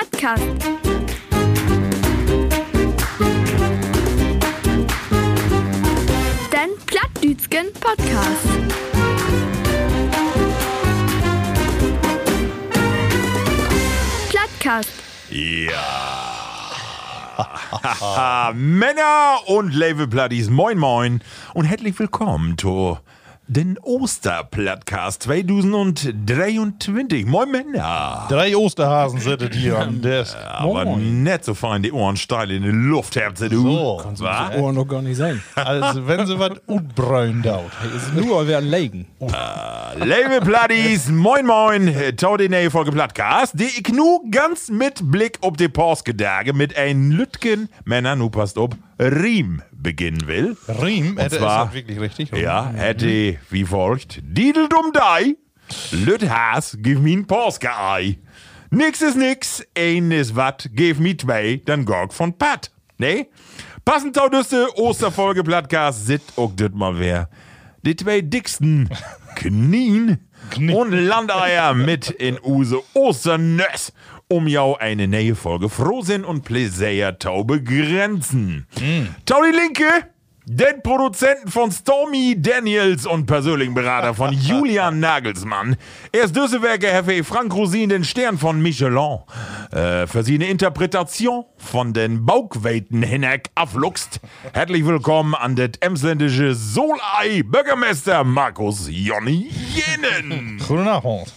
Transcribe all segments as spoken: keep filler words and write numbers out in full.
Plattcast. Den Plattdütschen Podcast. Plattcast. Ja. Männer und Labelplatties, moin moin und herzlich willkommen zu den Osterplattcast zwanzig dreiundzwanzig. Moin Männer. Drei Osterhasen sittet hier an des. Aber nicht so fein die Ohren steil in die Luft habt sie, du. So. Kannst du die Ohren noch gar nicht sein. Also wenn sie was unbräun dauert. Ist nur werden legen. Labelplatties, moin moin. Tau die neue Folge Plattcast, die ich nu ganz mit Blick auf die Postgedanke mit ein Lütgen, Männer, nu passt ob, Riem beginnen will. Riem, Und hätte zwar- ist das wirklich richtig? Ja, hätte wie folgt. Didel dumm dei, Lüt has, give me ein Porske-Ei. Nix ist nix, ein ist wat, give me zwei, dann Gorg von Pat. Nee? Passend zu düste Osterfolge Plattcast sit auch dit mal wer. Die zwei dicksten Knien Knie. und Landeier mit in Use Osternöss, um jau eine neue Folge Frohsinn und Pläsier tau begrenzen. Tau die Linke, den Produzenten von Stormy Daniels und persönlichen Berater von Julian Nagelsmann. Erst Düsselwerke Herr Frank Rosin, den Stern von Michelin. Äh, für sie eine Interpretation von den Bauchweiten hinweg abluchst. Herzlich willkommen an das emsländische Solei Bürgermeister Markus Jonny Jenen. Guten Abend.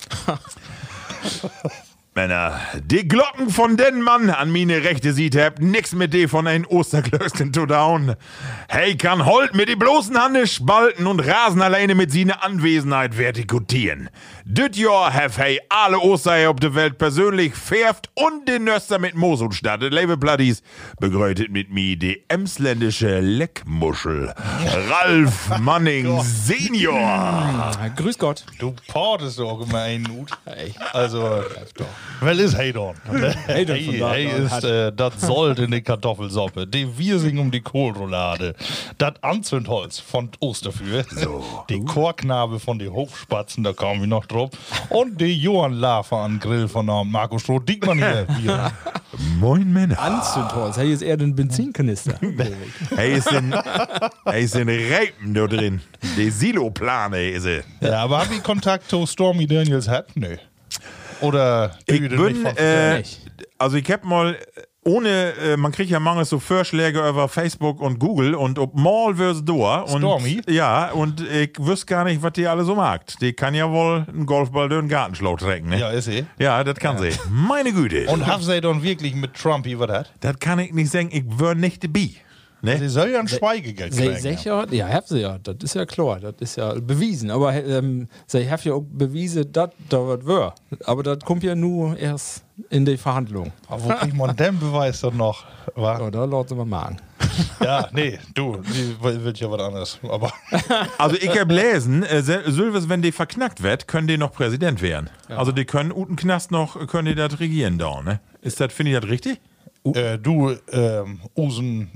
Männer, die Glocken von den Mann an meine rechte Seite habt nix mit de von ein Osterglöckchen zu down. Hey, kann Holt mit die bloßen Hande spalten und Rasen alleine mit seine Anwesenheit vertikutieren. Düt Jahr have hey alle Ostereier auf der Welt persönlich färft und den Nöster mit Mosel startet. Labelplatties begrüßet mit mir die emsländische Leckmuschel. Ralf Manning Senior. Ah, grüß Gott. Du portest doch immer einen Hut. Also, well ist hey dann? Hey, dann von da hey an ist hat- äh, das Sold in die Kartoffelsuppe, die Wirsing um die Kohlroulade, das Anzündholz von Osterfür, die Chorknabe von den Hofspatzen, da kamen wir noch drauf, und die Johann Lafer an Grill von der Marco Stroh-Diekmann hier. hier. Moin Männer. Anzündholz. Hey, ist eher den Benzinkanister. Hey, ist in, hey, ist in Reipen da drin. Die Siloplane ist sie. Ja, aber hab ich Kontakt zu Stormy Daniels gehabt? Nö. Oder Ich du bin, nicht von äh, nicht. also ich hab mal, ohne, äh, man kriegt ja mangels so Vorschläge über Facebook und Google und ob mal wir's durch. Und, Stormy? Ja, und ich wüsste gar nicht, was die alle so mag. Die kann ja wohl einen Golfball durch den Gartenschlau trecken, ne? Ja, ist sie. Ja, das kann sie. Meine Güte. Und haben sie dann wirklich mit Trumpy was hat? das kann ich nicht sagen, ich wär nicht dabei. Sie Ne? soll ja ein Schweigegeld Sie kriegen. sicher, ja, haben sie ja, das ist ja klar, das ist ja bewiesen. Aber ähm, sie haben ja auch bewiesen, dass da was war. Aber das kommt ja nur erst in die Verhandlung. Aber wo kriegt man den Beweis dann noch? Wa? Ja, da lassen wir mal an. Ja, nee, du, die will ja was anderes. Aber Also ich hab lesen, äh, Sylvester, wenn die verknackt wird, können die noch Präsident werden. Also die können Uten Knast noch, können die das regieren da, ne? Ist das, finde ich das richtig? äh, du, ähm, Usen,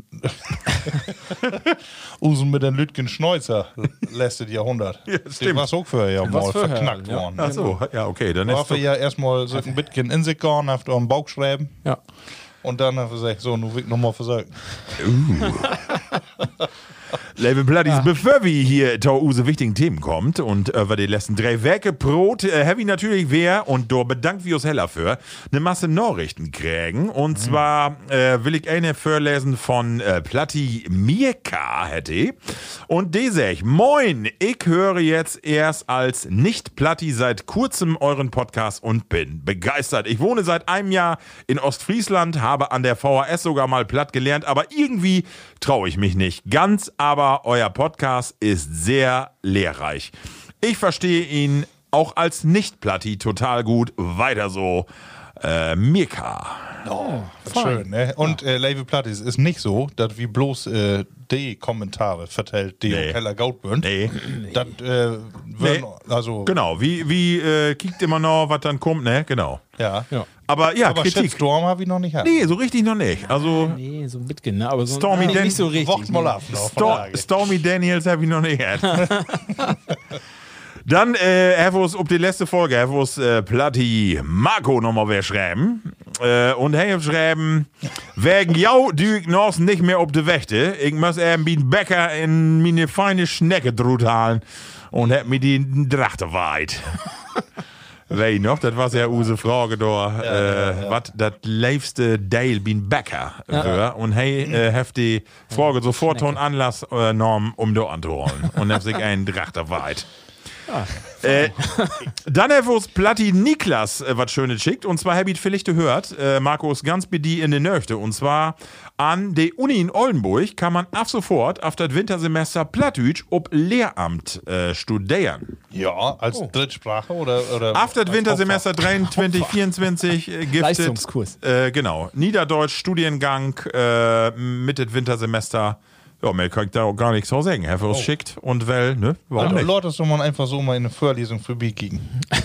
Usen mit den Lütgen Schneuzer, letztes Jahrhundert. Ja, Die stimmt. war auch für ja mal vorher, verknackt ja. worden. Ach so, ja, okay, dann War ist für doch, ja erstmal so ein bisschen in sich gegangen, auf den Bauch schreiben. Ja. Und dann hat er gesagt, so, nun will ich nochmal versuchen. Liebe Bloodies, bevor wir hier zu unseren wichtigen Themen kommt und über die letzten drei Werke Brot, äh, habe ich natürlich wer, und da bedankt wir uns heller für, eine Masse Nachrichten kriegen. Und mhm. zwar äh, will ich eine vorlesen von äh, Platti Mirka, hätte ich. Und die sag ich, moin, ich höre jetzt erst als Nicht-Platti seit kurzem euren Podcast und bin begeistert. Ich wohne seit einem Jahr in Ostfriesland, habe an der V H S sogar mal platt gelernt, aber irgendwie traue ich mich nicht ganz, aber euer Podcast ist sehr lehrreich. Ich verstehe ihn auch als Nicht-Platti total gut. Weiter so. Äh, Mirka. Oh, schön, ne? Und äh, Levi Plattis ist nicht so, dass wir bloß äh, die Kommentare vertellt, die Nee. Keller Gautbünd. Nee. Das äh, würden, Nee. also, Genau, wie, wie äh, kickt immer noch, was dann kommt, ne? Genau. ja. Ja. Aber ja, Aber Kritik. Shitstorm habe ich noch nicht gehabt. Nee, so richtig noch nicht. Also Nee, so ein bisschen, ne? Aber so Stormy nee, Dan- nicht so richtig. Wacht mal nee. ab. Noch, Stor Stormy Daniels habe ich noch nicht gehabt. Dann, äh, Herr Vos, ob die letzte Folge, Herr Vos, äh, Platti Marco nochmal wer schreiben. Äh, und er hat geschrieben, wegen jou düg noch nicht mehr auf die Wächte. Ich muss eben wie ein Bäcker in meine feine Schnecke drut halen und hab mir die Drachte weit. Weet je noch, das war ja unsere Frage da, ja, äh, ja, ja. was das liebste Teil bin Bäcker ja. war. Und hey, äh, hat die Frage sofort einen Anlass äh, genommen, um da anzuholen. Und hat sich einen Drachter weit. Ah, äh, dann hat uns Platti Niklas äh, was Schönes schickt. Und zwar habe ich vielleicht gehört, äh, Markus, ganz bei die in den Nöchte. Und zwar an der Uni in Oldenburg kann man ab sofort auf das Wintersemester Plattdeutsch ob Lehramt äh, studieren. Ja, als oh. Drittsprache oder, oder auf das Wintersemester dreiundzwanzig vierundzwanzig äh, gibt Leistungskurs. Äh, genau, Niederdeutsch Studiengang äh, mit dem Wintersemester. Ja, mehr kann ich da auch gar nichts so sagen. Herr uns oh. schickt und weil, ne? Warum also, Leute, soll man einfach so mal in eine Vorlesung vorbeigehen.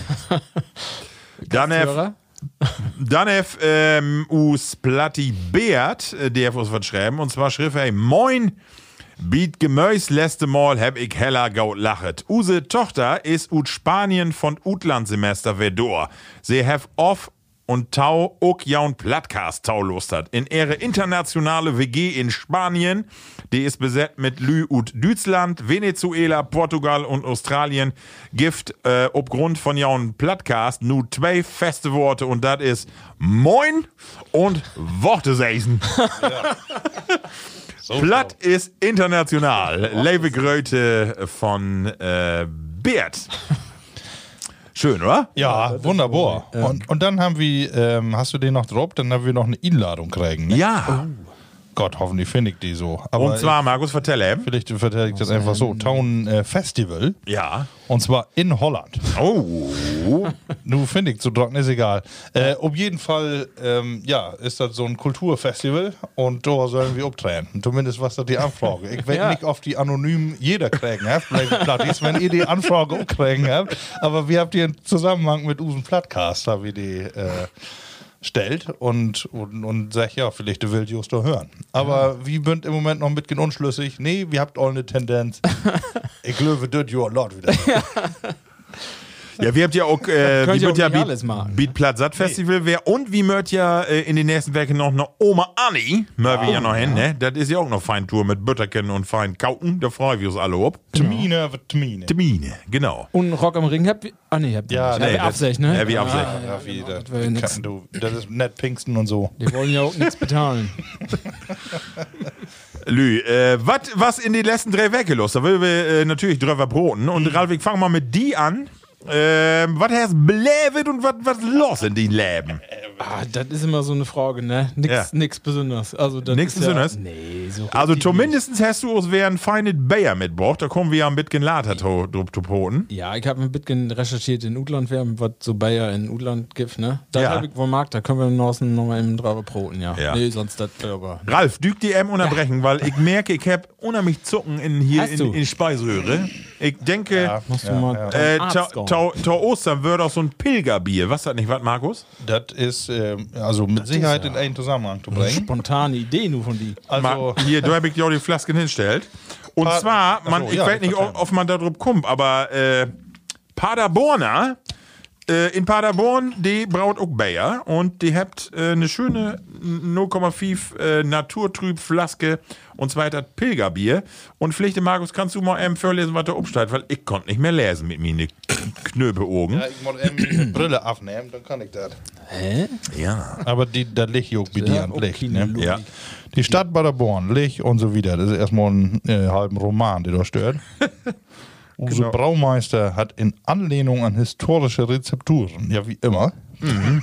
Dann hef, dann hef, ähm, us Platti Beat, der hat uns was schreiben, und zwar schrieb er, Moin, Biet Gemäus letzte Mal hab ich heller gaut lachet. Use Tochter ist ut Spanien von Utlandsemester Vedor. Sie hef off und Tau ook jaun Plattcast Tau lust hat. In ihre internationale W G in Spanien, die ist besetzt mit Lü und Deutschland, Venezuela, Portugal und Australien, gibt äh, aufgrund von jaun Plattcast nur zwei feste Worte und das ist Moin und Worte seisen. Ja. So Platt so. Ist international. Liebe Gröte von äh, Bert. Schön, oder? Ja, ja wunderbar. Ja. Und, und dann haben wir, ähm, hast du den noch drauf? Dann haben wir noch eine Einladung kriegen. Ne? Ja. Oh. Gott, hoffentlich finde ich die so. Aber und zwar, Markus, vertell eben. Vielleicht vertelle ich das einfach so. Town äh, Festival. Ja. Und zwar in Holland. Oh. Nun finde ich, zu trocken ist egal. Äh, auf jeden Fall, ähm, ja, ist das so ein Kulturfestival und da sollen wir auftreten. Zumindest was das die Anfrage. Ich weiß ja. nicht, ob die anonym jeder kriegen habt. Plattis, wenn ihr die Anfrage auch kriegen habt. Aber wir habt ihr im Zusammenhang mit unserem Plattcast, da wir die äh, stellt und, und, und sagt, ja, vielleicht du willst just da hören. Aber ja. wir sind im Moment noch ein bisschen unschlüssig. Nee, wir habt all eine Tendenz. Ich glaube, das ja Lord wieder. Ja, wir habt ja auch, äh, wie wird ja Beat Platt Satt Festival nee. wär, und wie möcht ja äh, in den nächsten Werken noch eine Oma Anni, möcht wir ja noch hin, ne? Das ist ja auch noch Feintour mit Butterken und fein Kauten, da freuen wir uns alle ob. Termine, Termine. Termine, genau. Und Rock am Ring habt ihr, ah ne, habt ihr ja, nee, Absicht, ne? Ja, wie Absicht. Ah, ja, ja, wie, das, das, du, das ist nett Pfingsten und so. Die wollen ja auch nichts bezahlen. Lü, äh, wat, was in den letzten drei Werke los? Da will wir äh, natürlich drüber broten. Und Ralf, ich fange mal mit die an. Ähm, was hast belevet und was los in den Leben? Ah, das ist immer so eine Frage, ne? Nix, ja. nix Besonderes. Also, nix Besonderes? Ja, nee, so also zumindest nicht. Hast du uns wer ein feines Bayer mitgebracht, da kommen wir ja ein bisschen later drauf zu poten. Ja, ich habe ein bisschen recherchiert in Utland, was so Bayer in Utland gibt, ne? Da ja. habe ich wohl Markt, da können wir noch mal eben drauf broten, ja. ja. Nee, sonst das aber. Ralf, düg die eben unterbrechen, ja. weil ich merke, ich habe unheimlich Zucken in hier in, in die Speiseröhre. Ich denke, ja, musst du mal äh, Tor Ostern wird auch so ein Pilgerbier. Was das nicht, was, Markus? Das ist ähm, also mit das Sicherheit ja in einen Zusammenhang zu bringen. Spontane Idee nur von die. Also hier, da habe ich dir auch die Flasken hinstellt. Und pa zwar, man, so, ich ja, weiß nicht, ob, ob man da drauf kommt, aber äh, Paderborner, äh, in Paderborn, die braut auch Bayer und die habt äh, eine schöne null Komma fünf äh, naturtrüb Flaske und zwar das Pilgerbier. Und vielleicht, Markus, kannst du mal eben vorlesen, was da umsteigt, weil ich konnte nicht mehr lesen mit meinen Knöbeaugen. Ja, ich muss eben die Brille abnehmen, dann kann ich das. Hä? Ja. Aber die, das Licht juckt bei dir an Licht, ne? Ja. Die Stadt Paderborn, Licht und so wieder. Das ist erstmal ein äh, halben Roman, der da stört. Unser genau. Braumeister hat in Anlehnung an historische Rezepturen, ja wie immer, mhm.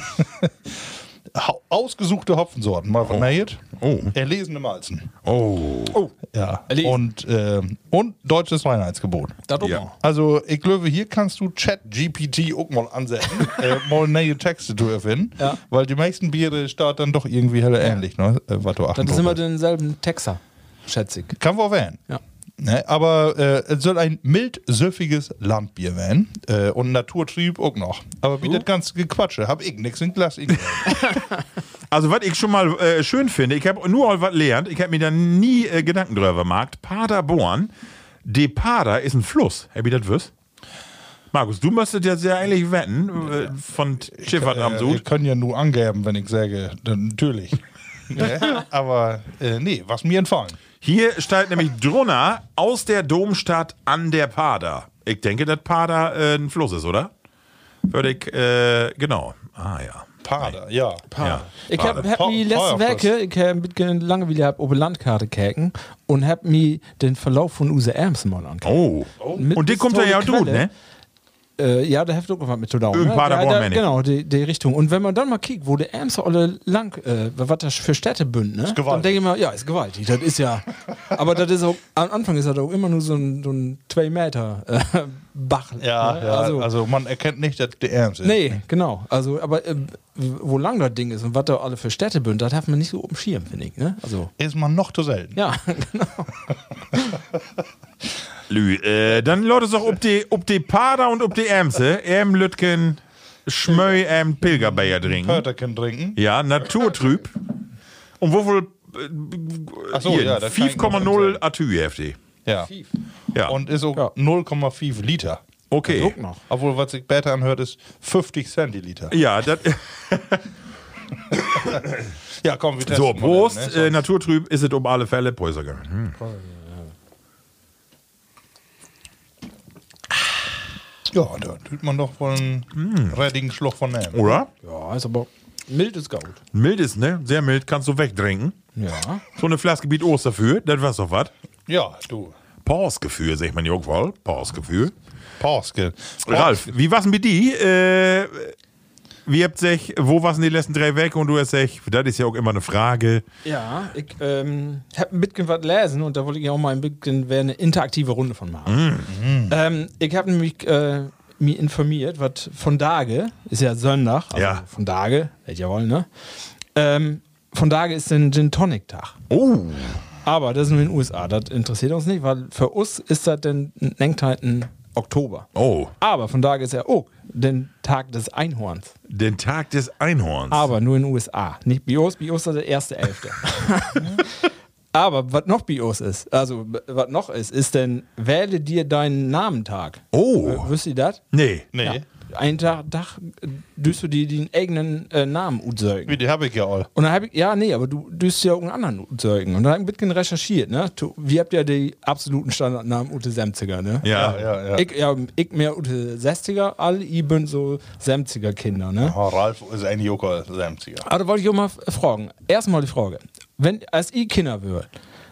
ausgesuchte Hopfensorten mal vernäht, oh. oh. erlesene Malzen. Oh. oh. Ja. Und, äh, und deutsches Reinheitsgebot. Ja. Also ich glaube, hier kannst du Chat G P T auch mal ansetzen, äh, mal neue Texte zu erfinden, ja. weil die meisten Biere starten dann doch irgendwie heller ähnlich, ne? Äh, was du achten Das ist immer denselben Texer, schätze ich. Kann wohl werden. Ja. Ne, aber äh, es soll ein mild-süffiges Landbier werden äh, und Naturtrieb auch noch. Aber wie uh. das ganze Gequatsche, hab ich nichts in Glas. Also was ich schon mal äh, schön finde, ich habe nur was gelernt, ich habe mir da nie äh, Gedanken drüber gemacht. Paderborn, de Pader ist ein Fluss. Hab ich das wusst? Markus, du müsstest jetzt ja eigentlich wetten äh, von Schifffahrt am Äh, Sud. ich kann ja nur angeben, wenn ich sage, dann natürlich. Ja, aber äh, nee, was mir entfallen. Hier steht nämlich drunter aus der Domstadt an der Pader. Ich denke, dass Pader äh, ein Fluss ist, oder? Würde ich, äh, genau. Ah ja. Pader, ja. Ja. Ich hab, hab Pa- mir letzte Feuerfluss. Woche, ich hab ein bisschen lange wieder hab auf eine Landkarte kijken und hab mir den Verlauf von Use Erms mal angeguckt. Oh. Mit Und die kommt ja ja tolle gut, Quelle. ne? Äh, ja, da hilft auch was mit zu dauern. Irgend Paderborn, da, meine da, ich. Genau, die, die Richtung. Und wenn man dann mal kiegt, wo der Ems alle lang, äh, was das für Städte bünd, ne? Dann gewaltig. denke ich mal, ja, ist gewaltig. Das ist ja. Aber das ist auch, am Anfang ist das auch immer nur so ein, so ein zwei Meter äh, Bach. Ja, ne? ja Also, also, man erkennt nicht, dass der Ernst ist. nee, genau. Also, aber äh, wo lang das Ding ist und was da alle für Städte bünd, das hat man nicht so auf dem Schirm, finde ich. Ne? Also, Ist man noch zu selten. ja, genau. Lü, äh, dann läuft es auch ob die, ob die Pader und ob die Ämse, Äm Lütgen, Schmöi, Äm Pilgerbayer trinken. Pörterchen trinken. Ja, naturtrüb. Und wo wohl Ach so, ja, das kann ich fünf Komma noch null sagen. Atü F Ja. Ja, Und ist auch Ja. null Komma fünf Liter. okay. Guck noch. Obwohl, was sich besser anhört, ist fünfzig Zentiliter. Ja, das, Ja, komm, wir testen so, mal, Prost, ne? äh, naturtrüb ist es um alle Fälle. Prost. Hm. Ja, da tut man doch wohl einen Mm. rädigen Schluck von nehmen. Oder? Ja, ist aber mild ist gut. Mild ist, ne? Sehr mild, kannst du wegtrinken. Ja. So eine Flasche Gebiet Osterführ, das war's doch was. Ja, du. Pausgefühl, sagt man ja auch wohl. Pausgefühl. Pauske. Ralf, wie war's denn mit die? Äh, wie habt sich, wo war's in die letzten drei Wochen und du hast gesagt, das ist ja auch immer eine Frage. Ja, ich ähm, habe ein bisschen was lesen und da wollte ich auch mal ein bisschen wäre eine interaktive Runde von machen. Ähm, ich habe nämlich äh, mich informiert, was von Tage, ist ja Sonntag, also Ja. von Tage, hätte ja wollen, ne? Ähm, von Tage ist ein Gin Tonic Tag. Oh. Aber das ist nur in den U S A, das interessiert uns nicht, weil für uns ist das dann nennt halt ein Oktober. Oh. Aber von Tage ist ja auch den Tag des Einhorns. Den Tag des Einhorns. Aber nur in den U S A. Nicht bei uns, bei uns ist der erste Elfte. Aber was noch bei uns ist, also was noch ist, ist denn, wähle dir deinen Namentag. Oh. Äh, Wisst ihr das? Nee. Nee. Ja. Einen Tag, Tag äh, düst du dir den eigenen äh, Namen utzeugen. Wie, die habe ich ja all. Und dann habe ich, ja, nee, aber du düst ja auch einen anderen utzeugen. Und dann habe ich ein bisschen recherchiert, ne? Du, wir habt ja die absoluten Standardnamen Ute Semziger, ne? Ja. Ja, ja. Ich, ja, ich mehr Ute sechziger, alle ich bin so Semziger Kinder, ne? Oh, Ralf ist ein Joker Samziger. Aber da wollte ich auch mal f- fragen. Erstmal die Frage. Wenn, als ich Kinder würde,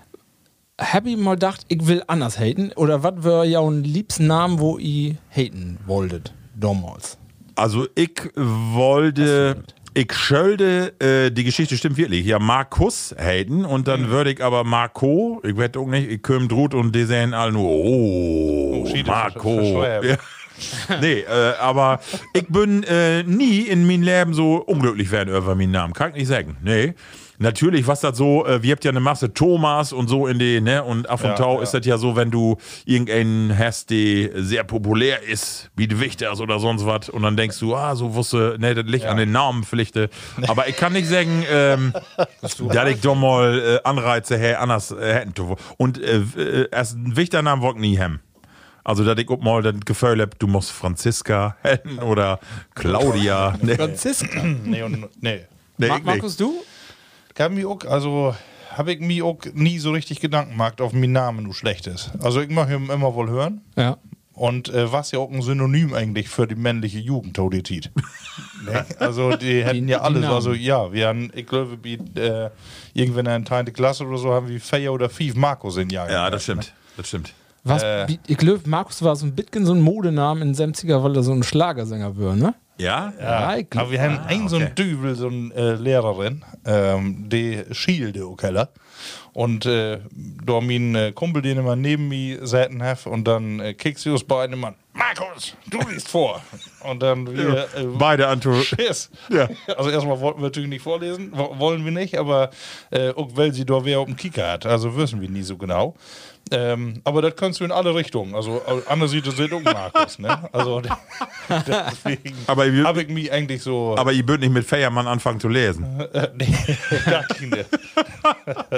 hab ich mal gedacht, ich will anders haten? Oder was wäre ja ein liebsten Namen, wo ich haten wolltet? Damals. Also ich wollte, ich schölde, äh, die Geschichte stimmt wirklich, ja Markus Hayden und dann würde ich aber Marco, ich werde auch nicht, ich kümm drut und die sehen alle nur, oh, Oh, shit, das Marco. ist verschwärmt. Ja. Nee, äh, aber ich bin äh, nie in meinem Leben so unglücklich werden über meinen Namen. Kann ich nicht sagen. Nee. Natürlich, was das so, äh, wir habt ja eine Masse Thomas und so in die, ne, und af und Ja, tau ja. ist das ja so, wenn du irgendeinen hast, der sehr populär ist, wie de Wichters oder sonst was, und dann denkst du, ah, so wusste, ne, das liegt an den Namen vielleicht. Aber ich kann nicht sagen, ähm, dass ich doch mal äh, Anreize her, anders äh, hätten. zu- Und äh, äh, erst ein wichtiger Name wollte nie hem. Also, dass ich auch mal das Gefühl hab, du musst Franziska hätten oder Claudia. Ne, Franziska. Nee, und, nee. nee, Ma ich nicht. Markus, du? Ich hab mir auch, also habe ich mir auch nie so richtig Gedanken gemacht, auf meinen Namen du schlecht ist. Also ich mache ihn immer wohl hören. Ja. Und äh, was ja auch ein Synonym eigentlich für die männliche Jugendtodität. Ne? Also die hätten Die- ja die alles, Namen. also ja, wir haben, ich glaube, wie, äh, irgendwann in der zehnten Klasse oder so haben wir vier oder fünf Markus in Jahr. Ja, das stimmt. Das stimmt. Was, Äh. wie- ich glaube, Markus war so ein bisschen so ein Modenamen in Semziger, weil er so ein Schlagersänger wäre, ne? Ja? Ja, ich glaub- Aber wir haben einen so okay. einen Dübel, so eine äh, Lehrerin, ähm, die schielte auch heller. Und äh, da mein äh, Kumpel, den immer neben mir säten hat, und dann äh, kickst du uns beide Mann, Markus, du liest vor. Und dann wir, äh, Beide Anto. Schiss. Ja. Also erstmal wollten wir natürlich nicht vorlesen, wo- wollen wir nicht, aber äh, auch weil sie da wer auf dem Kicker hat, also wissen wir nie so genau. Ähm, aber das kannst du in alle Richtungen. Also andere Seite sind auch Markus, ne? Also deswegen Aber ihr- habe ich mich eigentlich so. Aber ihr würdet nicht mit Feiermann anfangen zu lesen. Äh, nee, das ging nicht.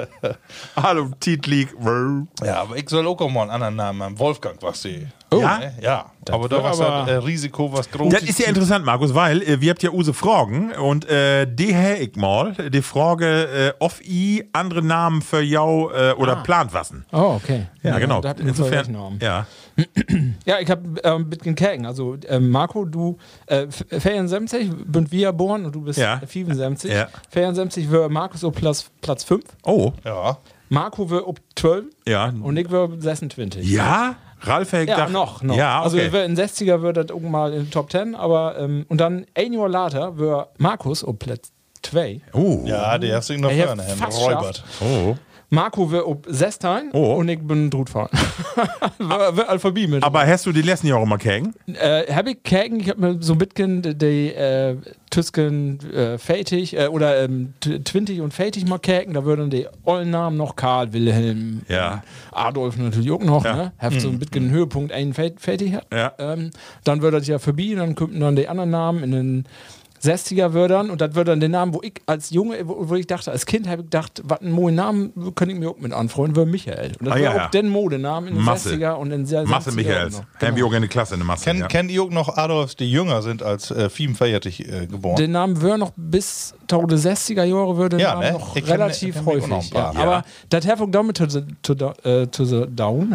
Hallo, Titlik. Ja, aber ich soll auch mal einen anderen Namen haben. Wolfgang, was sie. Oh. Ja? Ne? Ja, aber da wär war das aber- äh, Risiko, was groß Das ist ja interessant, Markus, weil äh, wir habt ja use Fragen und äh, die hä ich mal, die Frage, äh, ob i andere Namen für jou äh, oder plant wassen. Oh, okay. Ja, genau. Da habt ihr Insofern, Namen. ja. Ja, ich habe ähm, ein bisschen Kägen. Also, ähm, Marco, du, äh, vierundsiebzig, bünd wir geboren und du bist Ja. fünfundsiebzig. Ja. vierundsiebzig wäre Markus auf Platz, Platz fünf. Oh, Ja. Marco wäre auf zwölf ja. und ich wäre sechsundzwanzig. Ja? Ralf hätte Ja, gedacht- noch, noch. Ja, Also, okay. wär in sechziger würde das irgendwann in den Top zehn, aber, ähm, und dann ein Jahr later wäre Markus auf Platz zwei. Oh. Ja, der hast du noch Er hat vorne, Herrn fast Räubert. Oh. Marco wäre auf sechzehn Oh. und ich bin Drutfahren. Wäre Alphabet mit. Aber hast du die letzten Jahre mal kägen? Äh, habe ich Kägen, ich habe mir so ein bisschen die, die äh, Tüsken äh, Fätig äh, oder ähm, Twintig und Fätig mal kägen, da würden die ollen Namen noch Karl, Wilhelm, Ja. ähm, Adolf natürlich auch noch, Ja. ne? Habt so ein bisschen Höhepunkt einen Fätig hat. Ja. Ähm, dann würde das ja vorbei, dann könnten dann die anderen Namen in den sechziger Wörtern und das wird dann den Namen, wo ich als Junge, wo, wo ich dachte, als Kind habe ich gedacht, was ein neuen Namen könnte ich mir auch mit anfreunden, wäre Michael. Und das Ah, wäre ja, auch ja. den Modenamen in den Masse. sechziger und in den Masse siebziger Michaels. noch. Haben wir auch eine Klasse in der Masse. Kennt, ja. kennt ihr auch noch Adolfs, die jünger sind als äh, fünfundvierzig äh, geboren? Den Namen wäre noch bis die sechziger Jahre würde Ja, Namen ne? noch Ich kenn- relativ ich kenn mich auch häufig. noch ein paar. Ja. Ja. Aber das habe ich damit to the, to the, äh, to the down.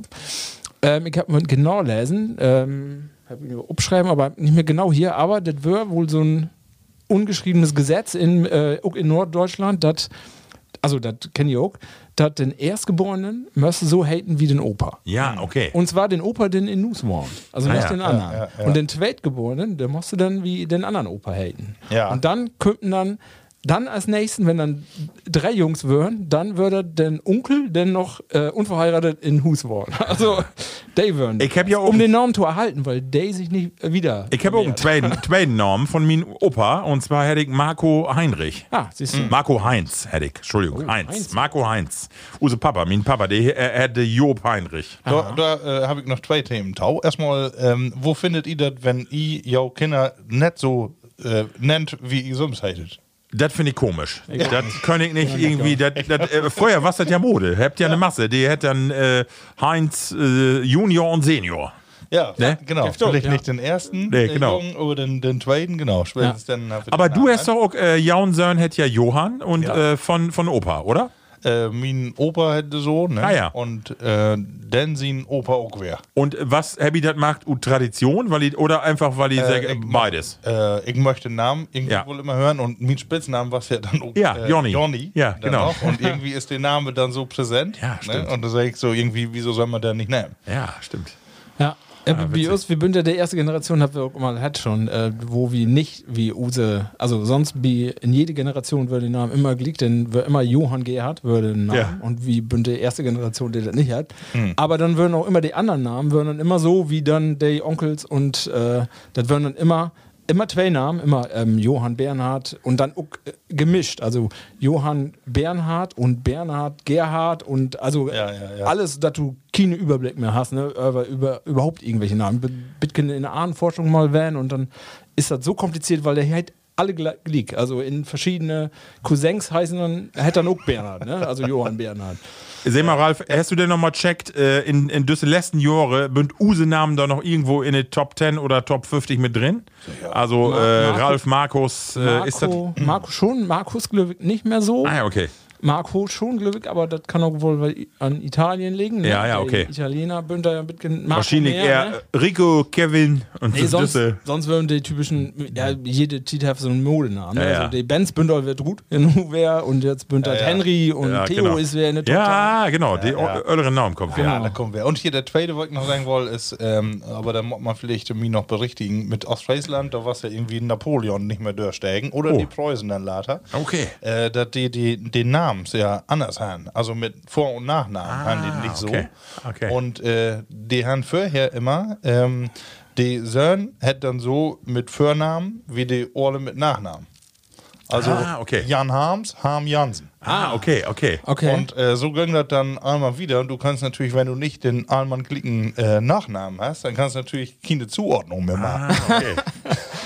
Ähm, ich habe mal genau lesen, ähm, habe ich mir abschreiben, aber nicht mehr genau hier. Aber das wäre wohl so ein ungeschriebenes Gesetz in, äh, auch in Norddeutschland, dass, also das kenne ich auch, dass den Erstgeborenen müsste so haten wie den Opa. Ja, okay. Und zwar den Opa, den in Nuss wohnt. Also Ah, nicht ja. den anderen. Ja, ja, ja. Und den Zweitgeborenen, der musste dann wie den anderen Opa haten. Ja. Und dann könnten dann, dann als nächsten, wenn dann drei Jungs wären, dann würde den Onkel denn noch äh, unverheiratet in Hus wohnen. Also, die würden. Ich hab ja auch- um den Namen zu erhalten, weil die sich nicht äh, wieder. Ich habe auch einen zweiten, zweiten Namen von meinem Opa und zwar hätte ich Marco Heinrich. Ah, siehst du. Marco Heinz hätte ich, Entschuldigung, Oh, Heinz. Heinz. Marco Heinz. Use Papa, mein Papa, der äh, hätte Job Heinrich. Da, da äh, habe ich noch zwei Themen. Tau. Erstmal, ähm, wo findet ihr das, wenn ihr jou Kinder nicht so äh, nennt, wie ihr sonst hättet? Das finde ich komisch. Das kann ich nicht irgendwie. Das, das, äh, vorher war das ja Mode. Habt ja eine Masse. Die hätte dann äh, Heinz äh, Junior und Senior. Ja, Ne? genau. Gibt doch, Vielleicht ja. nicht den ersten Nee, genau. äh, Jungen oder den, den zweiten, genau. Spätestens dann, äh, für Aber den du Namen, hast doch auch, äh, Jaun Sören hätte ja Johann und Ja. äh, von, von Opa, oder? Äh, mein Opa hätte so, ne? Ah, ja. Und äh, dann sein Opa auch wer. Und was Happy das macht, u Tradition, weil ich, oder einfach, weil ich Äh, sage, ich- beides. Äh, ich möchte den Namen irgendwie Ja. wohl immer hören und mein Spitznamen war ja dann auch Ja, äh, Jonny. Jonny. Ja, dann genau. Noch. Und irgendwie ist der Name dann so präsent. Ja, stimmt. Ne? Und da sage ich so, irgendwie, wieso soll man den nicht nehmen? Ja, stimmt. Ja. Äh, Ah, wie witzig. uns, wir sind ja der erste Generation, haben wir auch mal hat schon, äh, wo wir nicht wie Use, also sonst wie in jede Generation würde der Name immer gliegt, denn wer immer Johann Gerhard würde den Namen Ja. und wie bünd die erste Generation, die das nicht hat. Aber dann würden auch immer die anderen Namen, würden dann immer so wie dann die Onkels und äh, das würden dann immer immer zwei Namen, immer ähm, Johann Bernhard und dann auch, äh, gemischt, also Johann Bernhard und Bernhard Gerhard und also Ja, ja, ja. alles, dass du keinen Überblick mehr hast, ne, über, über überhaupt irgendwelche Namen. Bitcoin in der Ahnenforschung mal wählen und dann ist das so kompliziert, weil der hier halt alle gleich, also in verschiedene Cousins heißen dann, er hätte dann auch Bernhard, ne? Also Johann Bernhard. Sag mal, Ralf, hast du denn noch mal checkt, äh, in, in düsse letzten Jahre bünd Use-Namen da noch irgendwo in den Top zehn oder Top fünfzig mit drin? Also äh, Marco- Ralf, Markus, äh, ist das... Marco, Marco schon, Markus Glöwig nicht mehr so. Ah ja, okay. Marco schon Glöwig, aber das kann auch wohl weil- an Italien liegen. Ne? Ja, ja, okay. Die Italiener bünd da ja ein bisschen Marco Wahrscheinlich mehr, eher ne? äh, Rico, Kevin und Nee, so sonst, düsse... sonst würden die typischen, ja, jede Titel hat so einen Modenamen. Ne? Ja, ja. Also die Benz Bündel wird Ruth in wer und jetzt bündelt Ja, ja. Henry und Ja, Theo genau. ist wer in der Top Ja, genau, die ja. euren Namen kommt Ja, wieder. da kommen wir. Und hier der zweite, was ich noch sagen wollte, ist, ähm, aber da muss man vielleicht mich noch berichtigen, mit Ostfriesland, da war es ja irgendwie Napoleon nicht mehr durchsteigen oder Oh. die Preußen dann later. Okay. Äh, dass die, die den Namen sehr anders haben. Also mit Vor- und Nachnamen haben die nicht so. okay. Okay. Und äh, die haben vorher immer, ähm, die Söhne hätten dann so mit Vornamen wie die Orle mit Nachnamen. Also Ah, okay. Jan Harms, Harm Jansen. Ah, okay, okay. Okay. Und äh, so ging das dann einmal wieder. Und du kannst natürlich, wenn du nicht den Allmann Glicken äh, Nachnamen hast, dann kannst du natürlich keine Zuordnung mehr machen. Ah, okay.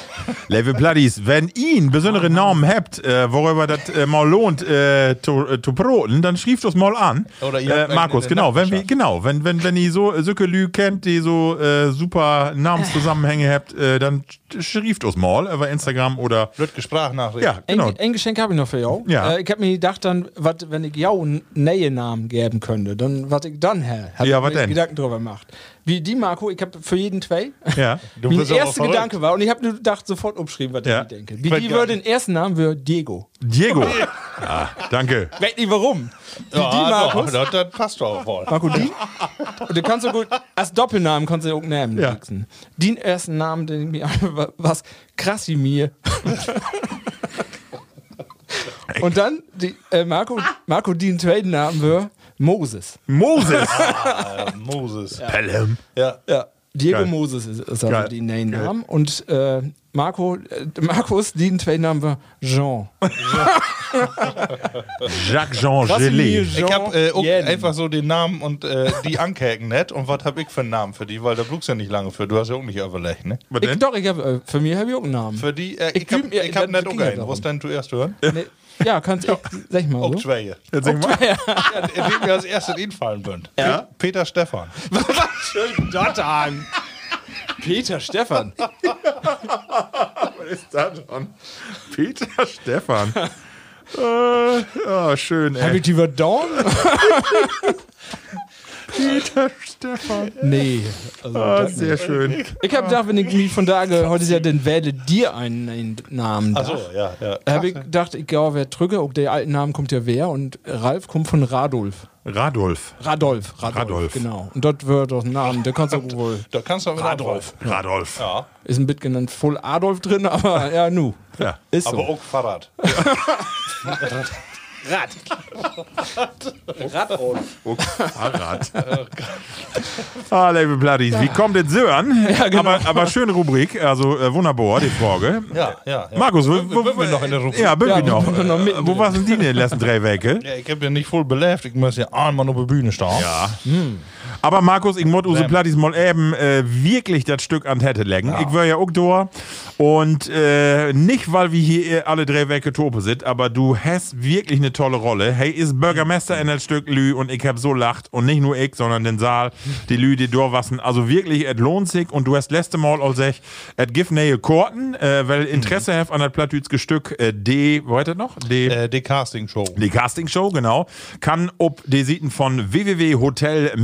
Liebe Platties, wenn ihr einen besonderen Namen habt, äh, worüber das äh, mal lohnt, äh, zu, äh, zu broten, dann schreibt uns mal an. Oder ihr äh, habt Markus, eine genau, wenn wir, Nachbarschaft. genau, wenn, wenn, wenn ihr so solche Lü kennt, die so äh, super Namenszusammenhänge habt, äh, dann schreibt uns mal über Instagram oder Wird Sprachnachricht. ja, genau. Ein, ein Geschenk habe ich noch für jou. Ja. Äh, ich habe mir gedacht, dann, wat, wenn ich jou einen Nähe-Namen geben könnte, dann was ich dann hätte. Hab Ja, ich wat mir denn? Gedanken drüber gemacht. Wie die, Marco, ich habe für jeden zwei. Ja. Du Mein bist aber erster verrückt. Gedanke war, und ich habe nur gedacht, sofort umschreiben, was Ja. ich denke. Wie Fällt die gar würde nicht. den ersten Namen für Diego. Diego. Ah, danke. Weiß nicht warum. Wie Ja, die, Markus. doch, das, das passt doch voll. Marco, die? Und du kannst so gut, als Doppelnamen kannst du auch nehmen. Ja. Den ersten Namen, den ich mir was Krasimir. Und dann, die, äh, Marco, Marco, den zweiten Namen für Moses. Moses. Äh, Moses. Ja. Pelham. Ja. Ja, Diego Geil. Moses ist, ist Geil. also die Namen. Und äh, Marco, äh, Markus, den zweiten Namen war Jean. Jacques-Jean Krasimir Gelé. Jean. Ich hab äh, auch Jen. einfach so den Namen und äh, die ankäken nicht. Und was hab ich für einen Namen für die? Weil da brauchst du ja nicht lange für. Du hast ja auch nicht überlegt, ne? Was Ich, denn? doch, ich hab, äh, für mich habe ich auch einen Namen. Für die, äh, Ich ich, hab, üb mir- ich hab das nicht auch ging ja einen. darum. Was denn zuerst hören? Nee, ja, kannst du, sag mal Auch so. zwei. Jetzt sag mal. Ja, den mir als erstes infallen wird. Ja? Peter Stefan. Schön dort an. Peter Stefan. Was ist das schon? Peter Stefan. äh, oh, schön, Habe ey. ich die verdorben? Peter Stefan. Nee. Also, Oh, das sehr nicht. schön. Ich habe gedacht, wenn ich mich von da, heute ist ja, dann wähle dir einen, einen Namen. Achso, ja, ja. Habe ich gedacht, ich glaube, wer drücke, auch der alten Namen kommt ja wer und Ralf kommt von Radolf. Radolf. Radolf, Radolf, Radolf. Genau. Und dort wird doch ein Name, der kannst du auch wohl. Da kannst du auch mit Radolf. Radolf. Ja, Ist ein bisschen genannt voll Adolf drin, aber ja, nu. Ja. Ist aber so. auch Fahrrad. Rad. Radolf. Oh, Fahrrad. Ah, liebe Platties, wie kommt das so an? Ja, genau. aber, aber schöne Rubrik, also äh, wunderbar, die Frage. Ja, ja. ja. Markus, wo, wo, Sind wir noch in der Rubrik? Ja, bin Ja, ich noch. wir sind noch mitten Wo drin. warst denn die in den letzten drei Wochen? Ja, ich hab ja nicht voll belebt. Ich muss ja einmal auf der Bühne stehen. Ja. Aber Markus, ich muss unsere Plattis mal eben äh, wirklich das Stück an die Hätte legen. Ich war ja auch da. Und äh, nicht, weil wir hier alle drei Wochen Tope sind, aber du hast wirklich eine tolle Rolle. Hey, ist Bürgermeister in das Stück Lü und ich hab so lacht. Und nicht nur ich, sondern den Saal, die Lü, die Dorwassen. Also wirklich, es lohnt sich. Und du hast letzte Mal auch gesagt, es gibt neue Korten, äh, weil Interesse habt an das plattdütschen Stück äh, D, wo heißt das noch? D. Äh, die Castingshow. Die Castingshow, genau, kann ob die Seiten von w w w punkt hotel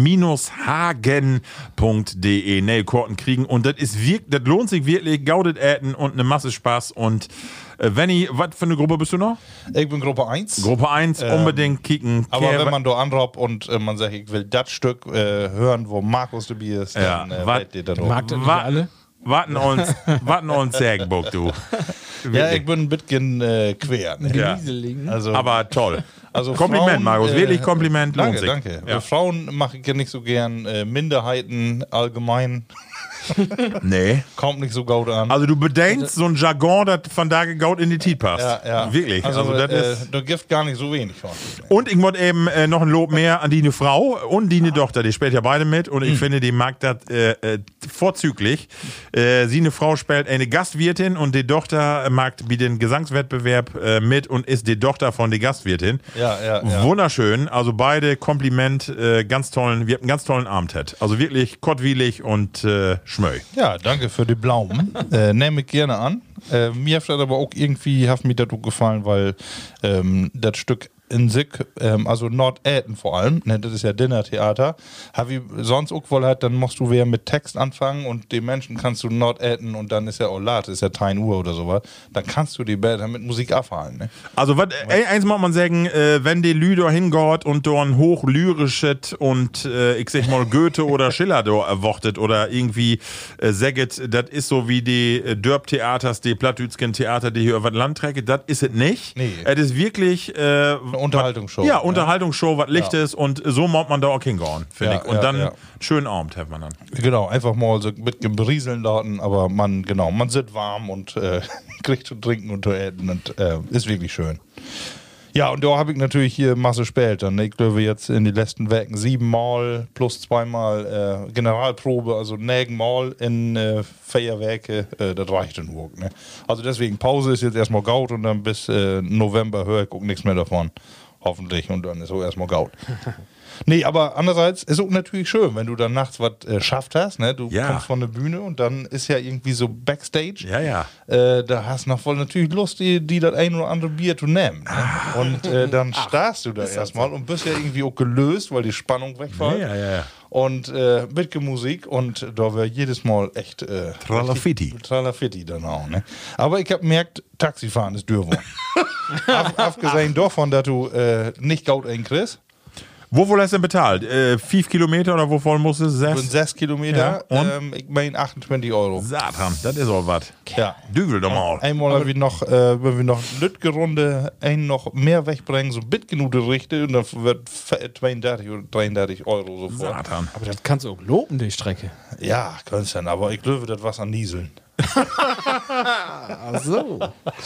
hagen punkt de Nailkorten kriegen und das ist wirklich, das lohnt sich wirklich, gaudet Äten und eine Masse Spaß und äh, Venny, was für eine Gruppe bist du noch? Ich bin Gruppe eins. Gruppe eins, unbedingt kicken. Aber Ke- wenn man da anraubt und äh, man sagt, ich will das Stück äh, hören, wo Markus dabei ist, Ja, dann äh, wat- seid ihr da drauf. Mag das nicht wa- alle? warten uns, warten uns Sägenburg, du. Ja, ich bin ein bisschen äh, quer. Ne? Ja. Grieseligen. Also, Aber toll. also Kompliment, Frauen, Markus, äh, wirklich Kompliment, lohnt Danke, sich. danke. Ja. Äh, Frauen mache ich ja nicht so gern. Äh, Minderheiten allgemein Nee. kommt nicht so gut an. Also du bedenkst so ein Jargon, das von da gegaut in die Tiet passt. ja, ja. Wirklich. Also, Also, das äh, ist. du gibst gar nicht so wenig von. Und ich muss eben äh, noch ein Lob mehr an die eine Frau und die eine Tochter, die spielt ja beide mit und ich finde, die mag das äh, äh, vorzüglich. Äh, sie eine Frau spielt eine Gastwirtin und die Tochter mag wie den Gesangswettbewerb äh, mit und ist die Tochter von der Gastwirtin. Ja, ja, ja. Wunderschön, also beide Kompliment, äh, ganz tollen, wir hatten einen ganz tollen Abend. hat. Also wirklich kottwilig und äh, schmöi. Ja, danke für die Blumen. äh, Nehme ich gerne an. Äh, mir hat das aber auch irgendwie hat mir das auch gefallen, weil ähm, das Stück in sich, ähm, also Nordäten vor allem, ne, das ist ja Dinnertheater, habe ich sonst auch wohl halt, dann musst du wieder mit Text anfangen und den Menschen kannst du Nordäten und dann ist ja auch Lat, ist ja dreizehn Uhr oder sowas, dann kannst du die Band mit Musik abfallen. Ne? Also wat, ey, eins muss man sagen, äh, wenn die Lü da hingeht und da ein hochlyrisches und äh, ich sag mal Goethe oder Schiller da erwortet oder irgendwie äh, säget, das ist so wie die äh, Dörp-Theaters, die Plattdütschen Theater, die hier über das Land trecken, das ist es nicht. Nee. Es ist wirklich äh, Eine Unterhaltungsshow. ja, Unterhaltungsshow, was Licht ist und so muss man da auch hingehen, finde Ja, ich. Und ja, dann ja. einen schönen Abend hat man dann. Genau, einfach mal so mit gebrieseln daten, aber man, genau, man sitzt warm und äh, kriegt zu trinken und zu essen und äh, ist wirklich schön. Ja, und da habe ich natürlich hier Masse später. Ne? Ich glaube jetzt in den letzten Wochen siebenmal plus zweimal äh, Generalprobe, also neunmal in äh, vier Werke, äh, das reicht in Wurk. Ne? Also deswegen, Pause ist jetzt erstmal Gaut und dann bis äh, November höre ich auch nichts mehr davon. Hoffentlich. Und dann ist auch erstmal Gaut. Nee, aber andererseits ist auch natürlich schön, wenn du dann nachts was äh, schafft hast, ne? Du Ja. kommst von der Bühne und dann ist ja irgendwie so Backstage. Ja, ja. Äh, da hast du noch voll natürlich Lust, die, die das ein oder andere Bier zu nehmen. Ne? Und äh, dann starrst du da erstmal und bist ja irgendwie auch gelöst, weil die Spannung wegfällt. Ja, ja, ja. Und äh, mit Musik und da wäre jedes Mal echt äh, Tralafitti. richtig- Tralafitti dann auch. Ne? Aber ich habe gemerkt, Taxifahren ist dürr geworden. Ab, abgesehen davon, dass du äh, nicht Gaut einkriegst. Wovon hast du denn bezahlt? Äh, fünf Kilometer oder wovon musst du? Sind Sechs? sechs Kilometer, Ja, und? ähm, ich meine achtundzwanzig Euro. Satan, das ist auch was. Ja. Dübel doch mal. Einmal haben wir noch, äh, wenn wir noch Lütgerunde einen noch mehr wegbringen, so Bitgenute richte und dann wird zweiunddreißig oder dreiunddreißig Euro sofort. Satan. Aber das kannst du auch loben, die Strecke. Ja, kannst dann, aber ich glaube, das was an Nieseln. Ach so.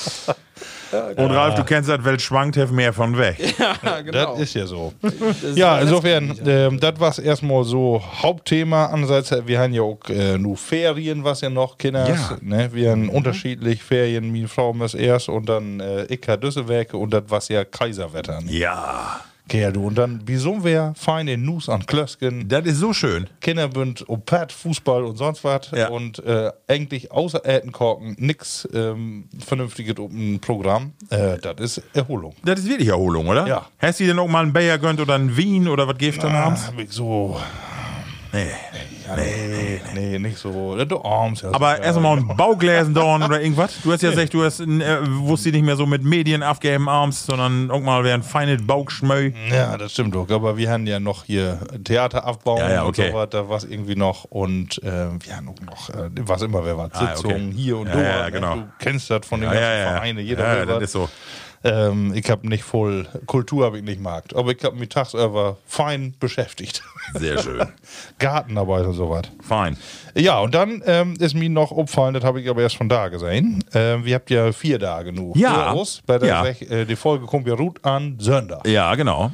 Und Ralf, du kennst das, Welt schwankt, hef mehr von weg. Ja, Das ist ja so. Ja, insofern, ähm, das war erstmal so Hauptthema. Andererseits, wir haben ja auch äh, nur Ferien, was ja noch Kinder Ja. ist, ne? Wir haben unterschiedlich Ferien, meine Frau muss erst und dann äh, ich habe Düsselwerke und das war ja Kaiserwetter. Ne? Ja. Okay, du. Und dann, wieso wir feine Nus an Klösken, Das ist so schön. Kinderbünd, Opet, Fußball und sonst was. Ja. Und äh, eigentlich außer Ätenkorken nix ähm, Vernünftiges auf dem Programm. Äh, das ist Erholung. Das ist wirklich Erholung, oder? Ja. Hast du dir denn auch mal einen Bayer gönnt oder einen Wien oder was gibt dann Ah, abends? hab ich so. Nee. Ja, nee, nee, nicht so. Du armst ja. Aber so, erst mal ein Baugläsen dauern oder irgendwas. Du hast ja gesagt, du hast, äh, wusstest nicht mehr so mit Medien abgeben abends, sondern auch mal ein feines Baugschmöi. Ja, das stimmt doch. Aber wir haben ja noch hier Theater aufbauen Ja, ja, okay. und so weiter, was irgendwie noch. Und äh, wir haben auch noch, äh, was immer wer war, Ah, Sitzungen okay. hier und Ja, da. ja, ne? genau. Du kennst das von den Ja, ganzen ja, ja. Vereinen. Jeder Ja, will das was. ist so. Ähm, ich habe nicht voll Kultur habe ich nicht mag, aber ich habe mich tagsüber fein beschäftigt. Sehr schön. Gartenarbeit und sowas. Fein. Ja, und dann ähm, ist mir noch aufgefallen, das habe ich aber erst von da gesehen. Ähm, wir habt ja vier Tage nur. Ja. Voraus. Bei der Ja. Rech- äh, die Folge kommt ja gut an Sonntag. Ja, genau.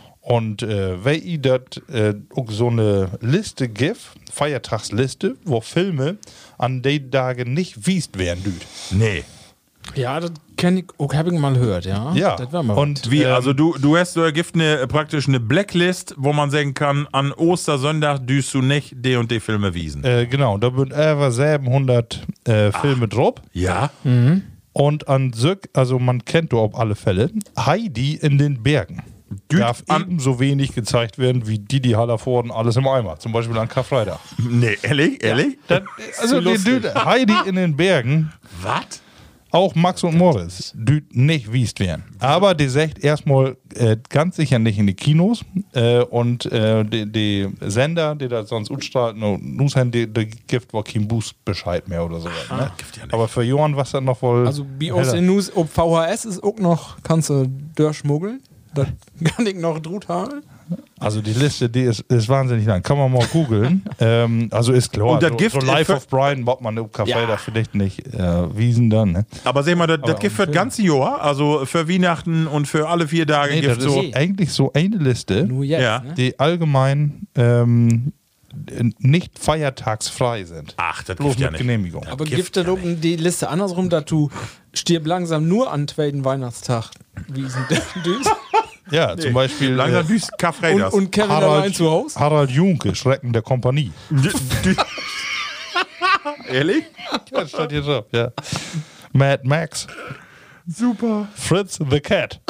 Und äh, weil ihr das äh, auch so eine Liste gibt, Feiertagsliste, wo Filme an den Tagen nicht wiest werden düt. Nee. Ja, das kenn ich, auch hab ich mal gehört, ja. Ja. Das war mal Und Wie, ähm, also du, du hast so gibt eine praktisch eine Blacklist, wo man sagen kann, an Ostersonntag düst du nicht die und die Filme wiesen. äh, genau, da sind über siebenhundert äh, Filme drauf. Ja. Und an Söck, also man kennt du auf alle Fälle, Heidi in den Bergen. Düt Darf an- ebenso wenig gezeigt werden wie Didi Hallervorden, alles im Eimer. Zum Beispiel an Karfreitag. Nee, ehrlich? Ehrlich? Das, also die Düt, Heidi in den Bergen, Was? auch Max und Moritz, düt nicht wiest werden. Aber die sagt erstmal äh, ganz sicher nicht in die Kinos. Äh, und äh, die, die Sender, die das sonst ausstrahlt, no, nus haben die, die gibt wohl kein Bußbescheid mehr oder so. Ne? gibt ja nicht. Aber für Johann was dann noch wohl. Also bei uns heller. in News, ob V H S ist auch noch, kannst du durchschmuggeln. Das kann ich noch drut haben. Also die Liste, die ist, ist wahnsinnig lang. Kann man mal googeln. ähm, also ist klar, Und das so, Gift so Life für- of Brian, ob man im Café Ja. da vielleicht nicht äh, wiesen dann. Ne? Aber sag mal, das, das gibt für das ganze Jahr, also für Weihnachten und für alle vier Tage Nee, das gibt ist so. Nee. eigentlich so eine Liste, Nur jetzt, Ja. ne? die allgemein ähm, nicht feiertagsfrei sind. Ach, das Bloß gibt ja mit nicht. Genehmigung. Aber Gift gibt es ja oben die Liste andersrum, dass du stirb langsam nur an zweiten Weihnachtstag wiesen düst Ja, zum Beispiel Langsam äh, düst und, Karfreitags. und Kevin allein zu Hause? Harald Junke, Schrecken der Kompanie. Ehrlich? Ja, steht hier drauf, ja. Mad Max, Super. Fritz the Cat.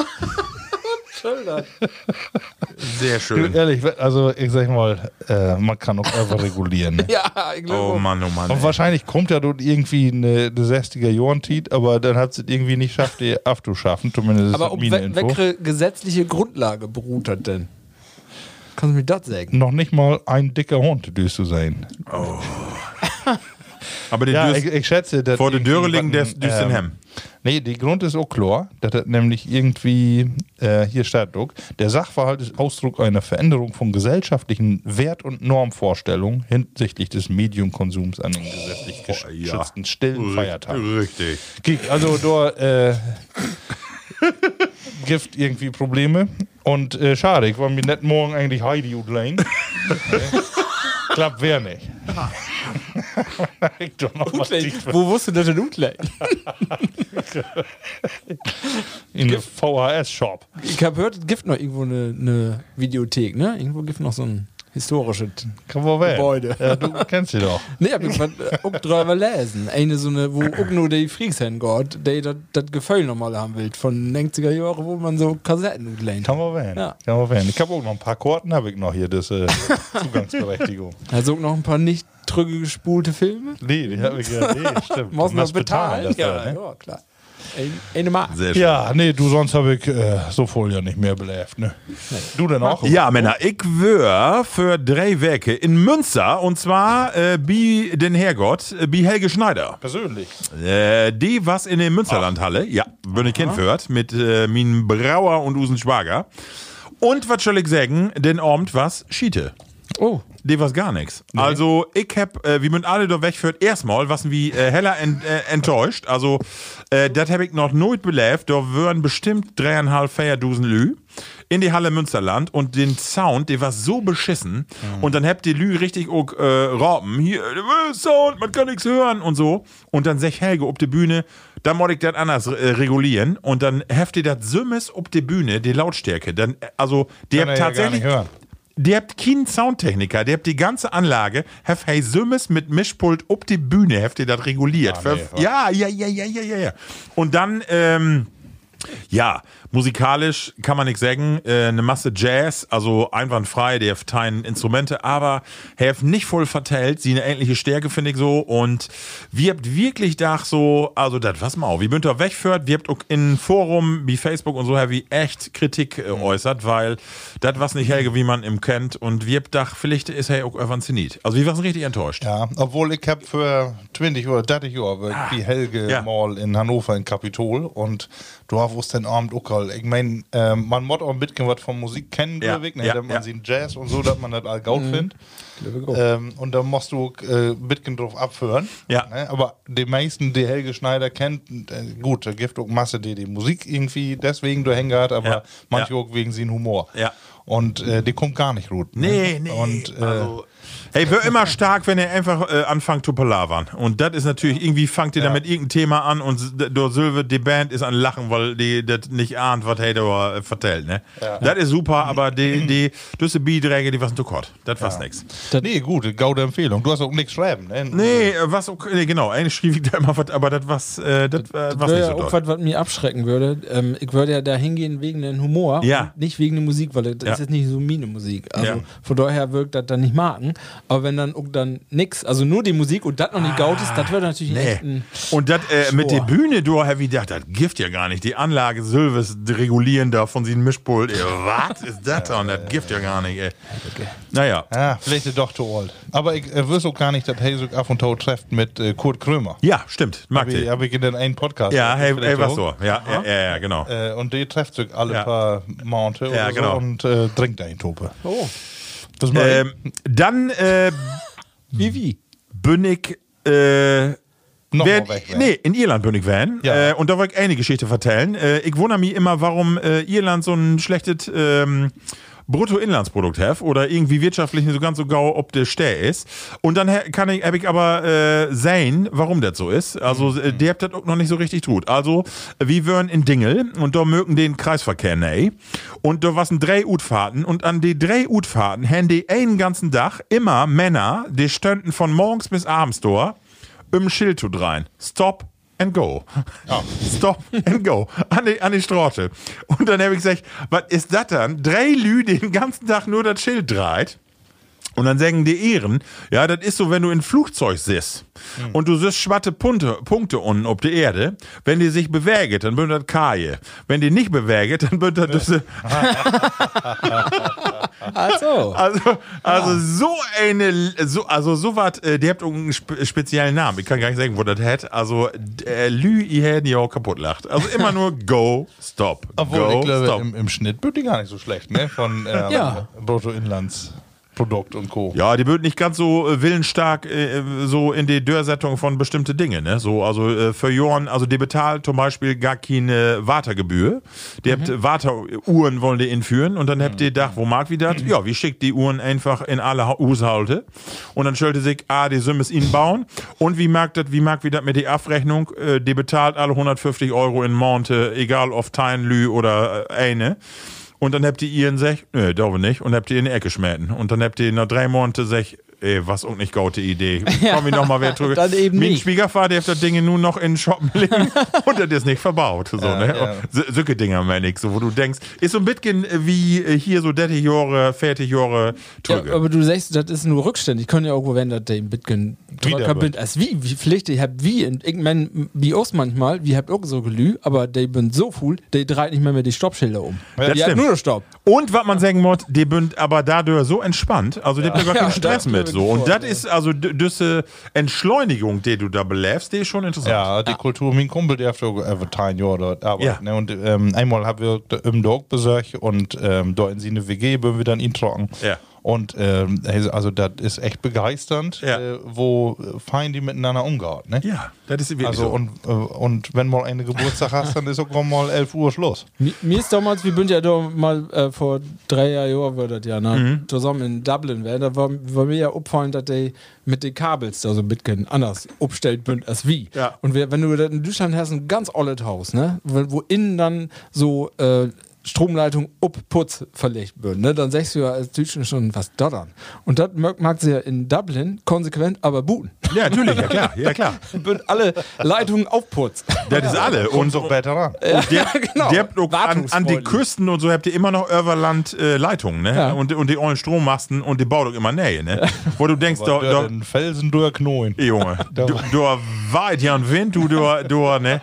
Sehr schön. Ehrlich, also ich sag mal, äh, man kann auch einfach regulieren. Ne? Ja, ich glaube. Oh Mann, oh Mann. Und ey. wahrscheinlich kommt ja dort irgendwie eine, eine sechziger Jahren Tit, aber dann hat es irgendwie nicht geschafft, die abzuschaffen. Zumindest aber ist um meine we Info. welche gesetzliche Grundlage beruht das denn? Kannst du mir das sagen? Noch nicht mal ein dicker Hund dürst du sein. Aber den Ja, düst, ich, ich schätze, dass vor der irgendwie Dürreling was- des düst den ähm, Hemm. Nee, die Grund ist auch klar, dass das nämlich irgendwie, äh, hier steht doch, der Sachverhalt ist Ausdruck einer Veränderung von gesellschaftlichen Wert- und Normvorstellungen hinsichtlich des Mediumkonsums an den gesetzlich gesch- Oh, ja. geschützten stillen Feiertagen. Richtig. Kiek, also da, äh, gibt irgendwie Probleme. Und äh, schade, ich war mir nicht morgen eigentlich Heidi und Lane. Klappt wer nicht. ich doch noch was tiefer. Wo wusstest du das denn Utlein? In der V H S-Shop. Ich habe gehört, es gibt noch irgendwo eine, eine Videothek, ne? Irgendwo gibt noch so ein historisches Kann man werden. Gebäude. Ja, du kennst sie doch. Nee, hab ich was auch drüber lesen. Eine so eine, wo auch nur die Freaks hingeht, die das Gefühl nochmal haben will, von neunziger Jahren, wo man so Kassetten utleint. Kann man werden. Ja. Kann man werden. Ich habe auch noch ein paar Karten, habe ich noch hier, das äh, Zugangsberechtigung. Also auch noch ein paar nicht trügespulte Filme. Nee, die habe ich ja. Nee, stimmt. Muss Du noch musst bezahlen. dafür, Ja, ne? ja, klar. Ein, eine Mark. Sehr schön. Ja, nee, du, sonst habe ich äh, so voll ja nicht mehr belebt, ne? Du denn auch? Ja, Männer, ich wär für drei Werke in Münster und zwar äh, wie den Herrgott, äh, wie Helge Schneider. Persönlich. Äh, die was in der Münsterlandhalle, ja, bin ich hinführt, mit äh, min Brauer und usen Schwager. Und was soll ich sagen, den Abend was Schiete. Oh. Die was gar nichts. Also, ich hab, äh, wie man alle da wegführt, erstmal, was wie äh, heller ent, äh, enttäuscht. Also, äh, das hab ich noch nooit belebt. Da wären bestimmt dreieinhalb, vierdusen Lü in die Halle Münsterland und den Sound, der war so beschissen. Mhm. Und dann habt ihr Lü richtig auch äh, Raben. Hier, äh, Sound, man kann nichts hören und so. Und dann sag Helge auf der Bühne, dann muss ich das anders äh, regulieren. Und dann habt ihr das Sümmes auf der Bühne, die Lautstärke. Dann, also, die habt tatsächlich. Ja Der habt keinen Soundtechniker, der habt die ganze Anlage, habt hey Sümmes mit Mischpult ob die Bühne, habt ihr das reguliert. Ah, nee, ja, ja, ja, ja, ja, ja, ja. Und dann, ähm, ja, musikalisch kann man nichts sagen, äh, eine Masse Jazz, also einwandfrei, der hat keine Instrumente, aber er hat nicht voll vertellt, sie eine ähnliche Stärke, finde ich so, und wir habt wirklich da so, also das, was mal, wie bünd ihr wegführt, wir habt auch in Forum, wie Facebook und so, her wie echt Kritik äh, äußert, weil das was nicht Helge, wie man ihm kennt, und wir habt gedacht, vielleicht ist er auch irgendwann zenit. Also wir waren richtig enttäuscht. Ja, obwohl ich hab für zwanzig oder dreißig Jahre ah, wie Helge ja. mal in Hannover in Kapitol und du hast den Abend auch halt. Ich mein, ähm, man muss auch ein bisschen was von Musik kennen, ja. glaube ich, ne? Ja, dass man ja. sieht Jazz und so, dass man das all gaut Mhm. findet. Ähm, und da musst du äh, ein bisschen drauf abhören. Ja. Ne? Aber die meisten, die Helge Schneider kennt, äh, gut, da gibt auch Masse, die die Musik irgendwie deswegen du hängt, aber Ja. manche Ja. auch wegen seinem Humor. Ja. Und äh, die kommt gar nicht gut. Ne? Nee, nee. Und, äh, also, hey, wird immer stark, wenn er einfach äh, anfängt zu palavern. Und das ist natürlich, irgendwie fangt ihr Ja. damit irgendein Thema an und der Sylve, die Band ist an Lachen, weil die das nicht ahnt, was er da äh, vertellt, ne? Ja. Das ist super, aber die, die, diese Beiträge, die was zu kurz. Das war's nix. nee, gut, gaude Empfehlung. Du hast auch nichts schreiben, ne? Nee, äh, was, okay, nee, genau, eigentlich schrieb ich da immer was, aber das was, äh, das äh, was Wäre nicht ja so auch doll. was, was mich abschrecken würde. Ähm, ich würde ja da hingehen wegen dem Humor, Ja. und nicht wegen der Musik, weil das Ja. ist jetzt nicht so meine Musik. Also Ja. von daher wirkt das dann nicht marken. Aber wenn dann auch dann nix, also nur die Musik und das noch nicht gaut ist, das wird natürlich Nee. echt ein Und das äh, mit der Schwor. Bühne, du hast gedacht, das gibt ja gar nicht. Die Anlage Sylves regulieren da von seinem Mischpult. Ey, was ist das da? Und das gibt ja gar nicht, ey. Naja. Ja, vielleicht doch zu alt. Aber ich äh, wüsste auch gar nicht, dass Helge ab und zu trefft mit äh, Kurt Krömer. Ja, stimmt. Mag Habe ich, die. hab ich in den einen Podcast. Ja, hey, vielleicht hey, was auch. so. Ja, ja, ja, ja, genau. Äh, und die trefft sich alle Ja. paar Monate Ja, oder genau. so und äh, trinkt einen Tope. Oh. Das mal Ähm, dann äh, Wie wie? bin ich äh, noch wer- mal weg. nee, in Irland bin ich van. Ja. Äh, und da wollte ich eine Geschichte vertellen. Äh, ich wundere mich immer, warum äh, Irland so ein schlechtes ähm, Bruttoinlandsprodukt hat oder irgendwie wirtschaftlich nicht so ganz so gau, ob der stär ist. Und dann he- kann ich, hab ich aber äh, sehen, warum das so ist. Also, äh, der habt das auch noch nicht so richtig tut. Also, wir wären in Dingel und da mögen den Kreisverkehr, ne? Und da waren drei Utfahrten und an die drei Utfahrten haben die einen ganzen Tag immer Männer, die standen von morgens bis abends da, im Schild zu dreien. Stop and go. Stop and go. An die, an die Straße. Und dann habe ich gesagt, was ist das dann? Drei Lü, die den ganzen Tag nur das Schild dreht. Und dann sagen die Ehren, ja, das ist so, wenn du in ein Flugzeug sitzt und du siehst schwatte Punkte, Punkte unten auf der Erde. Wenn die sich bewegen, dann wird das Kaje. Wenn die nicht bewegen, dann wird das diese, Also. also, also so eine, so, also so was, äh, die habt einen spe speziellen Namen. Ich kann gar nicht sagen, wo das hat. Also, äh, Lü, ihr hättet ja auch kaputt lacht. Also immer nur go, stop. Obwohl, go, ich glaube, stop. im, im Schnitt wird die gar nicht so schlecht, ne? Von äh, Ja. Bruttoinlands. Milchprodukt und Co. Ja, die wird nicht ganz so äh, willensstark äh, so in die Dörrsetzung von bestimmte Dinge, ne? So, also äh, für Johann, also die bezahlt zum Beispiel gar keine Wartegebühr. Die Mhm. habt Warteuhren wollen die inführen und dann habt ihr gedacht, wo mag wie das? Ja, wie schickt die Uhren einfach in alle Ha- Haushalte und dann stellte sich, ah, die sollen es ihnen bauen und wie mag das, wie mag wie das mit der Abrechnung? Äh, die bezahlt alle hundertfünfzig Euro in Monte, egal ob Teinlü oder äh, eine. Und dann habt ihr ihren sech, nö, glaube nicht, und habt ihr in die Ecke schmähten. Und dann habt ihr nach drei Monaten sech, ey, was auch nicht gute Idee. Komm ich nochmal wieder zurück. Dann eben mein nicht. Schwiegervater hat das Ding nur noch in den Shop legen und das ist nicht verbaut. So, Ja, ne? ja. So, solche Dinger, meine ich, so, wo du denkst, ist so ein bisschen wie äh, hier so dreißig Jahre, vierzig Jahre Ja, drüber. aber du sagst, das ist nur rückständig. Können ja auch, wenn das den Bitcoin Wieder drüber wird. bin, als wie, wie Pflicht, ich hab wie, und ich mein, wie auch manchmal, wie habt auch so gelü, aber die bin so full, die dreht nicht mehr mit die Stoppschilder um. Das die hat stimmt. nur noch Stopp. Und was man sagen muss, die sind aber dadurch so entspannt, also die haben gar keinen Ja, Stress das mit. mir So. Und vor, das ist also d- diese Entschleunigung, die du da belebst, die ist schon interessant. Ja, die Kultur, mein Kumpel, der hat auch über zehn Jahre dort arbeiten. Ja. Ne? Und ähm, einmal haben wir da im Dog besucht und ähm, da in seine W G würden wir dann ihn trocken. Ja. Und ähm, also das ist echt begeisternd, Ja. äh, wo fein die miteinander umgehen. Ne? Ja, das ist wirklich Also so. und, äh, und wenn mal eine Geburtstag hast, dann ist auch mal elf Uhr Schluss. Mi- Mir ist damals, wir sind ja da mal äh, vor drei Jahren, war das ja, ne? Mhm. Zusammen in Dublin, wär, da war, war mir ja aufgefallen, dass die mit den Kabels da so ein bisschen anders aufgestellt sind als wie. Ja. Und wir, wenn du das in Deutschland hast, ein ganz olles Haus, ne? Wo, wo innen dann so äh, Stromleitung up Putz verlegt wird, ne? Dann sagst du ja als Deutsche schon, was doddern. Und das mag, mag sie ja in Dublin konsequent, aber booten. Ja, natürlich, ja klar, ja klar. Wird alle Leitungen aufputzt. Das ist alle. Und Und, so besser ran. und der, genau. der habt auch an, an die Wartungsfreundlich. Küsten und so habt ihr immer noch Överland äh, Leitungen, ne? Ja. Und, und die ollen Strommasten und die baut auch immer Nähe, ne? Wo du denkst, da, Aber da, den Felsen durchknoien. Junge, du, du weit ja ein Wind, du, du, du, ne?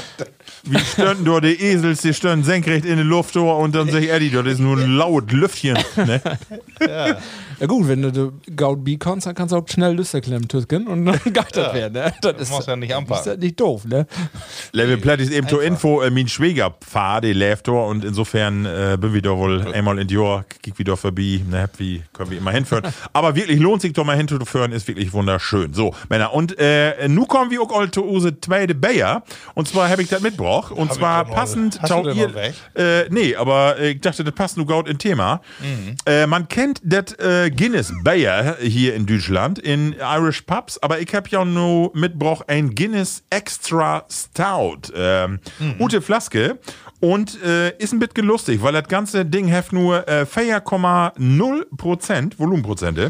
Wie stören du die Esels, die stören senkrecht in die Luft du, und dann sag ich, Eddie, das ist nur ein laut Lüftchen, ne? Ja gut, wenn du de Gaut B kannst, dann kannst du auch schnell Lüster klemmen, Tüsken, und dann geht das werden. Ne? Das ist, musst ja nicht anpacken. ist ja nicht doof, ne? Level Platt ist eben zur Info, äh, mein Schwäger fahr, die läuft da und insofern äh, bin wieder wohl einmal in die Jahr, kick wieder vorbei, ne, wie können wir immer hinführen. Aber wirklich lohnt sich doch mal hinzuführen, ist wirklich wunderschön. So, Männer, und äh, nu kommen wir auch all zu unsere zweite Bayer, und zwar habe ich das mitgebracht, und Hab zwar ich doch noch- passend, Hast du tau den ihr, noch weg? äh, nee, aber äh, ich dachte, das passt nur gut in Thema. Äh, man kennt das äh, Guinness Bayer hier in Deutschland, in Irish Pubs, aber ich habe ja nur mitgebracht ein Guinness Extra Stout. Ähm, Ute Flaske. Und äh, ist ein bisschen lustig, weil das ganze Ding hat nur äh, vier Komma null Prozent Volumenprozente.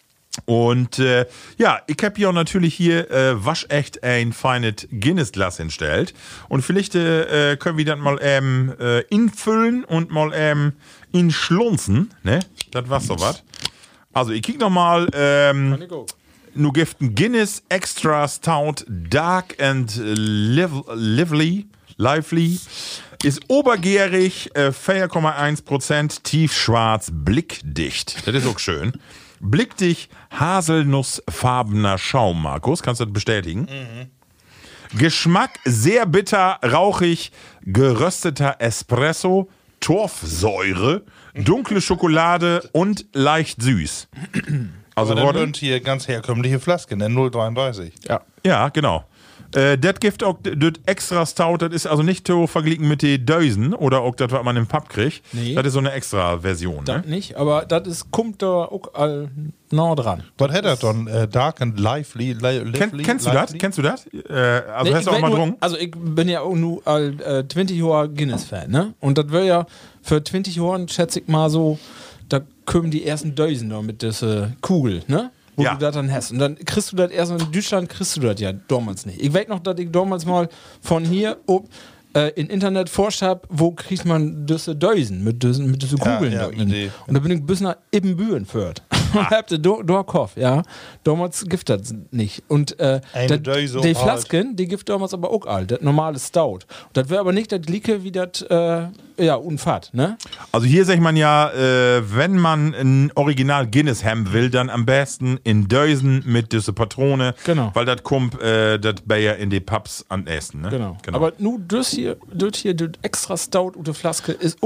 Und äh, ja, ich habe ja natürlich hier äh, waschecht ein feines Guinness-Glas hinstellt. Und vielleicht äh, können wir das mal ähm, äh, infüllen und mal ähm, inschlunzen. Ne? Das war so was. Also, ich kick noch mal. Ähm, nu gibt ein Guinness Extra Stout Dark and liv Lively. Lively. Ist obergärig, äh, vier Komma eins Prozent, tiefschwarz, blickdicht. Das ist auch schön. Blickdicht, haselnussfarbener Schaum, Markus. Kannst du das bestätigen? Mhm. Geschmack sehr bitter, rauchig, gerösteter Espresso, Torfsäure, dunkle Schokolade und leicht süß. Also, Aber dann Worte- sind hier ganz herkömmliche Flasken, ne? null Komma dreiunddreißig. Ja. ja, genau. Äh, das gibt auch das extra Stout, das ist also nicht zu verglichen mit den Dösen oder auch das, was man im Pub kriegt. Nee. Das ist so eine extra Version. Das Ne? nicht, aber das ist, kommt da auch all nah dran. Was hätte er dann? Äh, dark and lively. Li lively Kenn, kennst du das? lively? Kennst du das? Äh, also Nee, hast ich du auch weiß mal nur- drungen? Also ich bin ja auch nur all, äh, zwanzig Jahre Guinness-Fan, ne? Und das wäre ja für zwanzig Jahre, schätze ich mal so, da kommen die ersten Dösen da mit dieser Kugel, ne? Wo Ja. du das dann hast. Und dann kriegst du das erst in Deutschland, kriegst du das ja damals nicht. Ich weiß noch, dass ich damals mal von hier ob, äh, im Internet forscht habe, wo kriegt man diese Dösen mit diesen mit diese Ja, Kugeln ja, da mit in. die- Und da bin ich bis nach Ibbenbüren führt. Und hab den Dorkhoff, ja. Damals gibt das nicht. Und äh, Eine dat- Döse die alt. Flasken, die gibt damals aber auch alt, das normale Stout. Und das wäre aber nicht das Gleiche wie das, äh, ja, Unfahrt, ne? Also hier sagt man ja, äh, wenn man ein Original Guinness haben will, dann am besten in Dösen mit diese Patrone. Genau. Weil das kommt, äh, das Bayer in die Pubs an Essen. Ne? Genau. Aber nur das hier, das hier, das extra Stout und die Flaske ist auch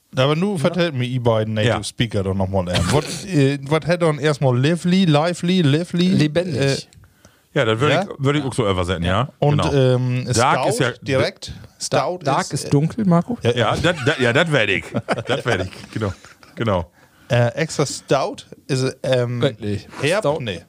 Aber nu vertellt mir die beiden Native Ja. Speaker doch nochmal an. Was äh, was hätte dann erstmal lively, lively, lively? Lebendig. Äh, Ja, das würde Ja? ich, würd ich auch so übersetzen, ja. und genau. ähm, Dark Stout ist ja- direkt. Stout Dark ist, ist dunkel, Marco? Ja. ja, das ja, das werde ich. Das werde ich, genau. Genau. äh, extra Stout ist ähm, Wirklich. Herb? Stout? Nee.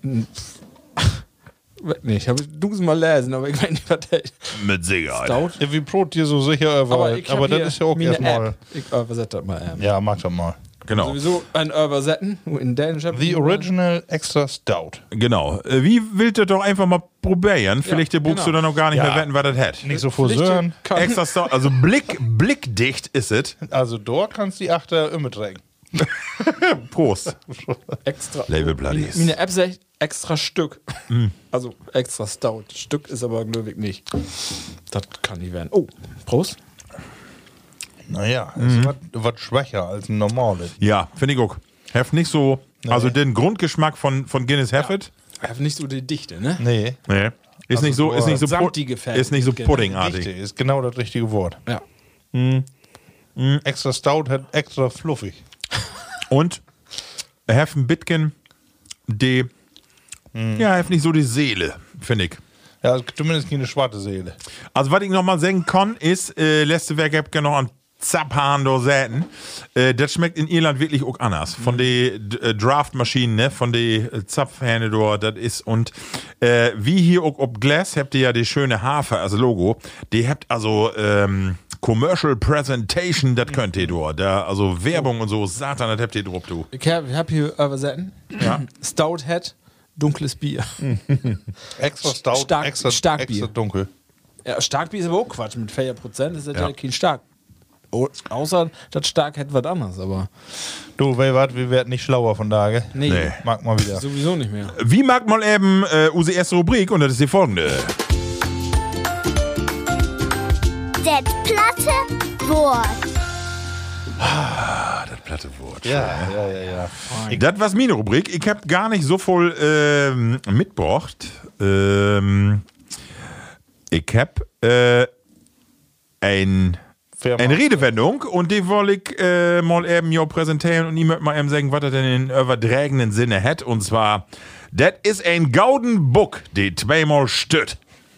Nicht, habe ich du es mal lesen, aber ich weiß nicht, was der Mit Sicherheit. Stout. Ja, wie Brot dir so sicher, aber, Aber, aber, ich hab das hier ist ja auch meine erstmal. App. Ich übersetze das mal. Ähm. Ja, mach das mal. Genau. Sowieso ein Übersetzen, nur in Dänisch. hab The ich- Original Extra Stout. Genau. Äh, Wie willst du doch einfach mal probieren? Vielleicht buchst genau. du dann noch gar nicht Ja. mehr wetten, was das hat. Nicht so Pflicht- versören. kann- Extra Stout, also Blick, blickdicht ist es. Also dort kannst du die Achter immer tragen. Prost. Extra. Label Oh, Bloodies. Meine App sagt extra Stück. Mm. Also extra Stout. Stück ist aber glücklich nicht. Das kann nicht werden. Oh, Prost. Naja, Mhm. ist was schwächer als ein normales. Ja, finde ich auch. Heft nicht so, also den Grundgeschmack von, von Guinness Heffet. Hat nicht so die Dichte, ne? Nee. Nee. Ist Also nicht so, so ist nicht so, samtige pu- Fan. ist nicht so Genau. puddingartig. Dichte ist genau das richtige Wort. Ja. Extra Stout hat extra fluffig. Und Heft ein Bitken, die, ja, heft nicht so die Seele, finde ich. Ja, zumindest keine schwarze Seele. Also, was ich noch mal sagen kann, ist, äh, letzte Werk habt ihr noch an Zapphahn da säten. Äh, das schmeckt in Irland wirklich auch anders. Von den äh, Draftmaschinen, ne? Von den äh, Zapfhähne dort, das ist. Und äh, wie hier auch ob Glas habt ihr ja die schöne Hafer als Logo. Die habt also ähm, Commercial Presentation, das könnt ihr dort. Da, also Werbung und so, Satan, das habt ihr drauf, du. Ich habe hab hier übersetzen. Ja. Stout Head, dunkles Bier. Extra Stout, Stark- extra, Starkbier. extra dunkel. Ja, Starkbier ist aber auch Quatsch. Mit vier Prozent ist das ja, Ja. kein Stark. Oh, außer das Stark hätte was anderes, aber Du, wer wat, wir werden nicht schlauer von Tage. nee, Nee. Mag mal wieder. sowieso nicht mehr. Wie mag mal eben äh, unsere erste Rubrik und das ist die folgende. Det platte Wort. Das platte Wort. Ja, ja, ja, ja. Das war meine Rubrik. Ich habe gar nicht so viel ähm, mitgebracht. Ähm, ich habe äh, ein, Firma. eine Redewendung und die wollte ich äh, mal eben ja präsentieren und ich möchte mal eben sagen, was er denn in übertragenen Sinne hat. Und zwar, das ist ein Gauden Buck, die zweimal stört.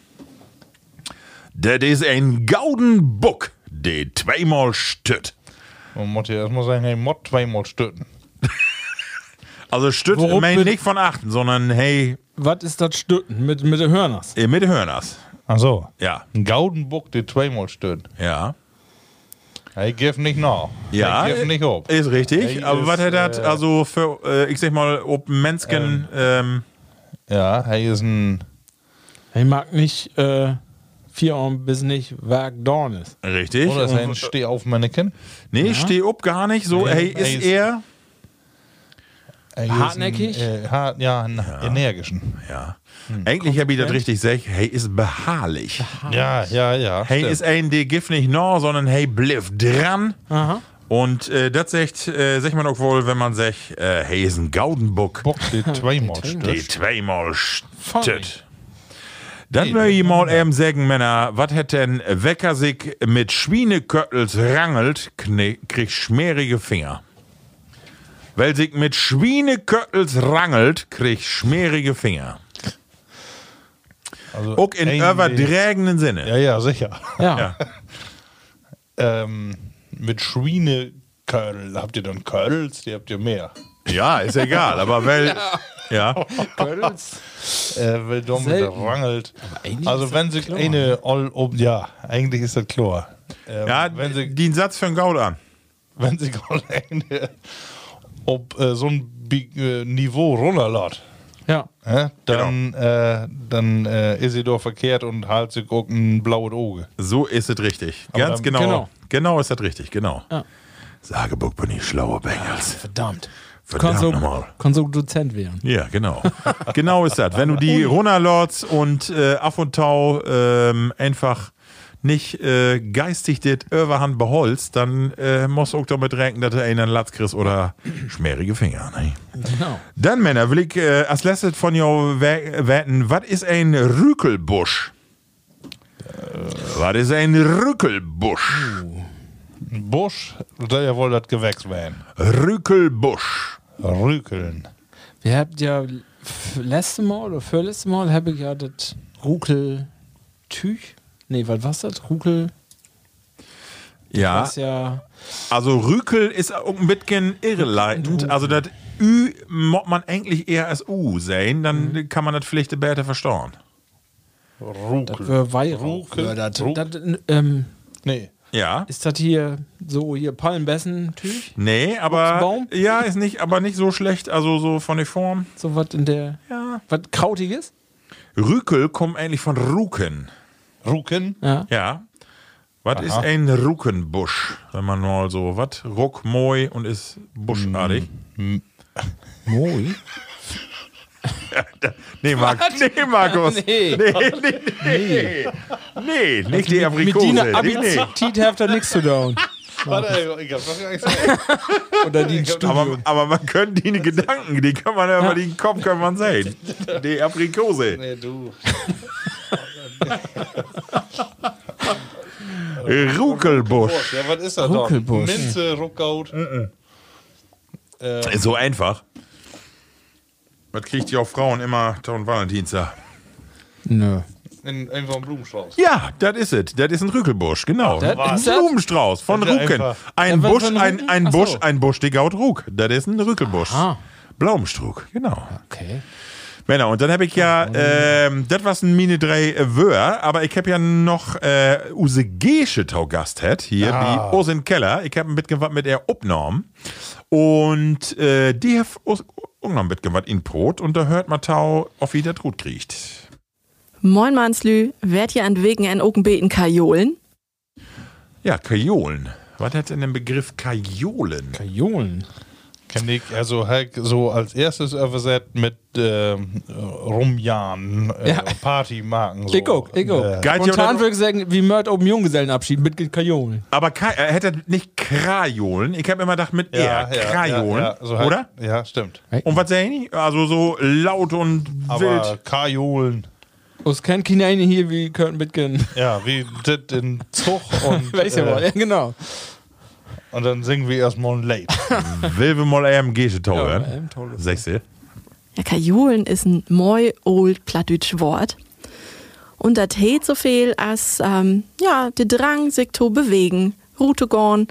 Das ist ein Gauden Buck, die zweimal stört. Man muss ja erstmal sagen, hey, Mod zweimal stütten. Also stört Worauf mein bin- nicht von achten, sondern hey, Was ist das Stütten mit, mit den Hörners? äh, mit den Hörners. Ach so. Ja. Ein Gaudenbuck, der zweimal stütten. Ja. Ich gebe nicht nach. Ja, Ich gebe nicht ob. ist richtig. Hey, aber ist, was hat das, äh, also für, äh, ich sag mal, ob Menschen, ähm, Ja, er ist ein. Ich mag nicht äh, vier Uhr bis nicht Werk Dorn ist. richtig. Oder ist Und- ein Steh-auf-Mannequin. nee, steh ob gar nicht so. Nee, hey, er ist ist- er. Er ist Hartnäckig? Ein, äh, hart, ja, einen energischen. Ja. Eigentlich habe ich das richtig gesagt. Hey, ist beharrlich. Ja, ja, ja. Hey, stimmt. ist ein, der gibt nicht nur, sondern hey, bliff dran. Aha. Und äh, das sagt, äh, sagt man auch wohl, wenn man sagt, äh, hey, ist ein Gaudenbuck. Bock, der zweimal Die stützt. zweimal Funny. stütt. Dann Nee, will ich das mal eben sagen, Männer, was hätt denn Wecker sich mit Schweineköttels rangelt, kne- kriegt schmierige Finger. Weil sich mit Schweineköttels rangelt, kriegt schmierige Finger. Also Auch in ein- übertragenen Sinne. Ja, ja, sicher. Ja. Ja. ähm, mit Schweineköll. Habt ihr dann Kölls? Die habt ihr mehr. Ja, ist egal, aber weil. Ja. Kölns. Äh, weil damit Selten. rangelt. eigentlich Also ist wenn das sich klar. eine all um, ja, eigentlich ist das klar. Ähm, Ja, wenn sich den Satz für einen Gaul an. wenn sich all eine ob äh, so ein Bi äh, Niveau runterlässt, Ja. äh, dann äh, dann äh, ist sie doch verkehrt und halt sich auch ein blaues Auge. So ist es richtig. Aber Ganz dann- genau. genau. Genau ist das richtig, genau. Ja. Sagebuck bin ich schlauer Bengals. Verdammt. Verdammt Kannst nochmal. du, kannst du Dozent werden. Ja, genau. Genau ist das. Wenn du die runterlords und äh, Aff und Tau ähm, einfach nicht äh, geistig das Überhand beholst, dann äh, musst du auch damit rechnen, dass du einen Latz kriegst oder schmierige Finger. Ne? Genau. Dann, Männer, will ich äh, als letztes von jou we- wetten, was ist ein Rückelbusch? Was ist ein Rückelbusch? Busch, der wohl das Gewächs werden. Rükelbusch. Rükeln. Wir habt ja f- letzte Mal oder vorletzte Mal habe ich ja das Rukeltüch. Nee, was war's das? Rukel. Ja, Das ist ja. also Rükel ist auch ein bisschen irreleitend. Also das Ü muss man eigentlich eher als U sehen, dann Mhm. kann man das vielleicht besser verstehen. Rukel. Das wär Weihrauch. Rukel. wär Das, Ruck- das, ähm, Nee. Ja. ist das hier so hier Palmbessen-Tüch? Nee, aber Buchsbaum? ja, ist nicht, aber nicht so schlecht, also so von der Form. So was in der. Ja. Was Krautiges? Rükel kommt eigentlich von Ruken. Ruken. Ja. Ja. Was ist ein Rukenbusch? Wenn man mal so, was? Ruck, moi und ist buschartig. Moi. Nee, Mark, nee, Markus. Nee. Nee, nee, nee. Nee, nicht die Mit Aprikose. Dina Nee, nee. Appetit habt ihr nichts zu tun. Warte, ich hab's doch gar nicht gesagt. Oder die Studio. Aber, aber man könnte die Gedanken, die kann man ja über den Kopf kann man sehen. Die Aprikose. Nee, du. Rukelbusch. Ja, was ist das Rukelbusch. doch? Minze, Ruckout. Ist so einfach. Was kriegt die auch Frauen immer zum Valentinstag? Nö. In einfach einen Blumenstrauß. Ja, das ist es. Das ist ein Rückelbusch, genau. Das ein ist das? Blumenstrauß von Das ist Ruken. einfach- Ein Ja, was Busch, für ein ein, Ruken? ein Ach so. Busch, ein Busch, die gaut Ruk. Das ist ein Rückelbusch. Aha. Blaumenstrug, genau. Okay. Männer, und dann habe ich ja, ähm, das war ein Mine drei äh, Wör, aber ich habe ja noch äh, use Gesche Taugast hat hier, Ah. die Osin Keller. Ich habe ein bisschen was mit der Obnorm. Und äh, die hat auch noch ein bisschen was in Brot und da hört man Tau, auf wie der Trut kriegt. Moin Manslü, werd ihr an wegen en Okenbeten Kajolen? Ja, Kajolen. Was hat denn den Begriff Kajolen? Kajolen. Kenn ich, also halt so als erstes übersetzt mit ähm, Rumjan, äh, Ja. Partymarken. So. Ich auch, ich auch. Äh, Geil, Spontan Jonathan- würde ich sagen, wie Mörd oben Junggesellenabschied mit Kajolen. Aber Ka er hätte nicht Krajolen. Ich habe immer gedacht mit ja, R. ja, Krajolen. ja, ja, so halt, oder? Ja, stimmt. Und was sehen die? Also so laut und Aber wild. Kajolen, Es kennt keine eine hier wie Kurt Bitgen. ja, wie das in Zug und, Weiß ja äh, wohl, ja, genau. und dann singen wir erstmal ein Lied. Will wir mal eher im Gesche Tau Ja, hören? ähm, tolles. Sechst du? Ja, Kajolen ist ein moi old plattdütsch Wort. Und das heet so viel als, ähm, ja, der Drang, sich zu bewegen, Route gehen,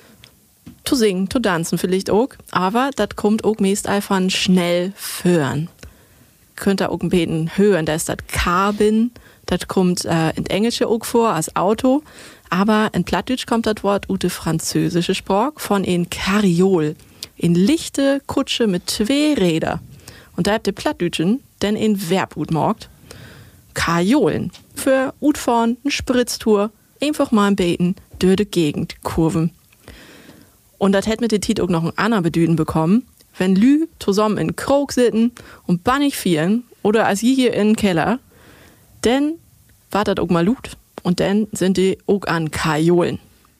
zu singen, zu tanzen vielleicht auch. Aber das kommt auch meist einfach schnell führen. Könnt ihr auch ein bisschen hören, da ist das Cabin, das kommt äh, in Englische auch vor als Auto. Aber in Plattdeutsch kommt das Wort ute französische Sprach von in Kariol, in lichte Kutsche mit zwei Räder. Und da habt ihr Plattdeutschen denn in Verbut morgt. Kariolen für Utfahren, eine Spritztour, einfach mal ein Beten, durch die Gegend kurven. Und das hätte mit der Tit auch noch ein anderer Bedüden bekommen, wenn Lü zusammen in Krog sitten und bannig vieren oder als je hier in den Keller, denn war das auch mal Lut. Und dann sind die auch an Kajolen.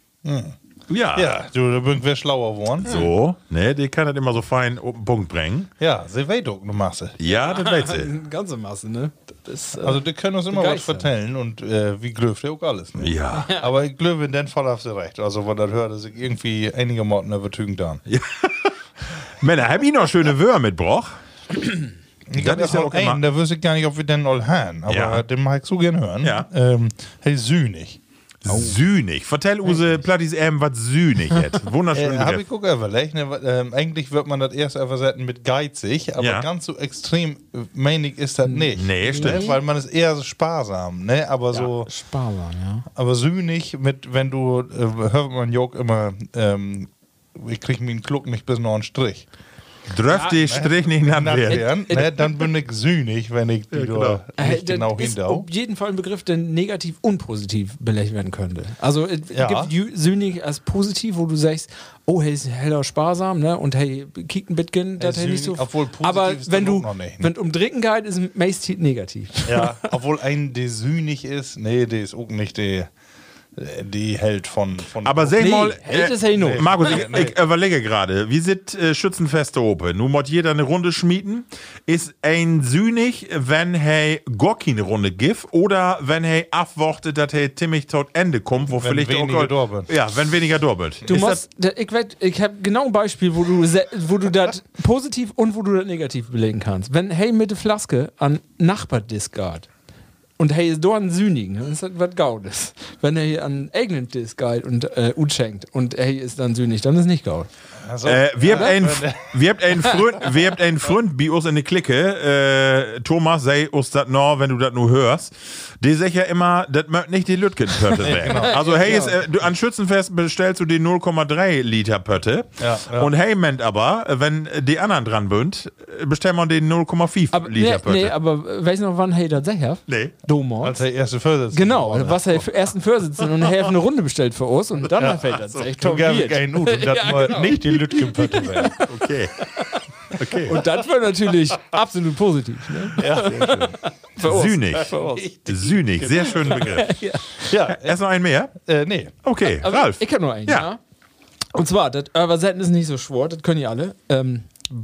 Ja. Ja, du, da bin ich schlauer geworden. So, ne, die kann das immer so fein auf den Punkt bringen. Ja, sie weiß auch eine Masse. Ja, das weiß sie. Eine ganze Masse, ne? Das ist, äh, Also, die können uns immer was begeistern. erzählen und äh, wie glöft auch alles. Ne? Ja. Aber ich glaube, in dem Fall hast du recht. Also, wenn das hört, dass ich irgendwie einige Morten übertügen dann. Männer, hab ich noch schöne Wörter mitgebracht? Ich Das habe ist ja ja auch auch einen, immer- da wüsste ich gar nicht, ob wir den all haben. Aber Ja. den mag ich so gern hören. Ja. Ähm, hey, Sühnig. Sühnig. Vertell Use Plattis eben, was Sühnig hat. Wunderschön. Äh, Habe ich auch überlegt. Ne? weil, Ähm, eigentlich wird man das erst übersetzen mit geizig, aber Ja. ganz so extrem äh, meinig ist das nicht. Nee, stimmt. Ne? Weil man ist eher so sparsam, ne? Aber so, sparsam, ja. aber sühnig mit, wenn du, äh, hört man Jog immer, ähm, ich krieg mir einen Kluck nicht bis noch einen Strich. Dröft die Strich nicht nach Nach werden. werden, ne? Dann bin ich sühnig, wenn ich die genau. da Äh, nicht das genau ist hindau. auf jeden Fall ein Begriff, der negativ und positiv belegt werden könnte. Also es Ja. gibt jü- Sühnig als positiv, wo du sagst, oh, hey, ist heller sparsam, ne? Und hey, kick ein bisschen, das hey, nicht so. Sühnig, obwohl positiv Aber ist wenn das du, auch noch nicht, ne? wenn um Trinken geht, ist meist negativ. Ja, obwohl ein, der sühnig ist, nee, der ist auch nicht der, Die hält von. von Aber sag Nee, mal, hält es hey nur. Markus, ich, ich überlege gerade, wie sieht äh, Schützenfeste open? Nun muss jeder eine Runde schmieden. Ist ein sühnig, wenn hey gar keine Runde gibt oder wenn hey abwartet, dass hey ziemlich tot Ende kommt, wo Wenn vielleicht weniger auch. dorbelt. Ja, wenn weniger dorbelt. Du Ist musst, da, ich weet, ich habe genau ein Beispiel, wo du se- wo du das positiv und wo du das negativ belegen kannst. Wenn hey mit der Flaske an Nachbardis geht und hey ist dort ein Sühnigen, dann ist das was Gaudes. Wenn hey an eigenen Dis geht und äh, ut schenkt und hey ist dann sühnig, dann ist nicht gaud. Also, Äh, wir, ja, habt einen, wenn- wir habt einen Freund, wir habt einen Freund bei uns in der Clique, äh, Thomas, sei uns das noch, wenn du das nur hörst, der sagt ja immer, das mögt nicht die Lütgenpötte weg. Also hey, ist, äh, du, an Schützenfest bestellst du die null Komma drei Liter Pötte Ja, ja. und hey, meint aber, wenn die anderen dran bünd, bestellen wir den null Komma fünf Aber, Liter nee, Pötte. nee, aber weißt du noch, wann hey das sagt? Nee. Domor. Als der erste Vorsitzende. Genau, geworden was er für ersten Vorsitzenden und er hat eine Runde bestellt für uns und dann fällt das echt Du gab probiert. keinen Ut und das Ja, mal genau. nicht die Lütgenpötte werden. Okay. Okay. Und das wäre natürlich absolut positiv. Ne? Für uns. Sühnig. Für uns. Sühnig, sehr schöner Begriff. Ja, Erst noch einen mehr? äh, nee. Okay, Aber Ralf. Ich kann nur einen, Ja. ja. Und zwar, das Übersetzen ist nicht so schwer, das können ihr alle. Ähm,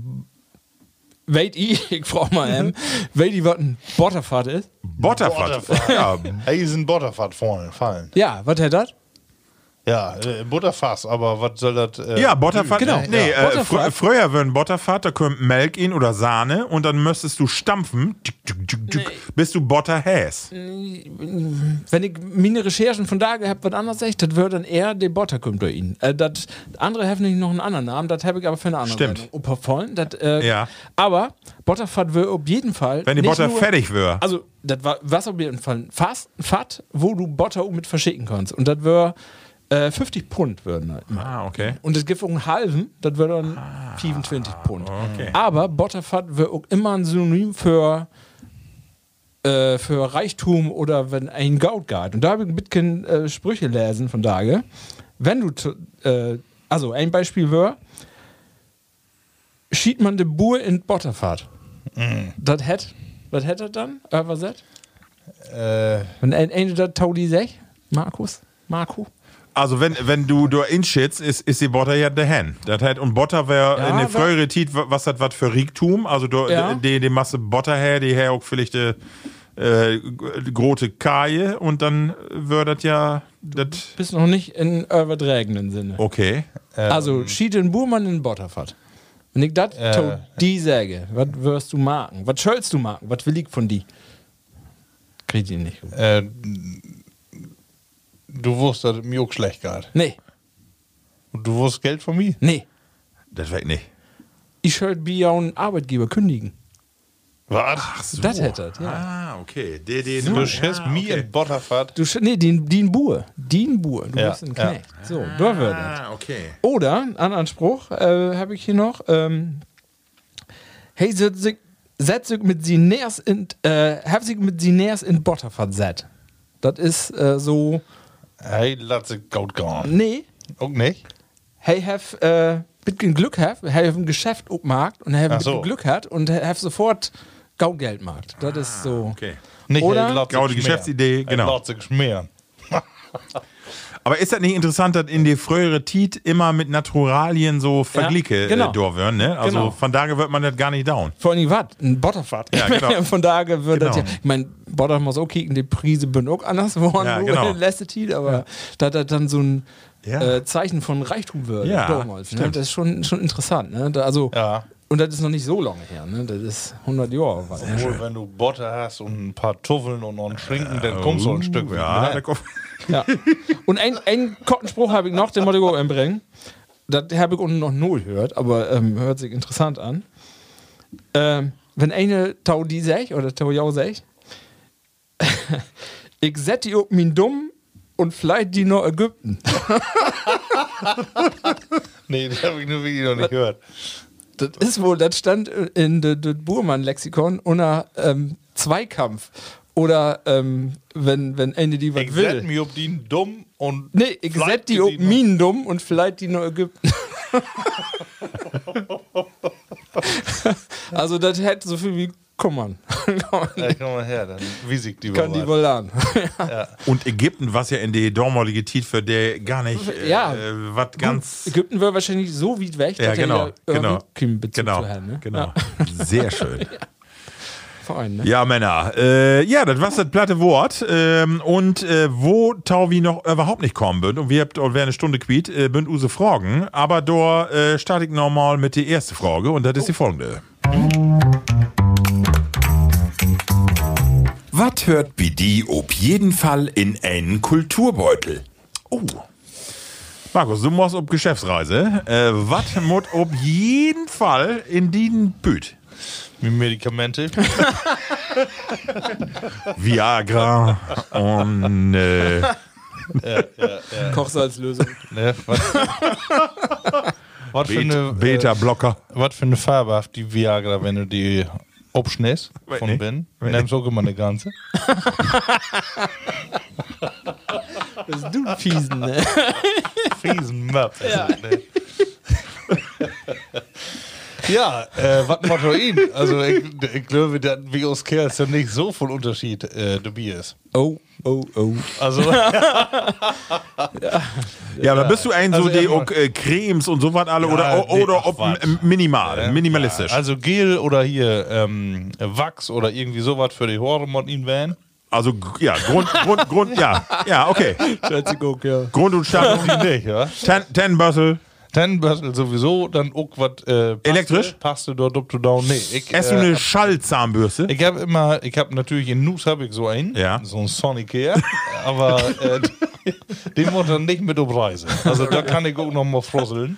Weet ihr, ich frage mal, ähm, weet ihr, was ein Butterfahrt ist? Butterfahrt. Ja, Hey, ist ein Butterfahrt vorne fallen. Ja, was hat das? Ja, äh, Butterfass, aber was soll das? Äh, Ja, Butterfahrt. Genau. Nee, Ja. äh, Butterfahrt. fr früher würden Butterfahrt, da kommt Melk in oder Sahne und dann müsstest du stampfen, tschuk, tschuk, tschuk, tschuk, bis du Butter hast. Wenn ich meine Recherchen von da gehabt was anderes sage, das würde dann eher der Butter kommt durch ihn. Äh, das andere hat nicht noch einen anderen Namen, das habe ich aber für eine andere Stimmt. Sendung. Überfallen, das, äh, Ja. Aber Butterfahrt wird auf jeden Fall. Wenn die nicht Butter nur- fertig wäre. Also, das war was auf jeden Fall ein Fast, Fat, wo du Butter mit verschicken kannst. Und das wäre äh, fünfzig Pfund würden halt immer. Ah, okay. Und es gibt auch einen halben, das wäre dann fünfundzwanzig Pfund. okay. Aber Butterfat wird auch immer ein Synonym für, äh, für Reichtum oder wenn ein Gaut geht. Und da habe ich ein bisschen äh, Sprüche lesen von Tage. Wenn du, t- äh, also ein Beispiel wäre, schiebt man den Bur in Butterfat. Das hätte, was hätte das dann? Äh, was das? äh, Wenn ein eine das Taudi sech, Markus? Marco? Also wenn, wenn du da inschitzt, ist, ist die Butter ja der Hen. Das heißt, und Butter wäre Ja, in der aber- früheren Zeit, was das was für Riechtum, also du, Ja. die, die Masse Butter her, die her auch vielleicht äh, äh, große Kaje und dann würde das ja, das, Bist noch nicht in übertragenen Sinne. okay. Also, schied den Burmann in Butterfat. Wenn ich das Äh. die sage, was wirst du machen? Was sollst du machen? Was will ich von die? Krieg ich nicht. äh, du wusstest, dass es mir auch schlecht geht. Nee, Und du wusstest Geld von mir? nee. Das weg nicht. Ich sollte bei ja einen Arbeitgeber kündigen. Was? Das hätte das, ja. Ah, okay. Die, die, Du schickst mir in Butterfahrt. Du, sch- nee, den, den Bur. Den Bur. Du Ja, bist ein ja. Knecht. So, da wird das. Ah, okay. Oder, einen anderen Spruch äh, habe ich hier noch. Ähm, hey, setz sich setz sich mit sie nähers in, äh, hab sich mit sie nähers in Butterfat set. Das ist äh, so, Hey, lass sich gut gehen. nee, Auch nicht? hey, have äh, bisschen Glück have, hey, have ein Geschäft aufgemacht und have Ach ein bisschen so. Glück hat und have sofort Gaugeld macht. Das ist so. Okay. Nicht Oder? hey, lass sich Gaude schmieren. Geschäftsidee, genau. Hey, lass sich schmieren. Aber ist das nicht interessant, dass in die frühere Tit immer mit Naturalien so Vergliche genau. äh, da werden, ne? Also Genau. von daher wird man das gar nicht down. Vor allem was? Ein Butterfat. Ja, genau. Von daher wird das ja. Genau. Ich meine, Butter muss auch kicken, die Preise sind auch anders geworden, Ja, wo genau. in der letzten Zeit, aber da das dann so ein Ja. äh, Zeichen von Reichtum wird. Ja, damals, ne? stimmt. Das ist schon, schon interessant. Ne? Da, also, Ja. Und das ist noch nicht so lange her. Ne? Das ist hundert Jahre. weit. Obwohl, wenn du Butter hast und ein paar Tuffeln und noch einen Schinken, dann kommst du ein Stück Uh, Ja, wieder. da kommt- Ja. Und ein, einen Kottenspruch habe ich noch, den wollte ich auch einbringen. Das habe ich unten noch null gehört, aber ähm, hört sich interessant an. Ähm, wenn eine Tau die sech oder Tau jau sech, ich set die auf min dumm und vielleicht die noch Ägypten. Nee, das habe ich nur wirklich noch nicht gehört. Das ist wohl, das stand in dem Burmann-Lexikon unter ähm, Zweikampf. Oder ähm, wenn, wenn eine die was Ich will. set mich auf die dumm und. Nee, ich vielleicht set die auf noch- min dumm und vielleicht die noch Ägypten. Also das hätte so viel wie komm mal. Ja, komm mal her, dann wies ich die Kann die wohl an. Und Ägypten, was ja in die damalige Zeit für der gar nicht, äh, Ja. äh, was ganz... Ägypten wäre wahrscheinlich so weit weg, Ja, dass genau, er ja genau, keinen Bezug genau, zu haben. Ne? genau. Sehr schön. Verein, ne? Ja, Männer. Äh, ja, das war das platte Wort. Ähm, und äh, wo Tauvi noch überhaupt nicht kommen bünd, und wir habt auch eine Stunde quiet, äh, bünd use Fragen. Aber da äh, starte ich nochmal mit der ersten Frage, und das ist die folgende. Was hört B D auf jeden Fall in einen Kulturbeutel? Oh. Markus, du musst auf Geschäftsreise. Äh, was muss auf jeden Fall in den Büt? Mit Medikamente. Viagra und äh, Kochsalzlösung. Ne, was, was, für eine, äh, Beta-Blocker. was für eine Farbe hat die Viagra, wenn du die abschnäst von nicht. Ben? Weiß Nimmst auch immer eine ganze. Das ist du ein Fiesen, ne? Fiesen Möp. Ja, ne? Ja, äh, was macht er ihn? Also, ich, ich glaube, dass wie aus Kerls ja nicht so viel Unterschied äh, dabei ist. Oh, oh, oh. Also, Ja, aber bist du ein so Also die immer- auch, äh, Cremes und so was alle Ja, oder, nee, oder ach, ob was. m- minimal, Ja, minimalistisch? Ja, also Gel oder hier ähm, Wachs oder irgendwie sowas für die Haare muss ihn werden. Also, g- ja, Grund, Grund, Grund, ja, ja, okay. Entschuldigung, ja. Grund und Start. Die nicht, ja. Ten, Tenbössel. Tannenbürstel sowieso, dann auch was äh, Paste, Elektrisch? Paste dort up to down. Nee, ich, Hast du äh, eine Schallzahnbürste? ich habe immer, ich habe natürlich in Nuss habe ich so einen, Ja. so einen Sonicare, aber äh, den muss dann nicht mit auf Reise. Also da kann ich auch noch mal frosseln.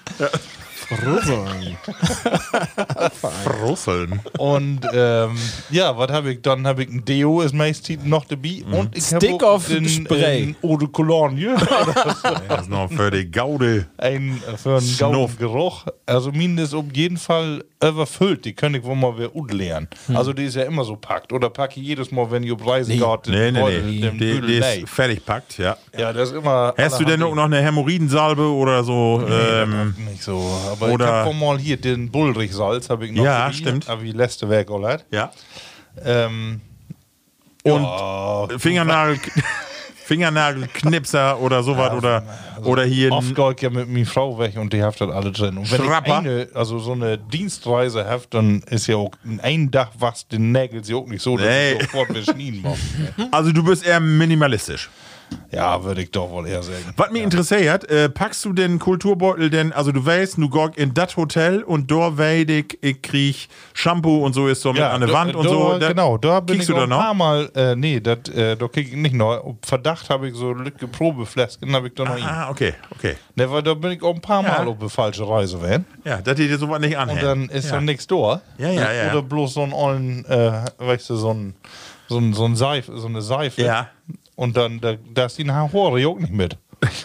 Frusseln. Und ähm, ja, was habe ich dann? Habe ich ein Deo, ist meistens noch dabei. Und ich habe Stick auch of den Spray. äh, Eau de Cologne. Das ist noch für die Gaude. ein äh, für einen Snuff. gauen Geruch. Also min ist auf jeden Fall überfüllt. Die kann ich wohl mal wieder leeren. Also die ist ja immer so packt. Oder packe ich jedes Mal, wenn ich auf Reise gehe, den Nee, nee, Beutel, nee. den Die, Büdel die leer. ist fertig packt, ja. Ja, das ist immer. Hast du denn auch noch eine Hämorrhoidensalbe oder so? ähm, Nicht so. Aber oder- ich habe wohl mal hier den Bullrichsalz, habe ich noch. Ja, dabei. stimmt. Aber wie letzte Weg auch leid. ja. Ähm, Und ja, Fingernagel, Fingernagelknipser oder sowas oder, oder hier oft ein, gehe ich ja mit meiner Frau weg und die habt das alle drin. Und wenn Schrapper? ich eine, also so eine Dienstreise habe, dann ist ja auch ein Dach was den Nägel sie auch nicht so, dass Nee. ich sofort wieder schneiden muss. also du bist eher minimalistisch. Ja, würde ich doch wohl eher sagen. Was mich interessiert, äh, packst du den Kulturbeutel denn, also du weißt, du gehst in das Hotel und da weid ich, ich krieg Shampoo und so ist so mit an der da- Wand und da, so. Da- Genau, da bin kriegst ich du auch da ein paar noch? Mal, äh, nee, dat, äh, da krieg ich nicht noch. Auf Verdacht habe ich so Lücke Probeflasken, habe ich da noch ihn. Ah, okay, okay. Ne, weil da bin ich auch ein paar Mal Ja. auf eine falsche Reise gewesen. Ja, dass die dir sowas nicht anhängen. Und dann ist ja. dann nichts da. Ja, ja, ja. Oder bloß so ein ollen, äh, weißt du, so ein, so ein, so ein Seife, so eine Seife. Ja. Und dann, da, da ist die Haare auch nicht mit.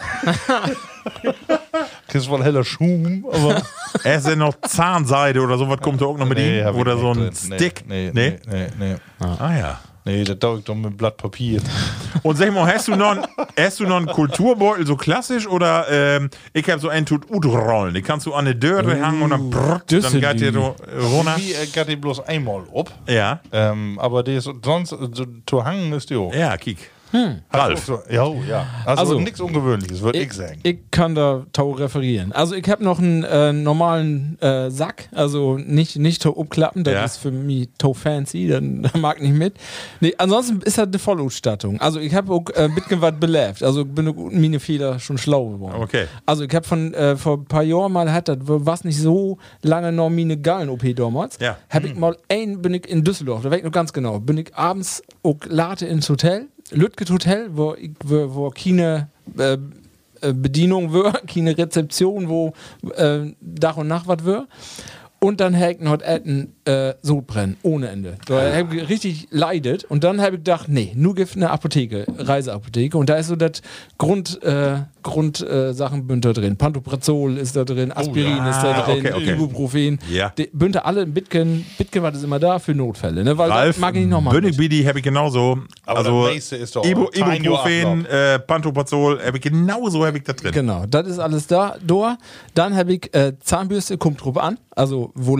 Das ist wohl heller Schum, aber. Es ist noch Zahnseide oder sowas kommt da auch noch mit ihm. hab ich Oder nicht so ein drin. Stick. Nee, nee, nee. nee, nee. Ah ja. Nee, das dauert ich doch mit Blatt Papier. Und sag mal, hast du noch, einen- hast du noch einen Kulturbeutel so klassisch oder ähm, ich habe so einen tut Utrollen. Die kannst du an die Dörre hängen und dann brrrt, das dann sind geht die die. so runter. Die äh, geht die bloß einmal ab. Ja. Ähm, aber die ist sonst, so, zu hangen ist die auch. Ja, kiek. Hat Ralf. auch So, ja, oh, ja. Also, Also, nichts Ungewöhnliches, würde ich, Ich, sagen. ich kann da tau referieren. Also ich habe noch einen äh, normalen äh, Sack, also nicht, nicht tau umklappen, das Ja. ist für mich tau fancy, dann mag ich nicht mit. Nee, ansonsten ist das eine Vollausstattung. Also ich habe auch äh, ein bisschen was belebt, also bin auch meine Fehler schon schlau geworden. Okay. Also ich habe von äh, vor ein paar Jahren mal hat das was nicht so lange noch meine Gallen-O P damals. Ja. Habe ich mal ein, bin ich in Düsseldorf, da weiß ich noch ganz genau, bin ich abends auch late ins Hotel, Lütget Hotel, wo, ich, wo, wo keine äh, äh, Bedienung war, keine Rezeption, wo äh, Dach und Nacht was war. Und dann habe ich noch Etten äh, Sodbrennen, ohne Ende. Da habe ich richtig leidet. Und dann habe ich gedacht, nee, nur gibt eine Apotheke, Reiseapotheke. Und da ist so das Grund, äh, Grundsachen äh, da drin. Pantoprazol ist da drin, Aspirin ja. ist da Ah, drin, okay, okay. Ibuprofen. Ja. Die Bünte alle im Bitcoin. Bitcoin war das immer da für Notfälle. Ne? Weil Ralf, das mag ich nicht nochmal. Bündig Bidi habe ich genauso. Aber also das meiste ist doch Ibu, Time Your Ibuprofen, Ablauf. äh, Pantoprazol, habe ich genauso habe ich da drin. Genau, das ist alles da. da. Dann habe ich äh, Zahnbürste, kommt drauf an, also wo lange.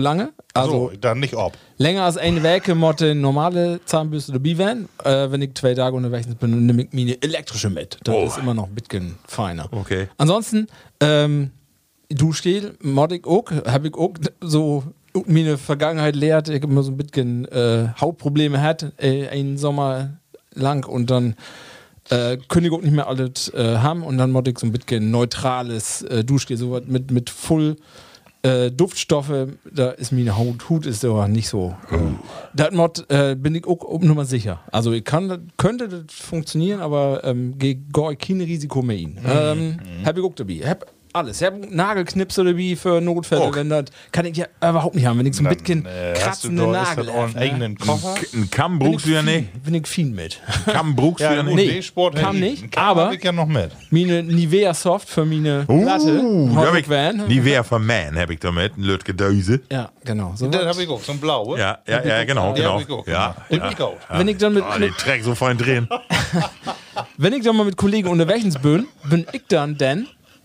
Also so, dann nicht ob. länger als eine Woche motte normale Zahnbürste dabei werden. Äh, wenn ich zwei Tage unterwegs bin, nehme ich meine elektrische mit. Das Oh. ist immer noch ein bisschen feiner. Okay. Ansonsten, ähm, Duschgel, mod ich auch, habe ich auch so meine Vergangenheit lehrt. Ich habe immer so ein bisschen äh, Hautprobleme gehabt, äh, einen Sommer lang und dann äh, können ich auch nicht mehr alles äh, haben und dann mod ich so ein bisschen neutrales äh, Duschgel, so was mit, mit voll Äh, Duftstoffe, da ist meine Haut, Hut ist aber nicht so. Oh. Das Mod äh, bin ich auch um Nummer sicher. Also ich kann, könnte das funktionieren, aber ähm, gehe kein Risiko mehr hin. Ähm, Mhm. Hab ich auch dabei. Hab alles. Ich hab Nagelknipse dabei für Notfälle, Oh. wenn das kann ich ja überhaupt nicht haben. Wenn ich so ein bisschen äh, hast du kratzende da, ist Nagel das auch einen hab, ne? eigenen Koffer? Ein Kamm bin ich brauchst du ja fin- nicht. Bin ich fin mit. Kamm brauchst du Ja, ja gut, nicht. Nee, D-Sport kam hätte nicht, ich- kann aber- hab ich ja noch mit. Meine Nivea Soft für meine Platte. Uh, hab da hab ich werden. Die wäre von Man, hab ich damit. Ein Lütge Döse. Ja, genau. So Den was. habe ich auch, so ein blauer. Ja, ja, ja, genau, Den genau. hab ich auch. Ja, Den ja. hab ich auch. Wenn ich dann mit, Ah, mit den Dreck so fein drehen. wenn ich dann mal mit Kollegen unterwegs bin, bin ich dann denn,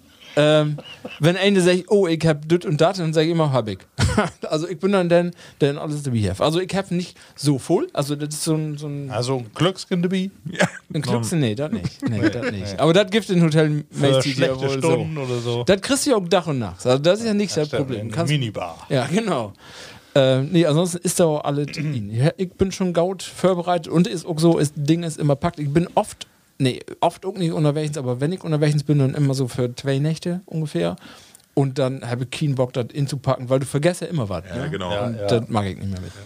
ähm, wenn einer sagt, oh, ich hab das und das, dann sage ich immer, hab ich. Also ich bin dann denn, denn alles dabei have. Also ich hab nicht so voll, also das ist so ein, so ein, Also ein Glückskin dabei. Ja. ein Klüchse, nee, das nicht. Nee, das nicht. Aber das gibt in Hotel Für Macy ja schlechte wohl Stunden so. oder so. Das kriegst du ja auch Dach und Nacht. Also das ist ja nicht das Stimmt, Problem. in Kannst, Minibar. ja, genau. Äh, nee, ansonsten ist da auch alles in. Ja, ich bin schon gaut vorbereitet und ist auch so, das Ding ist immer packt. Ich bin oft, nee, oft auch nicht unterwegs, aber wenn ich unterwegs bin, dann immer so für zwei Nächte ungefähr. Und dann habe ich keinen Bock, das inzupacken, weil du vergisst ja immer was. Ja, ne? genau. Und Ja. das mag ich nicht mehr mit.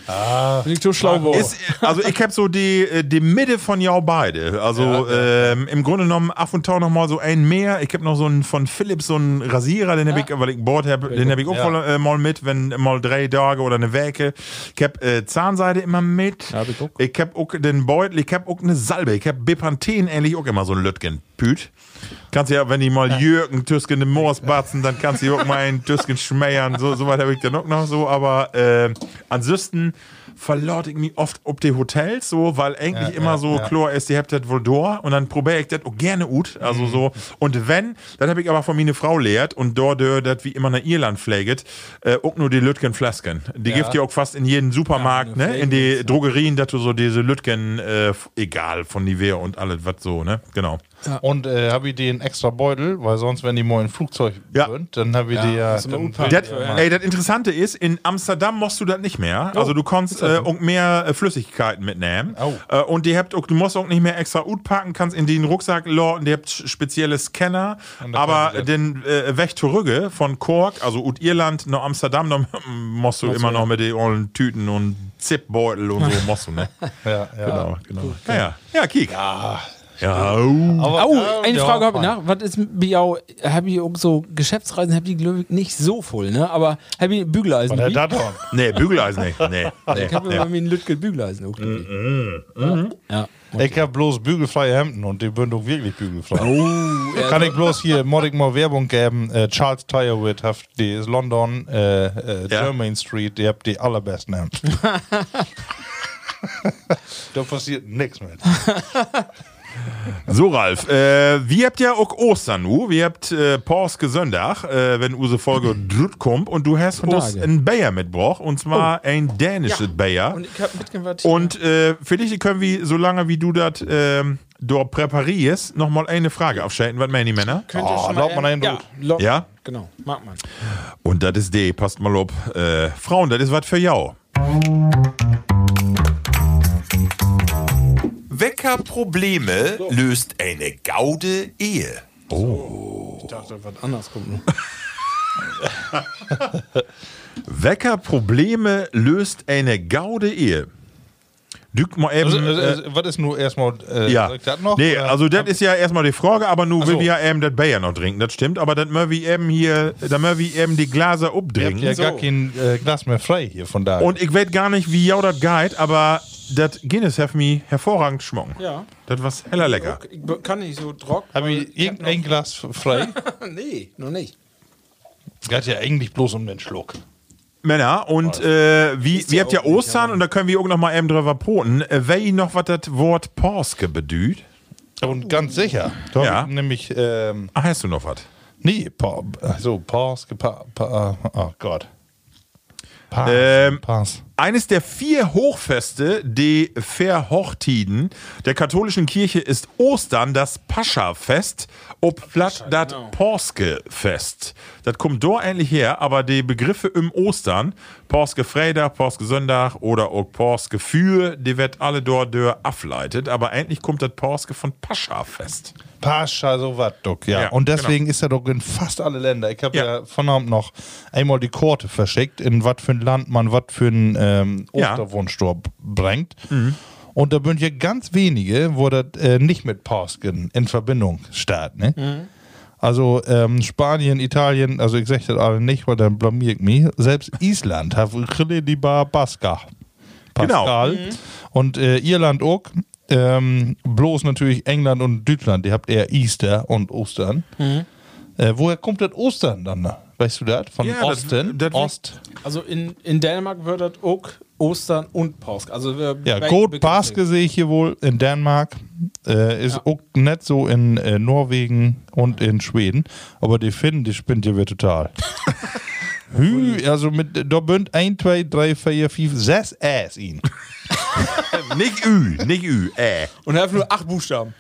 Ah, Bin ich so schlau geworden. Ist, also ich hab so die, äh, die Mitte von jou beide. Also ähm, im Grunde genommen ab und zu noch mal so ein mehr. Ich hab noch so einen von Philips, so einen Rasierer, den hab ich, weil ich Board hab, den hab ich auch Ja. voll, äh, mal mit, wenn mal drei Tage oder eine Woche. Ich hab äh, Zahnseide immer mit. Ja, hab ich auch. Ich hab auch den Beutel, ich hab auch eine Salbe. Ich hab Bepanthen ähnlich auch immer so ein Lütgen Püt. Kannst ja, wenn die mal Jürgen Tüsken im Moors batzen, dann kannst du auch mal einen Tüsken schmeiern. So, so weit habe ich dann auch noch so. Aber äh, ansonsten verlaut ich mich oft ob die Hotels so, weil eigentlich Ja, immer ja, so ja. klar ist, ihr habt das wohl da und dann probiere ich das auch gerne ut. Also so. Und wenn, dann habe ich aber von meine Frau lehrt und dort das wie immer nach Irland pflegt, äh, auch nur die Lütgen Flasken. Die gibt ja auch fast in jedem Supermarkt, Ja, ne? In die Drogerien, dass du so diese Lütgen, äh, egal, von Nivea und alles, was so, ne? Genau. und äh, habe ich den extra Beutel, weil sonst, wenn die mal im Flugzeug Ja. sind, dann habe ich die ja. musst du mal Dann, umpacken. Das, Ja. ey, das Interessante ist, in Amsterdam musst du das nicht mehr. Also du kannst äh, auch mehr äh, Flüssigkeiten mitnehmen. Oh. Äh, und die habt auch, du musst auch nicht mehr extra Ut packen, kannst in den Rucksack laden, die habt spezielle Scanner. Und da Aber können sie den äh, Weg zurück von Cork, also Ut Irland nach Amsterdam, dann musst du immer noch mit den ollen Tüten und Zipbeutel und so musst du, ne? ja, ja. Genau, genau. Ja, ja, ja, Kiek. Ah, Ja, oh. aber, Oh, ja, eine ja, Frage habe ich fein. nach. Was ist bei jou, habe ich auch so Geschäftsreisen, habe ich glaube ich nicht so voll, ne? Aber habe ich Bügeleisen? Was hat dabei? das dann? Nee, Bügeleisen nicht. Nee, nee, Ich habe nee. immer mit einem Lütke Bügeleisen auch dabei. Ja. Ich habe bloß bügelfreie Hemden und die sind doch wirklich bügelfrei. Oh, ja, Kann ich bloß hier, muss ich mal Werbung geben, äh, Charles Tyrewit hat die ist London, äh, äh, Ja. Jermyn Street, die habt die allerbesten Hemden. Da passiert nichts mit. So, Ralf, äh, wir habt ja auch Ostern nu. Wir habt äh, Porske Sonntag, äh, wenn unsere Folge drüt kommt und du hast uns Tage. einen Bayer mitgebracht und zwar ein dänisches Ja. Bayer. Und ich habe mitgebracht. Und äh, für dich können wir, solange wie du das ähm, dort präparierst, nochmal eine Frage aufschalten. Was meinen die Männer? könnt ihr Oh, schon glaubt man mal einen ja, Rot. lo- Ja? Genau, mag man. Und das ist die, passt mal auf. Äh, Frauen, das ist was für jou. Wecker Probleme löst eine gaude Ehe. Ich dachte, was anderes kommt noch. Wecker Probleme löst eine gaude Ehe. Dück mal eben. Also, äh, also, was ist nur erstmal, äh, Ja, soll ich das noch? nee, oder? also das ist ja erstmal die Frage, aber nun will so. wir ja eben das Bayer noch trinken, das stimmt, aber das müssen wir eben hier, da müssen wir eben die Glaser Ihr habt abdringen. ja gar kein äh, Glas mehr frei hier von daher. Und ich weiß gar nicht, wie jou das geht, aber das Guinness hat mich hervorragend schmungen. Ja. Das war heller lecker. Ich be- kann nicht so trocken. habe ich irgendein Glas frei? Nee, noch nicht. Geht ja eigentlich bloß um den Schluck. Männer, und äh, wie, Ist wir ja habt ja auch nicht, Ostern aber- und da können wir auch noch mal eben drüber poten. Äh, wer noch was das Wort Porske bedüht? Und ganz sicher. Da Ja. hab ich nämlich, ähm, Ach, hast du noch was? nee, pa, so, Pause, pa, pa, oh Gott. Pass, Ähm, Pass. Eines der vier Hochfeste, die Verhochtiden der katholischen Kirche, ist Ostern, das Pascha-Fest, ob platt das Porske-Fest. Das kommt da ähnlich her, aber die Begriffe im Ostern, Porske Freitag, Porske Sonntag oder auch Porske für, die wird alle dort dör ableitet, aber eigentlich kommt das Porske von Pascha-Fest. Pascha, so was, Duck, ja. Ja, Und deswegen ist er doch in fast alle Länder. Ich habe ja. Ja. von Abend noch einmal die Korte verschickt, in was für ein Land man was für ein ähm, Ja. Osterwunschtor bringt. Und da sind ja ganz wenige, wo das äh, nicht mit Pasken in Verbindung steht, ne? Also ähm, Spanien, Italien, also ich sage das alle nicht, weil dann blamier ich mich. Selbst Island hat lieber Pascha. Genau. Pascal. Und äh, Irland auch. Ähm, bloß natürlich England und Deutschland, die habt eher Easter und Ostern. Äh, woher kommt das Ostern dann? Weißt du das? Von Ja, das- Osten? das- Ost. Also in, in Dänemark wird das auch Ostern und Påske. Also wir Ja, be- Gut be- Paske sehe ich hier wohl in Dänemark. Äh, ist Ja. auch nicht so in äh, Norwegen und in Schweden. Aber die Finnen, die spinnt hier wieder total. Hü, also mit, da bünd eins, zwei, drei, vier, fünf, sechs Äs ihn. Nicht Ü, nicht Ü, äh. Und er hat nur acht Buchstaben.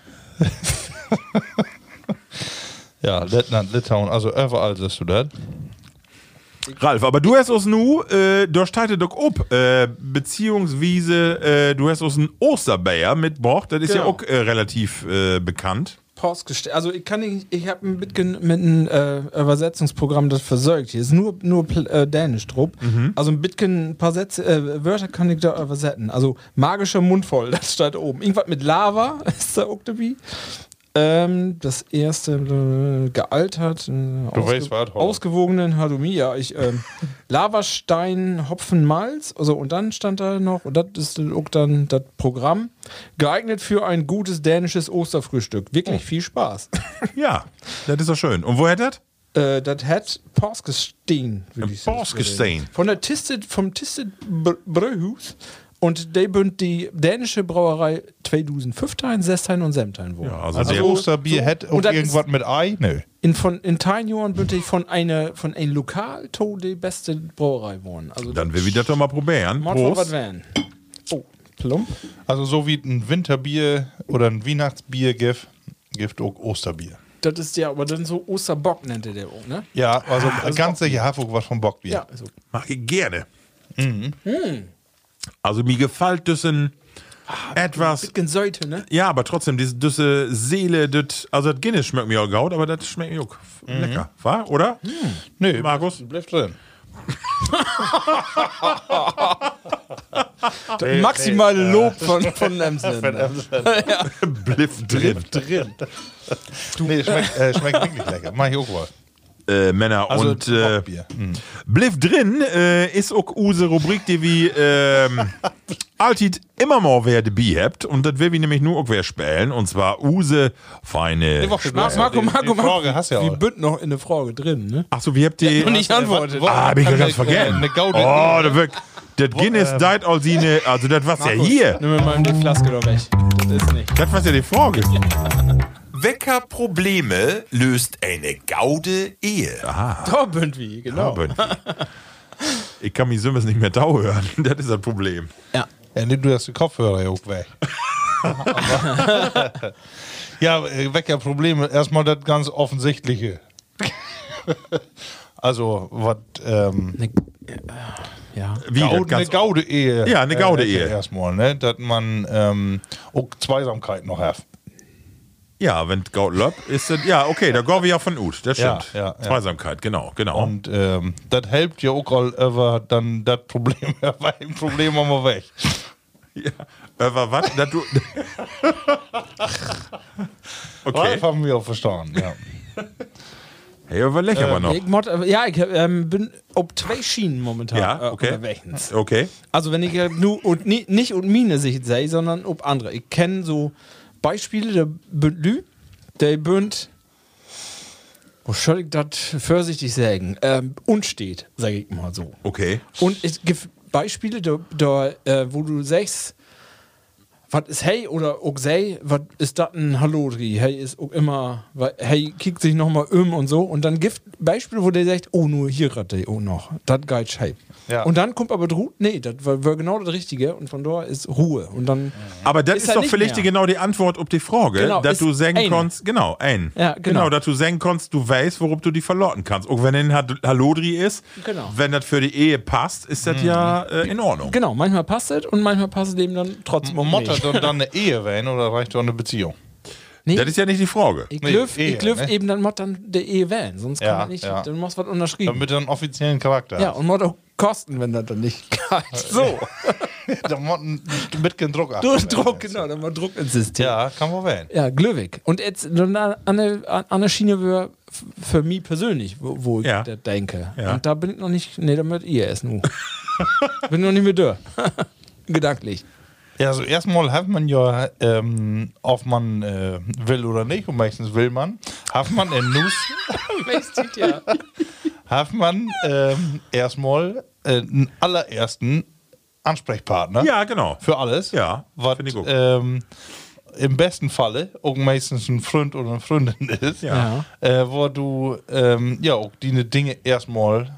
Ja, Lettland, Litauen, also überall siehst du das. Ralf, aber du hast uns nu, äh, da steht doch ob, äh, beziehungsweise äh, du hast uns einen Osterbayer mitgebracht, das ist ja Genau. auch äh, relativ äh, bekannt. Påske. Also ich kann nicht, ich habe ein bisschen mit einem äh, Übersetzungsprogramm das versorgt. Hier ist nur, nur pl- äh, Dänisch drauf. Also ein bisschen ein paar Sätze, äh, Wörter kann ich da übersetzen. Also magischer Mundvoll, das steht oben. Irgendwas mit Lava ist da auch dabei. Ähm, das erste äh, gealtert, äh, weißt was, Horst. ausgewogenen Hadumie, ja, ich ähm, Lavastein, Hopfen, Malz, also und dann stand da noch, und das ist auch dann das Programm, geeignet für ein gutes dänisches Osterfrühstück. Wirklich viel Spaß. Ja, das ist doch schön. Und woher das? äh, das hat Påskestein, würde ich sagen. Påskestein. Von der Tisted, vom Tisted Br- Brauhus. Und die bünd die dänische Brauerei zweitausendfünfzehn, sechzehn und siebzehn wohnen. Ja, also Also sehr- Osterbier so- hätte auch und das irgendwas mit Ei? Nö. In von in zehn Jahren bünd ich von einer von ein Lokal to die beste Brauerei wohnen. Also Dann will wir das doch mal probieren. Mod was Prost. werden. Oh, plump. Also so wie ein Winterbier oder ein Weihnachtsbier gibt, gibt auch Osterbier. Das ist ja, aber dann so Osterbock nennt ihr der auch, ne? Ja, also ganz sicher hat auch was von Bockbier. Ja, also Mach ich gerne. Also mir gefällt das ein etwas, bisschen Säute, ne? ja, aber trotzdem, diese, diese Seele, das, also das Guinness schmeckt mir auch gut, aber das schmeckt mir auch lecker, war, oder? Nö, Markus? bleibt drin. Maximale Lob von, von Emsland. Bliff drin. Drin. Nee, schmeckt, äh, schmeckt wirklich lecker. Mach ich auch mal. Äh, Männer Also und äh, Bockbier. Mhm. Bliff drin äh, ist auch unsere Rubrik, die wir ähm, alltid immer mal wer dabei habt. Und das will wir nämlich nur auch wer spielen. Und zwar use feine. Woche Marco, Marco, Die- Marco, die Frage hast du ja Wie auch. bünd noch in der Frage drin, ne? Achso, wie habt ihr. Und ich antwortet. Ah, hab ich ja ganz vergessen. Eine Gaude. Oh, das wirkt. Das Guinness deit all sine. Also, das war's ja hier. Nimm mir mal die Flaske doch weg. Das ist nicht. Das war's ja die Frage. Wecker Probleme löst eine gaude Ehe. Da bünd wie, genau. Aber ich kann mich so nicht mehr tau hören. Das ist das Problem. Ja. Ja, nimm du hast die Kopfhörer ja auch weg. Ja, äh, Weckerprobleme. Erstmal das ganz Offensichtliche. Also, was. Ähm, Ne, ja. Wie das Gaude, eine ganz- Gaude-Ehe. Ja, eine Gaude-Ehe. Äh, erstmal, ne? Dass man ähm, auch Zweisamkeit noch hat. Ja, wenn Gaut Löb ist das. Ja, okay, da gehen wir ja von Ut. Das Ja, stimmt. ja, ja. Zweisamkeit, genau, genau. Und ähm, das hilft ja auch all über dann das Problem, weil ein Problem haben wir weg. ja. Aber was? Das du. okay. Das haben wir auch verstanden, ja. Hey, überleg aber noch. Ich mod, ja, ich ähm, bin auf zwei Schienen momentan Ja, okay. äh, unterwegs. Okay. Also wenn ich äh, nur und nie, nicht und meine Sicht sehe, sondern ob andere. Ich kenne so Beispiele, der bünd Lü, der bünd, wo soll ich das vorsichtig sagen, ähm, unsteht, sage ich mal so. Okay. Und es gibt Beispiele, da, da, äh, wo du sagst, was ist hey oder auch sei, was ist das ein Hallodri? Hey ist auch immer, wa- hey kickt sich nochmal um und so und dann gibt Beispiel, wo der sagt, oh, nur hier gerade oh noch, das geht scheiße. Ja. Und dann kommt aber Ruhe, nee, das war, war genau das Richtige und von dort ist Ruhe und dann Aber das Ist ist, er doch nicht vielleicht mehr. genau die Antwort auf die Frage, Genau, dass ist du sagen eine. kannst, genau, ein. Ja, genau. dass du sagen kannst, du weißt, worauf du die verloren kannst. Auch wenn ein Hall- Hallodri ist, Genau. wenn das für die Ehe passt, ist das ja äh, in Ordnung. genau, manchmal passt es und manchmal passt es eben dann trotzdem Und Motter nicht. dann, dann eine Ehe werden oder reicht doch eine Beziehung? Nee, Das ist ja nicht die Frage. ich Nee, glüff, Ehe, ich glüff ne? eben dann Mod dann der Ehe wählen, sonst Ja, kann man nicht, ja. dann muss was unterschrieben. Damit er einen offiziellen Charakter Ja, hat. und Mod auch kosten, wenn das dann nicht geht. So. Da muss ein bisschen Druck ab. Du Druck, genau, dann mal Druck ins System. Ja, kann man wählen. Ja, glücklich. Und jetzt dann an eine, an der Schiene für, für mich persönlich, wo, wo ich Ja. das denke. Ja. Und da bin ich noch nicht, nee, da möcht ihr erst nur. Bin noch nicht mehr da. Gedanklich. Ja, also erstmal hat man ja, ähm, ob man äh, will oder nicht, und meistens will man, hat man in Nuss, ja. hat man ähm, erstmal äh, einen allerersten Ansprechpartner Ja, genau. für alles. Ja, was find ich auch. ähm, im besten Falle auch meistens ein Freund oder eine Freundin ist, Ja. äh, wo du ähm, ja auch die Dinge erstmal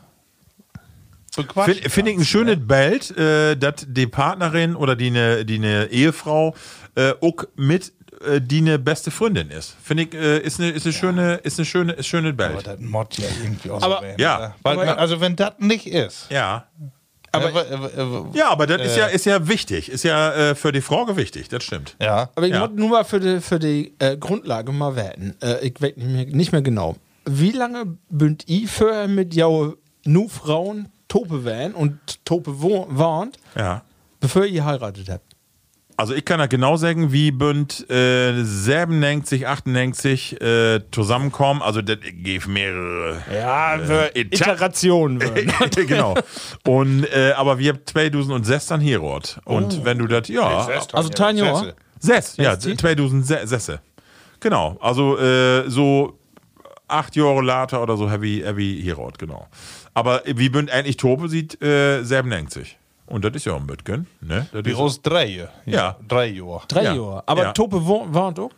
bequatschen Finde find ich ein kannst, schönes ne? Bild, äh, dass die Partnerin oder die eine die ne Ehefrau äh, auch mit äh, die eine beste Freundin ist. Finde ich, äh, ist eine ist eine schöne, ist eine schöne, ist schöne Aber Bild. das Mod ja irgendwie auch Aber- so werden, ja. oder? Weil, Aber- man, also wenn das nicht ist, Ja. aber äh, äh, äh, Ja, aber das ist ja ist ja wichtig. Ist ja äh, für die Frage wichtig, das stimmt. ja. Aber ich Ja. wollte nur mal für die, für die äh, Grundlage mal werten. Äh, ich weiß nicht mehr, nicht mehr genau. Wie lange bünd ich vorher mit jou nu Frauen Tope wären und Tope wo- warnt, Ja. bevor ihr heiratet habt? Also ich kann das genau sagen, wie bünd äh, siebenundneunzig, achtundneunzig äh, zusammenkommen. Also das gibt mehrere Ja, äh, Eta- Iterationen. genau. Und äh, aber wir haben zweitausendsechs hier rot. Und wenn du das, ja, Also kein Jahr. Sessel. Sechs, ja, Sechs? zweitausendsechs. Genau. Also äh, so acht Jahre later oder so heavy, heavy hier rot, genau. Aber wie bünd eigentlich Tope sieht äh, siebenundneunzig. Und das ist ja ein Bütgen, ne? Das Wie ist- aus drei. Ja. Drei Jahre. Drei Ja. Jahre. Aber Ja. Tope wo- warnt auch?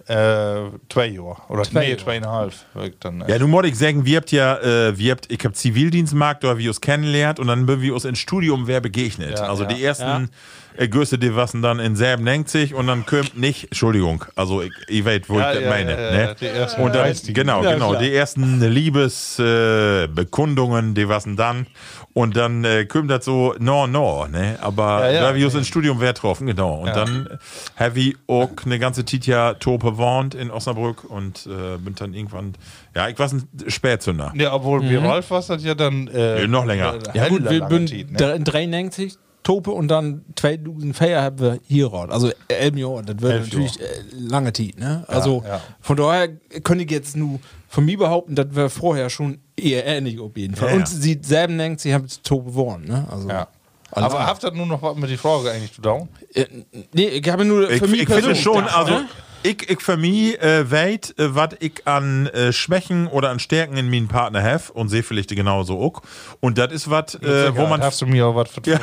Äh, zwei Jahre. Oder Zwei nee, Jahre. zweieinhalb. Dann, äh, Ja, nun muss ich sagen, wir habt ja, äh, wir habt, ich hab Zivildienstmarkt, da wir uns kennengelernt und dann sind wir uns ins Studium wer begegnet. Ja, also ja. die ersten Ja. äh, Größe, die waren dann in siebenundneunzig und dann kommt nicht, Entschuldigung, also ich, ich weiß, wo Ja, ich das ja, meine. ja, ja, ne? die ersten und dann, Geistigen. genau, Ja, genau, klar. die ersten Liebesbekundungen, äh, Bekundungen, die waren dann und dann äh, kommt das so, no, no, ne? Aber Ja, ja, da wir uns nee. ins Studium wer getroffen, genau. Und Ja. dann habe ich auch eine ganze Zeit ja Tope wohnt in Osnabrück und äh, bin dann irgendwann, ja, ich war ein Spätzünder. ja, obwohl Mhm. wir Ralf was hat ja dann. Äh, Ja, noch länger. äh, Ja gut, wir lange bünd Zeit, ne? dreiundneunzig Tope und dann zweitausendvier haben wir hier raus. Also elf Jahre, das wird Elf natürlich äh, lange Zeit, ne? Also ja. von daher könnte ich jetzt nur von mir behaupten, dass wir vorher schon eher ähnlich auf jeden Fall. Ja, ja. Und sie siebenundneunzig, sie haben Tope gewonnen, ne? Also, Ja. Also- Aber habt ihr nur noch was mit die Frage eigentlich zu down? Äh, nee, ich habe nur Ich, für mich ich finde persönlich schon, gedacht, also ne? ich, ich für mich äh, weiß, äh, was ich an äh, Schwächen oder an Stärken in meinem Partner habe und sehe vielleicht genauso auch. Und das ist was, äh, wo man Hast du mir auch was vertrauen?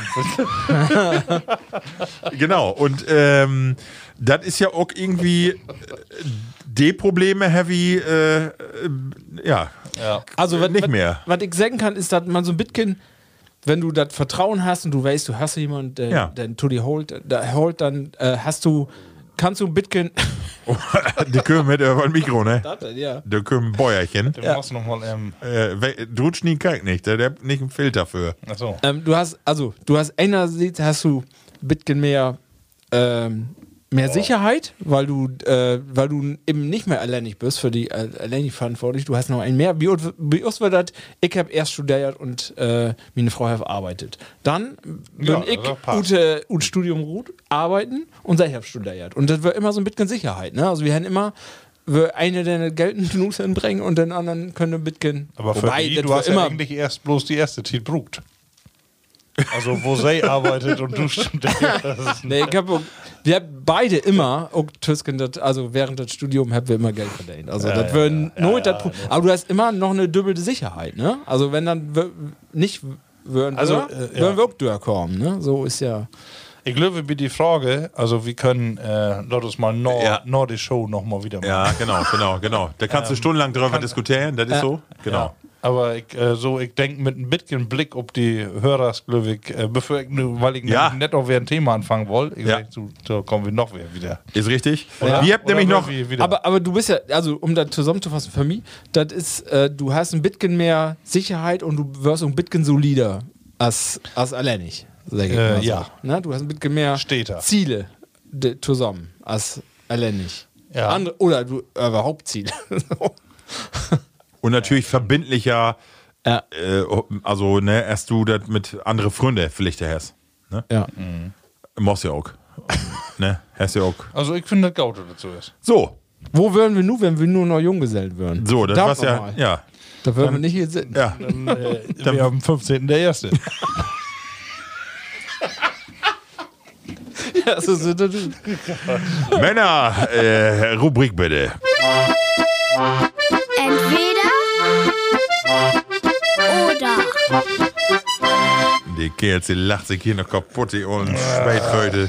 genau. Und ähm, das ist ja auch irgendwie äh, die Probleme heavy, äh, äh, ja, Ja. Also, was, nicht was, mehr. Was ich sagen kann, ist, dass man so ein bisschen, wenn du das Vertrauen hast und du weißt, du hast jemanden, der, Ja. der tu dir holt, der holt, dann äh, hast du, kannst du ein bisschen. die können mit über ein Mikro, ne? ja. Die können Bäuerchen. Du machst noch mal, ähm, Äh, we- Drutsch nie kalt nicht, der, der hat nicht einen Filter für. achso. Ähm, du hast, also, du hast einerseits hast du ein bisschen mehr, ähm, mehr Sicherheit, weil du, äh, weil du eben nicht mehr alleinig bist, für die äh, alleinig verantwortlich. Du hast noch einen mehr. Wie, wie uns war das? Ich habe erst studiert und äh, meine Frau hat arbeitet. Dann bin Ja, ich das passt. ute, ute Studium ruht, arbeiten und ich habe studiert. Und das war immer so ein bisschen Sicherheit. Ne? Also wir haben immer wir eine der gelten genug hinbringen und den anderen können ein bisschen. Aber für Wobei, die, das du war hast ja eigentlich erst bloß die erste Zeit brugt. Also wo sie arbeitet und du studierst. Nee, ich hab, auch- wir haben beide immer, auch Tüsken, das, also während des Studiums haben wir immer Geld verdient. Also das ja, wär ja, nooit ja, das Pro- Aber du hast immer noch eine doppelte Sicherheit, ne? Also wenn dann wir- nicht würden Also, wir, äh, ja. würden wir auch durchkommen, ne? So ist ja. Ich glaube, wie die Frage, also wir können, äh, lass uns mal noch, Ja. noch die Show noch mal wieder machen. Ja, genau, genau, genau. Da kannst du stundenlang drüber diskutieren, das ist so. Genau. Ja. Aber ich, äh, so, ich denke mit ein bisschen Blick auf die Hörers, glaube ich, äh, bevor ich, nur- weil ich Ja. nämlich nicht auf ein Thema anfangen wollte, ich Ja. sag, so, da kommen wir noch wieder. Ist richtig. Oder? Wir habt Oder nämlich noch. wir wieder. Aber, aber du bist ja, also um das zusammenzufassen für mich, das ist, äh, du hast ein bisschen mehr Sicherheit und du wirst ein bisschen solider als, als alleinig. Sag ich Äh, mal so. ja. Ne? Du hast ein bisschen mehr Steter. Ziele de, zusammen als alleinig. Ja. Andere, oder du äh, überhaupt Ziele. Und natürlich verbindlicher, Ja. äh, also, ne, erst du das mit andere Freunde vielleicht hast. Ne? Ja. Muss ja auch. Ne? Hast ja auch. Also ich finde, das Gauto dazu ist. So, Wo wären wir nur, wenn wir nur noch Junggesellen wären? so, das Da war's ja. mal. Ja. Da würden wir nicht hier sitzen. Ja. Wir haben am fünfzehnten der erste. Ja, so sind das. Männer, äh, Rubrik bitte. Entweder oder. Die Kerl, sie lacht sich hier noch kaputt und spät heute.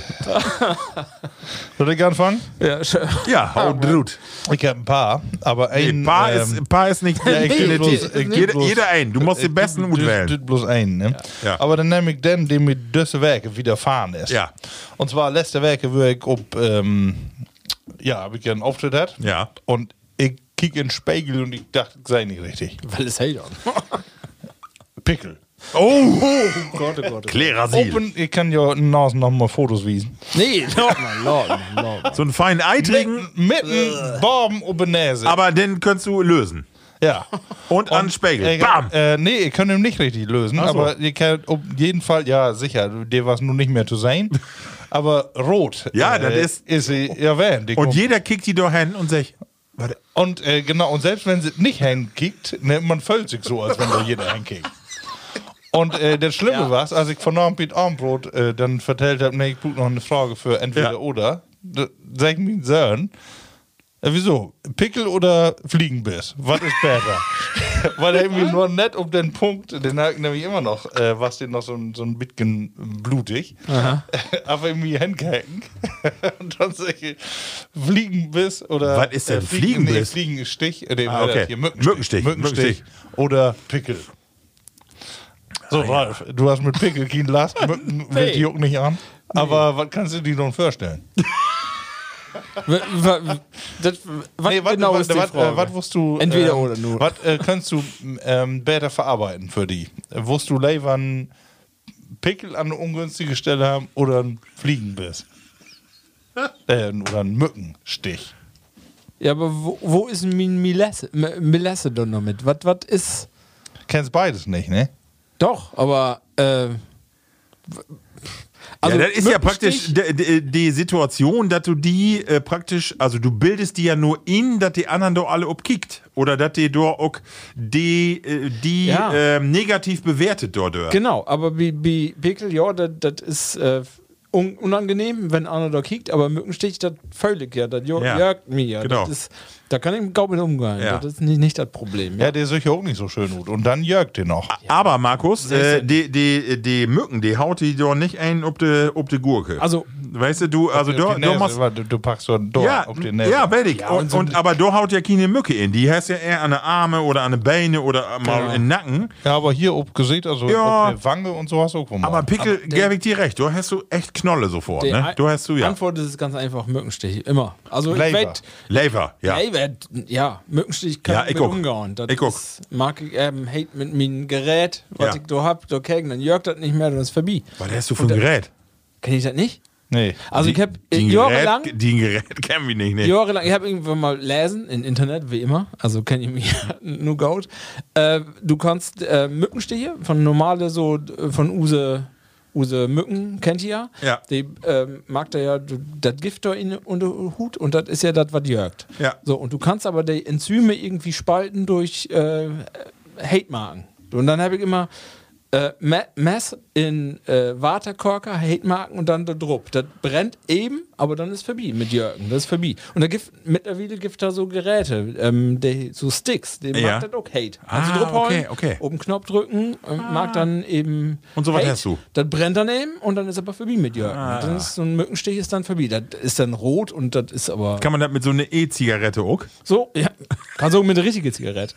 Soll ich anfangen? Ja, schön. Ja, haut drut. Ich habe ein paar, aber ein. Nee, Paar, ähm, ist, Paar ist nicht ja, ich geb definitiv. bloß- ich geb jeder, bloß- jeder ein. Du musst den besten Du- gut du- wählen. du- bloß einen, ne? Ja. Aber dann nehme ich den, der mit diese Werke widerfahren ist. Ja. Und zwar letzte Werke, wo ich ob, ähm, ja, habe ich ja einen Auftritt hat. Ja. Und ich kick in den Spiegel und ich dachte, ich sei nicht richtig. Weil es hält auch. Pickel. Oh, Gott, oh Gott. Klerasil. Open, ich kann ja Nasen noch mal Fotos wiesen. Nee, Lord, man, Lord, man, Lord. man. So einen feinen Eitrigen, Mitten, mitten, Baum und Nase. aber den kannst du lösen. Ja. Und an den Spiegel. Ich, Bam! äh, nee, ich kann ihn nicht richtig lösen, Ach so. aber ihr könnt auf jeden Fall, ja sicher, der war es nun nicht mehr zu sein, aber rot. Ja, das ist- Ist sie erwähnt. die Und kommt- jeder kickt die doch hin und sagt, warte, Und äh, genau, und selbst wenn sie nicht hinkickt, ne, man fühlt sich so, als wenn da jeder hinkickt. Und äh, das Schlimme Ja. war, als ich von Abend Armbrot äh, dann vertellt habe, nee, ich brauche noch eine Frage für entweder Ja. oder, da sag ich mir Sören, äh, wieso? Pickel oder Fliegenbiss? Was ist besser? Weil er irgendwie nur nett um den Punkt, den hat nämlich immer noch, äh, was den noch so, ein- so ein bisschen blutig, aber irgendwie hingehangen. Und dann sag ich, Fliegenbiss oder. Was ist denn Fliegen- Fliegenbiss? Nee, Fliegenstich, äh, nee, Ah, okay. hier, Mückenstich. Mückenstich, Mückenstich. Oder Pickel. So, Ralf, du hast mit Pickel keinen Last, Mücken Nee. nee. juckt nicht an. Aber was kannst du dir nun vorstellen? W- w- das- Was Nee, wat- genau wat- ist die wat- Frage? äh, Was wusst du. Entweder ähm, oder nur. Was äh, kannst du ähm, besser verarbeiten für die? Äh, Wusst du lieber einen Pickel an eine ungünstige Stelle haben oder einen Fliegenbiss? äh, oder einen Mückenstich? Ja, aber wo, wo ist mein Milesse, M- Milesse denn noch mit? Was was ist. Kennst beides nicht, ne? Doch, aber. Äh, w- ja, das ist ja praktisch Mückenstich- die, die, die Situation, dass du die äh, praktisch, also du bildest die ja nur in, dass die anderen doch alle obkickt. Oder dass die doch auch die, äh, die Ja. ähm, negativ bewertet dort. Genau, aber wie, wie Pickel, ja, das ist äh, un unangenehm, wenn einer da kickt, aber Mückenstich, das völlig, ja, das Ja. ja. jagt mir. Ja. Genau. Das ist, da kann ich kaum mit umgehen. Ja. Das ist nicht, nicht das Problem. Ja, Ja. der ist sicher auch nicht so schön gut. Und dann jagt den noch. Aber Markus, äh, die, die, die Mücken, die haut die doch nicht ein ob die, ob die Gurke. Also- weißt du, du, also Auf du, die du Nase, machst. warte, du packst so einen Dorn Ja, auf die Nase. ja, weiß ich. Ja, und, und so- und, aber du haut ja keine Mücke in. Die hast ja eher an die Arme oder an die Beine oder mal Genau. in den Nacken. Ja, aber hier ob Gesicht, also Ja. ob die Wange und so hast du auch gemacht. Aber Pickel, gebe ich dir recht, du hast du echt Knolle sofort, Die ne? Ei- Du hast du ja. Antwort ist ganz einfach Mückenstich, immer. Also ich Leber. weet, Lever, ja. Leber, ja, Mückenstich kann Ja, ich ich mit guck. umgehen. Das Ich guck. ist- mag ich eben hate mit meinem Gerät, was Ja. ich da hab, da kriegen, dann jagt das nicht mehr, dann ist vorbei. Was hast du für ein Gerät? Kenn ich das nicht? nee. Also ich hab äh, Die jahrelang, Gerät, die Gerät kennen wir nicht, ne? jahrelang, ich habe irgendwann mal lesen im Internet, wie immer, also kenne ich mich nur gut. Äh, du kannst äh, Mückenstiche von normale so äh, von Use Use Mücken kennt ihr ja. Ja. Die ähm, mag da ja du- das Gift da in unter Hut und das ist ja das, was jagt. Ja. So, und du kannst aber die Enzyme irgendwie spalten durch äh, Hate-Marken. Und dann habe ich immer äh, Me- Mess in äh, Waterkorker, Hate-Marken und dann da drupp. Das brennt eben aber dann ist vorbei mit Jürgen. Das ist vorbei. Und da gibt mittlerweile gibt da so Geräte, ähm, die, so Sticks, die Ja. mag das auch hate. Also Ah, draufhauen, okay, okay. oben Knopf drücken, und mag dann eben. Und so was hate. hast du? Das brennt dann eben und dann ist aber vorbei mit Jürgen. Ah. Dann ist so ein Mückenstich ist dann vorbei. Das ist dann rot und das ist aber. Kann man das mit so einer E-Zigarette auch? So, ja. Kannst auch mit der richtigen Zigarette.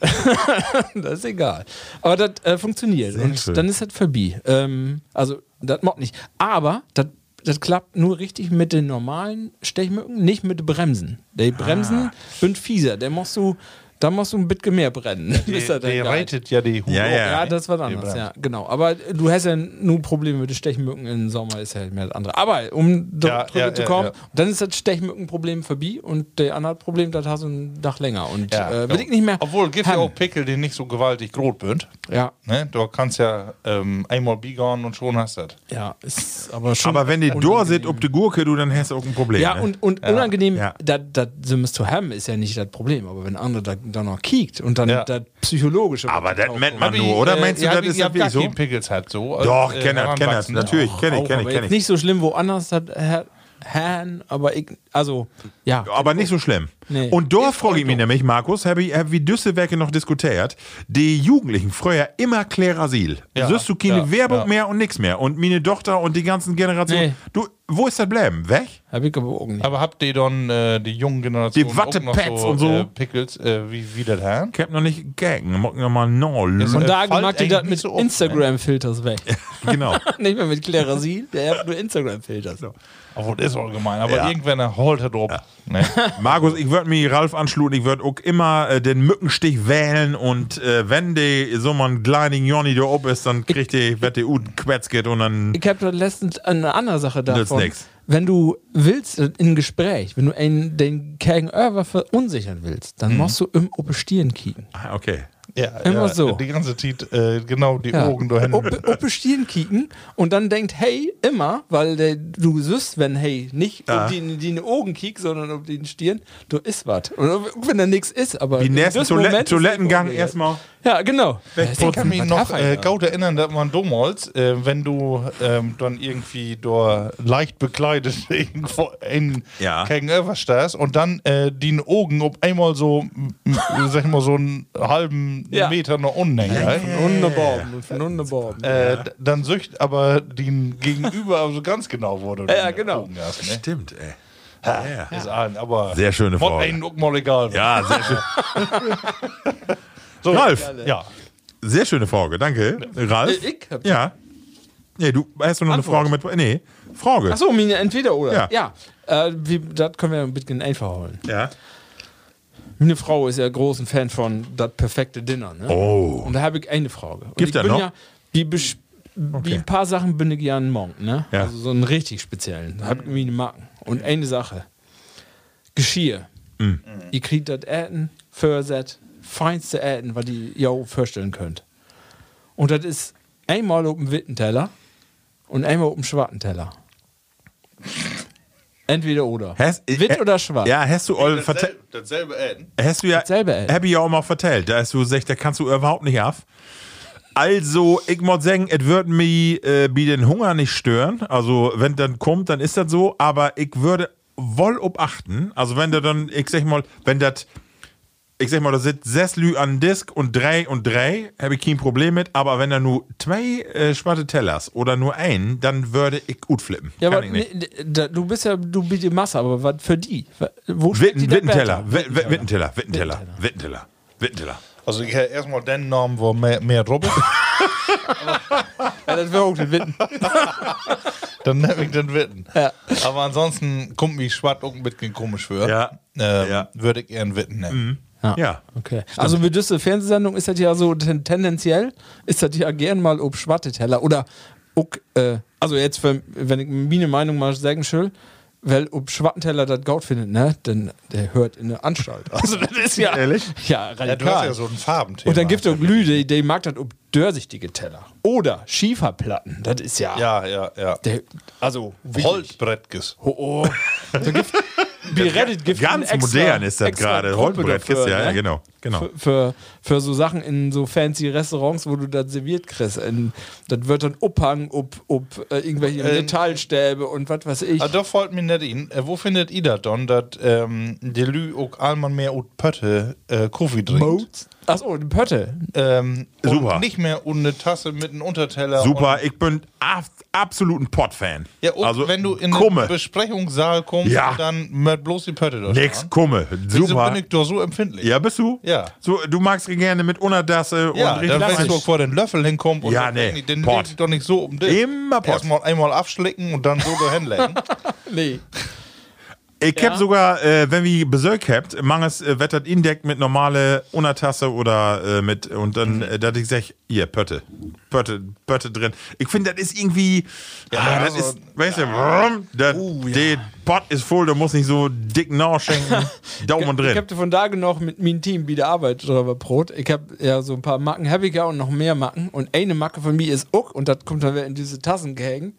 Das ist egal. Aber das äh, funktioniert. Sehr und schön. dann ist das vorbei. Ähm, also, das macht nicht. Aber das das klappt nur richtig mit den normalen Stechmücken, nicht mit den Bremsen. Die Bremsen sind fieser. Der musst du, da musst du ein bisschen mehr brennen. bis Der, er dann der geil. reitet ja die Hut Ja, auf. ja. Ja, das war anders, ja, genau. Aber du hast ja nur Probleme mit den Stechmücken im Sommer, ist ja mehr das andere. Aber um Ja, drüber ja, zu ja, kommen, ja. dann ist das Stechmückenproblem vorbei und der andere Problem, das hast du einen Tag länger. Und Ja, äh, will genau. ich nicht mehr. Obwohl, gibt ja haben. auch Pickel, die nicht so gewaltig groß sind. Ja, Ne? Du kannst ja ähm, einmal biegen und schon hast du das. ja, ist aber schon. Aber wenn die unangenehm. da sind, ob die Gurke, du, dann hast du auch ein Problem. Ja, ne? und, und unangenehm, Ja. das das Sims zu haben, ist ja nicht das Problem. Aber wenn andere da, da noch kiekt und dann Ja. das psychologische. Aber das auch- meint man Hab nur, ich, oder? äh, Meinst du, ja, das hab ich- ist ich das hab wirklich gar so? keinen Pickels hat so. Doch, äh, kenn das, kenn das. Heranwachsende. Natürlich, kenn ich, auch, kenn ich, aber kenn jetzt ich. nicht so schlimm, woanders hat Herr Herrn, aber ich, also, ja. Aber nicht so schlimm. Nee. Und da frage ich mich nämlich, Markus, habe ich hab wie Düsselwerke noch diskutiert, die Jugendlichen früher immer Klerasil. Ja, Siehst du keine ja, Werbung ja. mehr und nichts mehr. Und meine Tochter und die ganzen Generationen. Nee. Du, wo ist das bleiben? Weg? Hab ich aber auch nicht. Aber habt ihr dann äh, die jungen Generationen Die Wattepads und so? Äh, Pickels, äh, wie, wie das haben? Ich hab noch nicht gegangen. Mag noch mal no. Von äh, da fällt mag die das eigentlich mit so auf, Instagram-Filters weg. Genau. Nicht mehr mit Klerasil, der hat nur Instagram-Filters. Obwohl, das ist allgemein. Aber Ja. irgendwann holt er drauf. Ne? Markus, ich würde mich Ralf anschluten, ich würde auch immer äh, den Mückenstich wählen und äh, wenn die so mal ein kleiner Johnny da oben ist, dann kriegt die, wird die Uden quetzt geht und dann. Ich habe letztens eine andere Sache Nützt davon. nix. Wenn du willst, in ein Gespräch, wenn du einen, den Gegenüber verunsichern willst, dann musst du im Open Stirn kicken. Ah, okay. Ja, Immer ja, so. Die ganze Zeit, äh, genau, die Ja. Augen da hinten. Open Stirn kicken und dann denkt, hey, immer, weil der, du siehst, wenn, hey, nicht Ja. um die, die Augen kick, sondern um den Stirn, du isst was. Und auch wenn da nichts ist, aber. Wie in nächsten diesem Toiletten, Moment ist Toilettengang es erstmal. Ja, genau. Ich kann mich Was noch darf äh, einer? gut erinnern, dass man damals, äh, wenn du ähm, dann irgendwie da leicht bekleidet irgendwo in Ja. gegenüber stehst und dann äh, die Augen auf einmal so, m- m- sag ich mal, so einen halben Ja. Meter nach unten hängen. Ja, Wunderbar. Wunderbar. Äh, d- dann sücht aber den Gegenüber also ganz genau, wo du Ja, die genau. Augen hast. Ne? Stimmt, ey. Ja, ist allen, aber Sehr schöne Mod Frage. einen auch mal egal. Ja, sehr schön. so, Ralf, ja. sehr schöne Frage, danke. Ralf? Äh, ich hab- Ja. Nee, du hast du noch eine Antwort. Frage mit. Nee, Frage. Achso, meine entweder oder. Ja. Ja. Äh, wie, das können wir ein bisschen einfach holen. Ja. Meine Frau ist ja groß ein Fan von das perfekte Dinner. Ne? Oh. Und da habe ich eine Frage. Und Gibt ich da bin noch? Ja, wie, besch- wie ein paar Sachen bin ich ja ein Monk. Ne? Ja. Also so einen richtig speziellen. Da habe ich meine Marken. Und eine Sache. Geschirr. Mm. Ihr kriegt das Äten, Förset, feinste Äten, was ihr ja auch vorstellen könnt. Und das ist einmal auf dem Wittenteller und einmal auf dem Schwartenteller. Entweder oder. Hast- Witt äh, oder schwarz. Ja, hast du all vertellt. Dasselbe Äden. Hast du ja, Dasselbe, ey. hab ich ja auch mal vertellt. Da hast du gesagt, da kannst du überhaupt nicht ab. Also, ich muss sagen, es würde mich äh, bei den Hunger nicht stören. Also, wenn dann kommt, dann ist das so. Aber ich würde wohl obachten. Also, wenn der dann, ich sag mal, wenn das, ich sag mal, da sind sechs Lü an den Disk und drei und drei, habe ich kein Problem mit. Aber wenn da nur zwei äh, schwarze Tellers oder nur ein, dann würde ich gut flippen. Ja, Kann aber ich nicht. nee, da, du bist ja, du bist die Masse, aber was für die? Wo steht Witten, die denn Wittenteller, besser? Wittenteller, Wittenteller, Wittenteller, Wittenteller, Wittenteller. Also ich hätte erstmal den Namen, wo mehr, mehr Robbe. Ja, das wäre auch den Witten. Dann nehme ich den Witten. Ja. Aber ansonsten kommt mich Schwart auch ein bisschen komisch für. Ja. Ähm, Ja. Würde ich eher einen Witten nehmen. Ja. Okay. Also mit dieser Fernsehsendung ist das ja so ten tendenziell, ist das ja gern mal ob Schwarteteller oder auch, äh, also jetzt, für, wenn ich meine Meinung mal sagen will, weil ob Schwartenteller das Gaut findet, ne, dann der hört in der Anstalt. Also das ist ja, Ehrlich? ja radikal. Ja, du hast ja so ein Farbenthema. Und dann gibt es auch Glüh, die, die mag das ob dörrsichtige Teller. Oder Schieferplatten, das ist ja, Ja, ja, ja. der, also wirklich. Holzbrettkes. Oh, oh. Da gibt Beredet gibt Ganz eine extra- modern ist das extra gerade. Gruppe Holzbrettkiste, dafür, ja, ja, ne? genau. genau. Für, für, für so Sachen in so fancy Restaurants, wo du das serviert kriegst. In, das wird dann Upphang, ob, ob äh, irgendwelche Ähm, Metallstäbe und was weiß ich. Ah, da folgt mir nicht in. Äh, wo findet ihr das dann, dass ähm, die Lü auch einmal mehr und Pötte äh, Kaffee trinkt? Achso, die Pötte. Ähm, Super. Und nicht mehr und eine Tasse mit einem Unterteller. Super, Und, ich bin ab, absolut ein Pott-Fan. ja, und also, wenn du in Kumme. den Besprechungssaal kommst, Ja. dann mit bloß die Pötte da Nix, stehen. Kumme. Wieso Super. bin ich doch so empfindlich? Ja, bist du? Ja. So, du magst gerne mit Untertasse Ja, und dann richtig wenn ich vor den Löffel hinkomme und Ja, dann nee, denk ich, den Pott. leg ich doch nicht so um dich. Immer Pott. Erstmal einmal abschlicken und dann so da hinlegen. Nee. Ich Ja. hab sogar, äh, wenn wir Besuch habt, manches äh, wettert indeckt mit normale Untertasse oder äh, mit, und dann, äh, dass ich sag, hier, Pötte. Pötte, Pötte drin. Ich finde, das ist irgendwie, ah, das also, ist, weißt du, warum? Das, der Pott ist voll, da muss nicht so dick nachschenken. Daumen Ich drin. habe von da noch mit meinem Team wieder Arbeit drüber Brot. Ich habe ja so ein paar Macken, habe ich ja und noch mehr Macken. Und eine Macke von mir ist auch, und das kommt dann wieder in diese Tassen gehängt.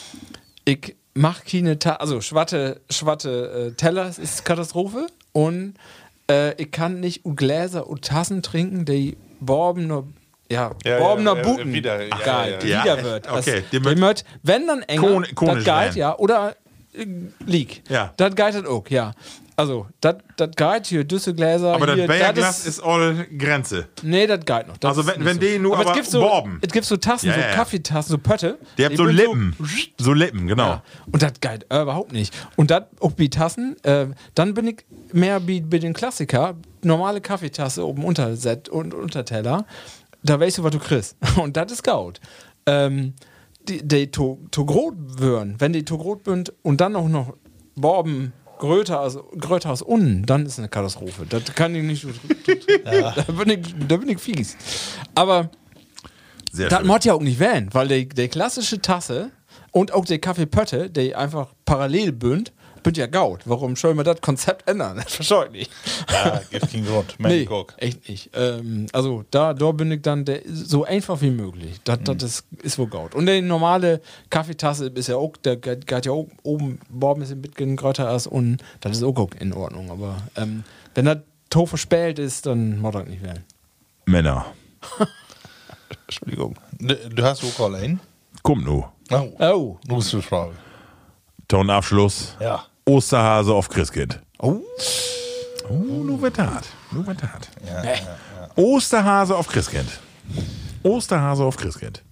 Ich mach keine Ta also schwatte, schwatte äh, Teller, es ist Katastrophe. Und äh, ich kann nicht u Gläser und Tassen trinken, die Borbener, ja, Ja, Borbener ja, äh, Buten. wieder, ja, geil, ja, ja. wieder Ja, wird. okay, Also, die die möcht- möcht, wenn dann enger, Kon- das konisch geil, werden. ja, oder äh, Leak. Ja. Das geht das auch, ja. Also, das geht hier, Düsselgläser. Aber das hier, Bayerglas ist all Grenze. Nee, das geht noch. Das Also ist wenn- nicht wenn die nur aber aber es gibt so, Borben. es gibt so Tassen, Ja, so ja, ja. Kaffeetassen, so Pötte. Der hat die so sind Lippen. So Lippen, genau. Ja. Und das geht äh, überhaupt nicht. Und das auch bei Tassen, äh, dann bin ich mehr bei, bei den Klassiker, normale Kaffeetasse oben Unterset und Unterteller, da weißt du, was du kriegst. Und das ist Gaut. Ähm, die die to, to grot würden, wenn die to grot sind und dann auch noch Borben größer als, größer als unten, dann ist eine Katastrophe. Das kann ich nicht. da, bin ich, da bin ich fies. Aber Sehr das schön. muss ja auch nicht werden, weil die, die klassische Tasse und auch die Kaffeepötte, die einfach parallel bünd, bünd ja Gaut. Warum soll man das Konzept ändern? Das verstehe ich nicht. Ja, gibt keinen Grund. Mensch, Nee, guck. echt nicht. Ähm, also da, da bin ich dann der, so einfach wie möglich. Das, Mhm. das ist, ist wohl Gaut. Und die normale Kaffeetasse ist ja auch, der geht geht ja auch oben, Borben ist ein bisschen größer als unten. Das ist auch, auch in Ordnung. Aber ähm, wenn das to verspät ist, dann muss das nicht werden. Männer. Entschuldigung. Du, du hast auch allein? Kommt nu. Oh. Oh. Nu ist die Frage. Tonabschluss. Ja. Osterhase auf Christkind. Oh. Oh, nu wird hart. Nu wird hart. Ja, Nee. Osterhase auf Christkind. Osterhase auf Christkind.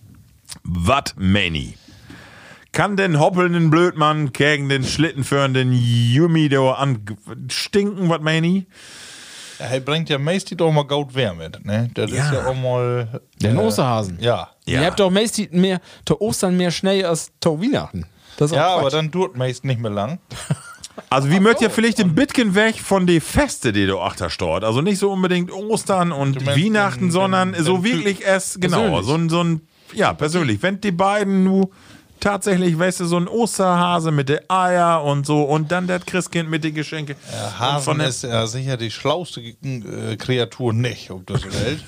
Wat meni? Kann den hoppelnden Blödmann gegen den schlittenführenden Jumi da anstinken, wat meni? Ja, er bringt ja meistens doch mal Gaut Wehr mit, ne? Das Ja. ist ja auch mal... Den äh, Osterhasen. Ja. Ja. Ihr habt doch meistens mehr, zu Ostern mehr Schnee als zu Weihnachten. Das ist auch Ja, Quatsch. aber dann dauert meist nicht mehr lang. Also wie möcht ihr vielleicht ein bisschen weg von den Feste, die du achter stort? Also nicht so unbedingt Ostern und Du meinst Weihnachten, den- sondern den- so den wirklich es, genau, Persönlich. so ein, so ein, ja, persönlich. Wenn die beiden nu tatsächlich, weißt du, so ein Osterhase mit den Eier und so und dann das Christkind mit den Geschenke. Ja, Und Hasen von der- ist ja sicher die schlauste äh, Kreatur nicht auf dieser Welt.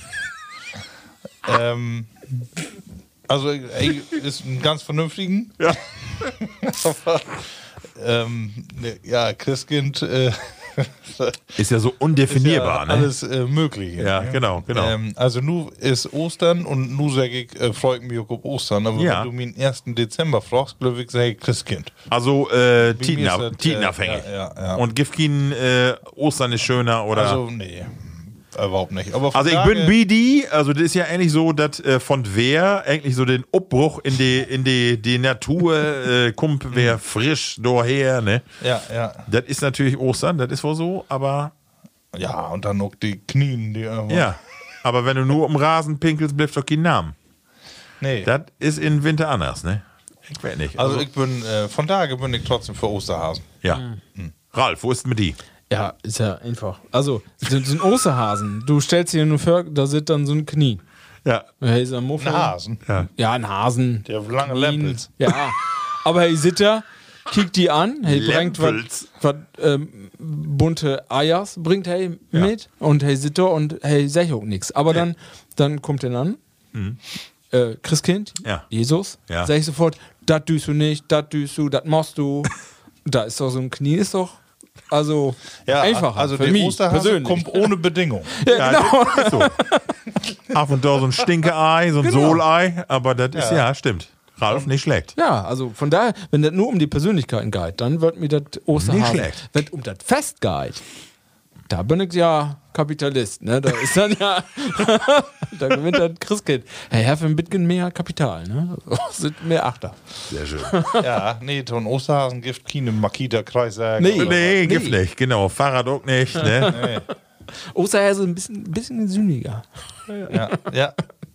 ähm, also, ey, ist ein ganz vernünftigen. Ja. Aber, ähm, ne, ja, Christkind äh, Ist ja so ist undefinierbar, ja ne? alles äh, Mögliche. Ja, ne? genau, genau. Ähm, also, nu ist Ostern und nu sag ich, äh, freut mich auch auf Ostern. Aber Ja. wenn du mir den ersten Dezember fragst, glaube ich, sag ich Christkind. Also äh, Wie mir ist das, äh, Tietenabhängig. ja, ja, ja. Und gibt kein äh, Ostern ist schöner oder. Also, nee, überhaupt nicht. Aber von Also ich daher- bin B D, also das ist ja eigentlich so, dass äh, von wer eigentlich so den Umbruch in die in die, die Natur äh, kommt, wer frisch daher, ne? Ja, ja. Das ist natürlich Ostern, das ist wohl so, aber Ja, und dann noch die Knien, die einfach. ja. Aber wenn du nur um Rasen pinkelst, bleibt doch kein Name. Nee. Das ist in Winter anders, ne? Ich weiß nicht. also, ich bin, äh, von daher bin ich trotzdem für Osterhasen. ja. Ralf, wo ist mit die? Ja, ist ja einfach. Also, so, so ein Osterhasen. Du stellst dir nur vor, da sitzt dann so ein Knie. Ja. Hey, ist ein Muffel. Ein Hasen. Ja. Ja, ein Hasen. Der hat lange Knien. Lempels. Ja. Aber hey, sitzt da, kickt die an, hey, bringt Lempels. was ähm, bunte Eiers, bringt hey mit und hey, sitzt da und hey, sag ich auch nichts. Aber dann, dann kommt er an, äh, Christkind, Ja. Jesus, Ja. sag ich sofort, das tust du nicht, das tust du, das machst du. Da ist doch so ein Knie, ist doch Also Ja, einfacher. also für der mich Osterhase persönlich. kommt ohne Bedingung. Ja, genau. das ist so. Ab und da so ein Stinkeei, so ein Genau. Solei, aber das ist, Ja. ja, stimmt. Ralf, nicht schlecht. Ja, also von daher, wenn das nur um die Persönlichkeiten geht, dann wird mir das Osterhasen. Nicht schlecht. Wenn um das Fest geht, da bin ich ja Kapitalist, ne? Da ist dann ja, da gewinnt das Christkind. Hey, Herr, für ein bisschen mehr Kapital, ne? Das sind mehr Achter. Sehr schön. Ja, nee, so ein Osterhasen gibt keine Makita-Kreissäge. Nee. Nee, Nee. gibt nicht, genau. Fahrrad auch nicht, ne? Osterhase ein bisschen, bisschen sühniger. Ja, ja.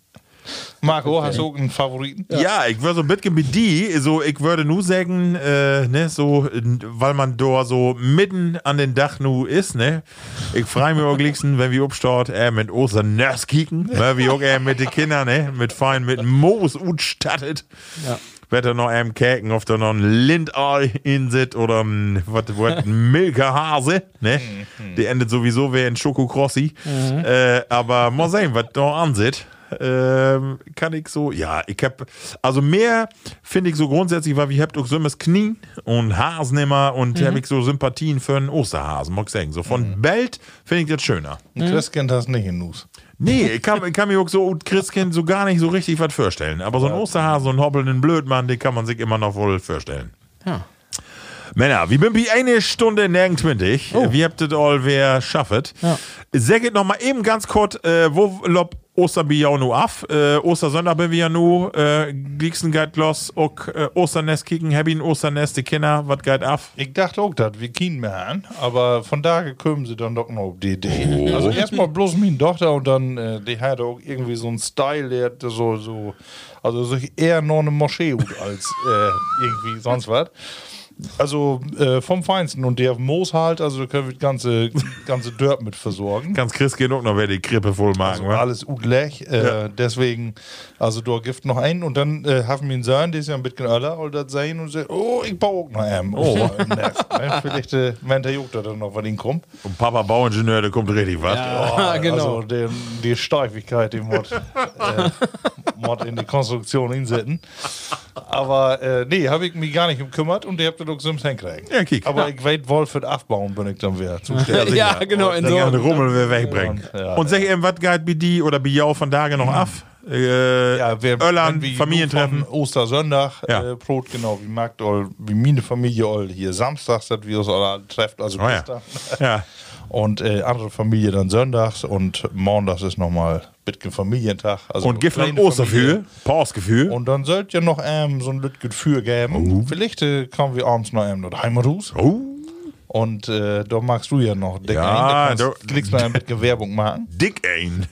Marco, hast du auch einen Favoriten? Ja, ich würde so ein bisschen mit die, so, ich würde nur sagen, äh, ne, so, n- weil man da so mitten an den Dach nu ist, ne, ich freue mich auch liebsten, wenn wir aufstaut, äh, mit Osternörs kicken, weil wir auch äh, mit den Kindern, ne, mit fein, mit Moos utstattet. Ja. Wird da noch einem käken, ob da noch ein Lindei in sit oder ein, was, was, ein Milkerhase, ne, die endet sowieso wie ein Schokokrossi, äh, aber mal sehen, was da ansieht. Ähm, kann ich so, ja, ich hab, also mehr finde ich so grundsätzlich, weil wir habt auch so immer Knie und Hasen immer und hab ich so Sympathien für einen Osterhasen, mag ich sagen. So von Belt finde ich das schöner. Ein Christkind hast nicht in Nuss. Nee, ich kann, ich kann mir auch so und Christkind so gar nicht so richtig was vorstellen. Aber so ein Osterhasen und hobbelnden Blödmann, den kann man sich immer noch wohl vorstellen. Ja. Männer, wir sind bei eine Stunde neunundzwanzig. Oh. Wie habt ihr all wer schaffet? Ja. Sagt noch mal eben ganz kurz, äh, wo lob Osterbiau nu af? Äh, Ostersonntag bin wir ja nu. Äh, Glicksen geht los, auch äh, Osternest kicken, hab ihn Osternest, die Kinder, was geht af? Ich dachte auch, dass wir keinen mehr haben, aber von daher kommen sie dann doch noch auf die Idee. Also erstmal bloß meine Tochter und dann, äh, die hat auch irgendwie so einen Style, der hat so, so, also sich eher noch eine Moschee ut als äh, irgendwie sonst was. Also äh, vom Feinsten und der Moos halt, also da können wir das ganze, ganze Dirt mit versorgen. Ganz Christkind auch noch wer die Krippe voll machen, Also wa? alles gut gleich. Äh, Ja. Deswegen, also da gibt noch einen und dann äh, haben wir einen Sohn, der ist ja ein bisschen älter, und das sehen und sagt, oh, ich baue auch noch einen. Oh, ne? Vielleicht, äh, wenn der Juck da dann noch was hinkommt. Und Papa Bauingenieur, der kommt richtig was. Ja, genau. Also die, die Steifigkeit, die muss äh, muss in die Konstruktion hinsetzen. Aber äh, nee, habe ich mich gar nicht gekümmert und die habt ihr doch so hinkriegen. Ja, kick. Aber ich weiß wohl, für das Aufbauen bin ich dann wieder zuständig. Ja, genau, in Den so. ganzen Rummel wir wegbringen. Und, ja, und sag eben, was geht bei die oder bei jou von Tage noch af? Äh, Ja, wir Öllern, wenn wir Familientreffen. nur von Ostersonntag Ja. äh, Brot, genau, wie mag all, wie meine Familie all hier samstags, dass wir uns alle treffen, also Oh ja. Ostern. Ja. Und äh, andere Familie dann sonntags und montags ist nochmal bisschen Familientag. Also Und Gift und kleine Ostergefühl, Familie. Pausgefühl. Und dann sollte ja noch ähm, so ein Lütget für geben. Vielleicht äh, kommen wir abends noch ähm, noch Heimatrus. Oh, Und äh, da magst du ja noch dick Ja, ein, da da- kannst, kriegst du noch ein bisschen Werbung machen. dick ein.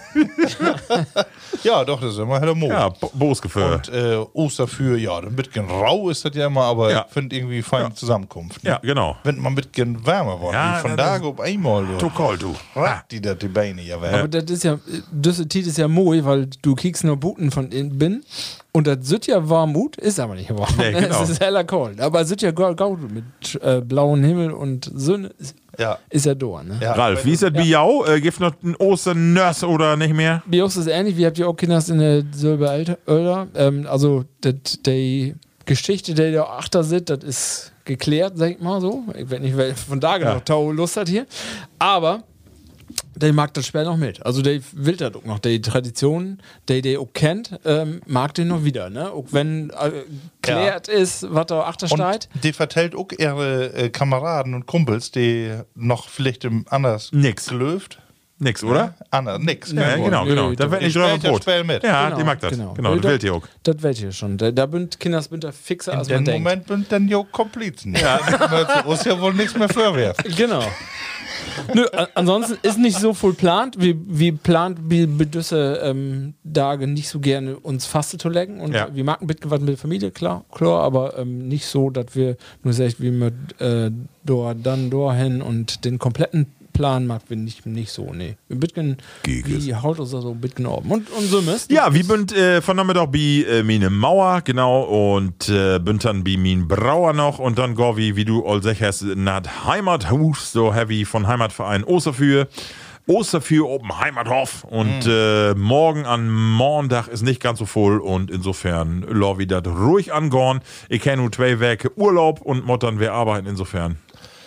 Ja, doch, das ist immer der Mo. Ja, Bo- Bosgefühl. Und äh, Osterfür, ja, ein bisschen rau ist das ja immer, aber Ja. ich finde irgendwie feine Zusammenkunft. Ne? Ja, genau. Wenn man ein bisschen wärmer wird, Ja, wie von das- da auf einmal, Du du, kalt, du. ragt die da die Beine ja weg. Aber das ist ja, das ist ja moi, weil du kriegst nur Buten von innen bin. Und das sind ja warm Mut, ist aber nicht warm. Nee, genau. Es ist heller kalt. Aber es sind ja gaut gaut mit äh, blauem Himmel und Sonne. Ist, Ja. ist ja da, ne? Ja. Ralf, wie ist das bei jou? Äh, gibt noch ein Osternöss oder nicht mehr? Bei uns ist es ähnlich, wir habt ja auch Kinder in der Silberalter. Ähm, also, dat, die Geschichte, die da achter sind, das ist geklärt, sag ich mal so. Ich weiß nicht, wer von da Ja. noch Tau Lust hat hier. Aber der mag das Spiel noch mit. Also der will das auch noch. Die Tradition, der der auch kennt, ähm, mag den noch wieder. Ne? Auch wenn äh, klärt ist, was da achter steht. Und die vertellt auch ihre äh, Kameraden und Kumpels, die noch vielleicht im anders Nix. gelöft. Nix, oder? Anders, nix. Ja, Ja, genau, nö, genau. nö, Da wird ich nicht drüber spiel das Brot. Spiel mit. Ja, Genau, die mag das. genau. Genau, das Nö, will die auch. Das weiß ich schon. Da, da bünd Kinders bünd da fixer, In als man dem denkt. Moment sind dann ja Komplizen. Ja. Da muss ja wohl nichts mehr vorwerfen. Genau. Nö, a- ansonsten ist nicht so viel plant. Wir, wir plant wir bedüsse ähm, Tage nicht so gerne uns Faste zu lecken. Und Ja. wir machen mitgewandt mit der Familie, klar, klar, aber ähm, nicht so, dass wir nur sagen, wie wir äh, dort, dann dorthin und den kompletten Plan macht wir nicht, nicht so, nee. Wir bitgen, Giges. wie haut uns da so bitgen oben. Und, und so müsst. Ja, wir sind äh, von damit auch bei äh, meine Mauer, genau, und äh, bin dann bei min Brauer noch und dann go wie, wie du all sagst, nach Heimathus, so heavy von Heimatverein Osterfür. Osterfür oben Heimathof und äh, morgen an Montag ist nicht ganz so voll und insofern lass wir das ruhig angehen. Ich kenne nur zwei Werke Urlaub und muss dann wer arbeiten insofern.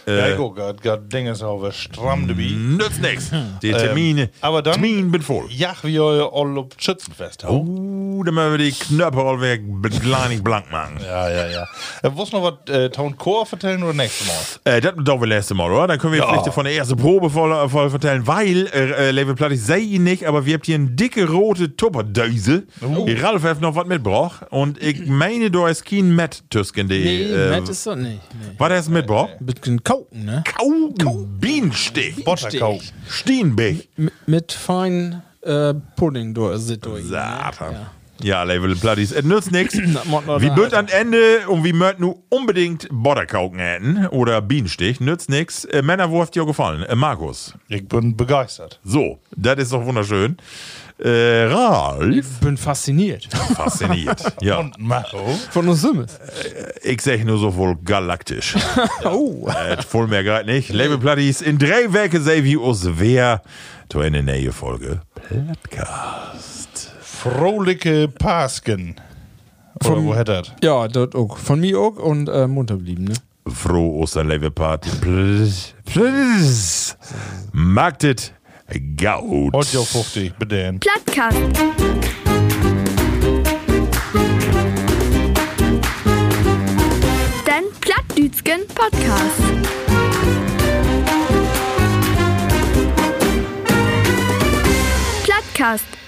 Ja, ich guck, gerade Dinge ist auf stramm dabei. Nützt nix. Die Termine, aber dann- Termin bin voll. Ja, wie ihr all auf Schützenfest habt. Oh, dann müssen wir die Knöpfe all weg kleinig blank machen. Ja, ja, ja. Äh, willst du noch was äh, Town Core vertellen oder nächstes Mal? Äh, das doch wir letzte Mal, oder? Dann können wir Ja. vielleicht von der ersten Probe voll, voll vertellen, weil, äh, äh, Level Platt, ich sehe ihn nicht, aber wir habt hier eine dicke rote Tupperdöse. Oh. Die Ralf hat noch was mitgebracht und ich meine, da ist kein Matt Tüsken, die. Nee, äh, Matt ist so nicht. Nee. was hast du mitgebracht? Ein bisschen Kauken, ne? Kauken, Bienenstich, Butterkau. Steenbech. M mit fein äh, Pudding durch. Sit durch. Satan. Ja. Ja, Level Platties, es nützt nichts. macht noch Wie da. wird am Ende und wie möcht nu unbedingt Butterkauken hätten oder Bienenstich, nützt nichts. Äh, Männer, wo hat dir gefallen? Äh, Markus. Ich bin begeistert. So, das ist doch wunderschön. Äh, Ralf. Ich bin fasziniert. Fasziniert. Ja. Und Macho. Von uns Simmes. Ich sag nur so wohl galaktisch. Oh. äh, voll mehr gerade nicht. Level Platties, in drei Werke sei wie us wer. To eine neue Folge. Podcast. Frohliche Pasken. Oder Vom- wo hättet das? Ja, dort auch. Von mir auch und äh, munter blieben, ne? Frohe Ostern, Level Party. Plus, plus. Magdet Gaut. Heute auf fünfzig, bedient. Plattkast. Den Plattdütschen Podcast. Plattkast.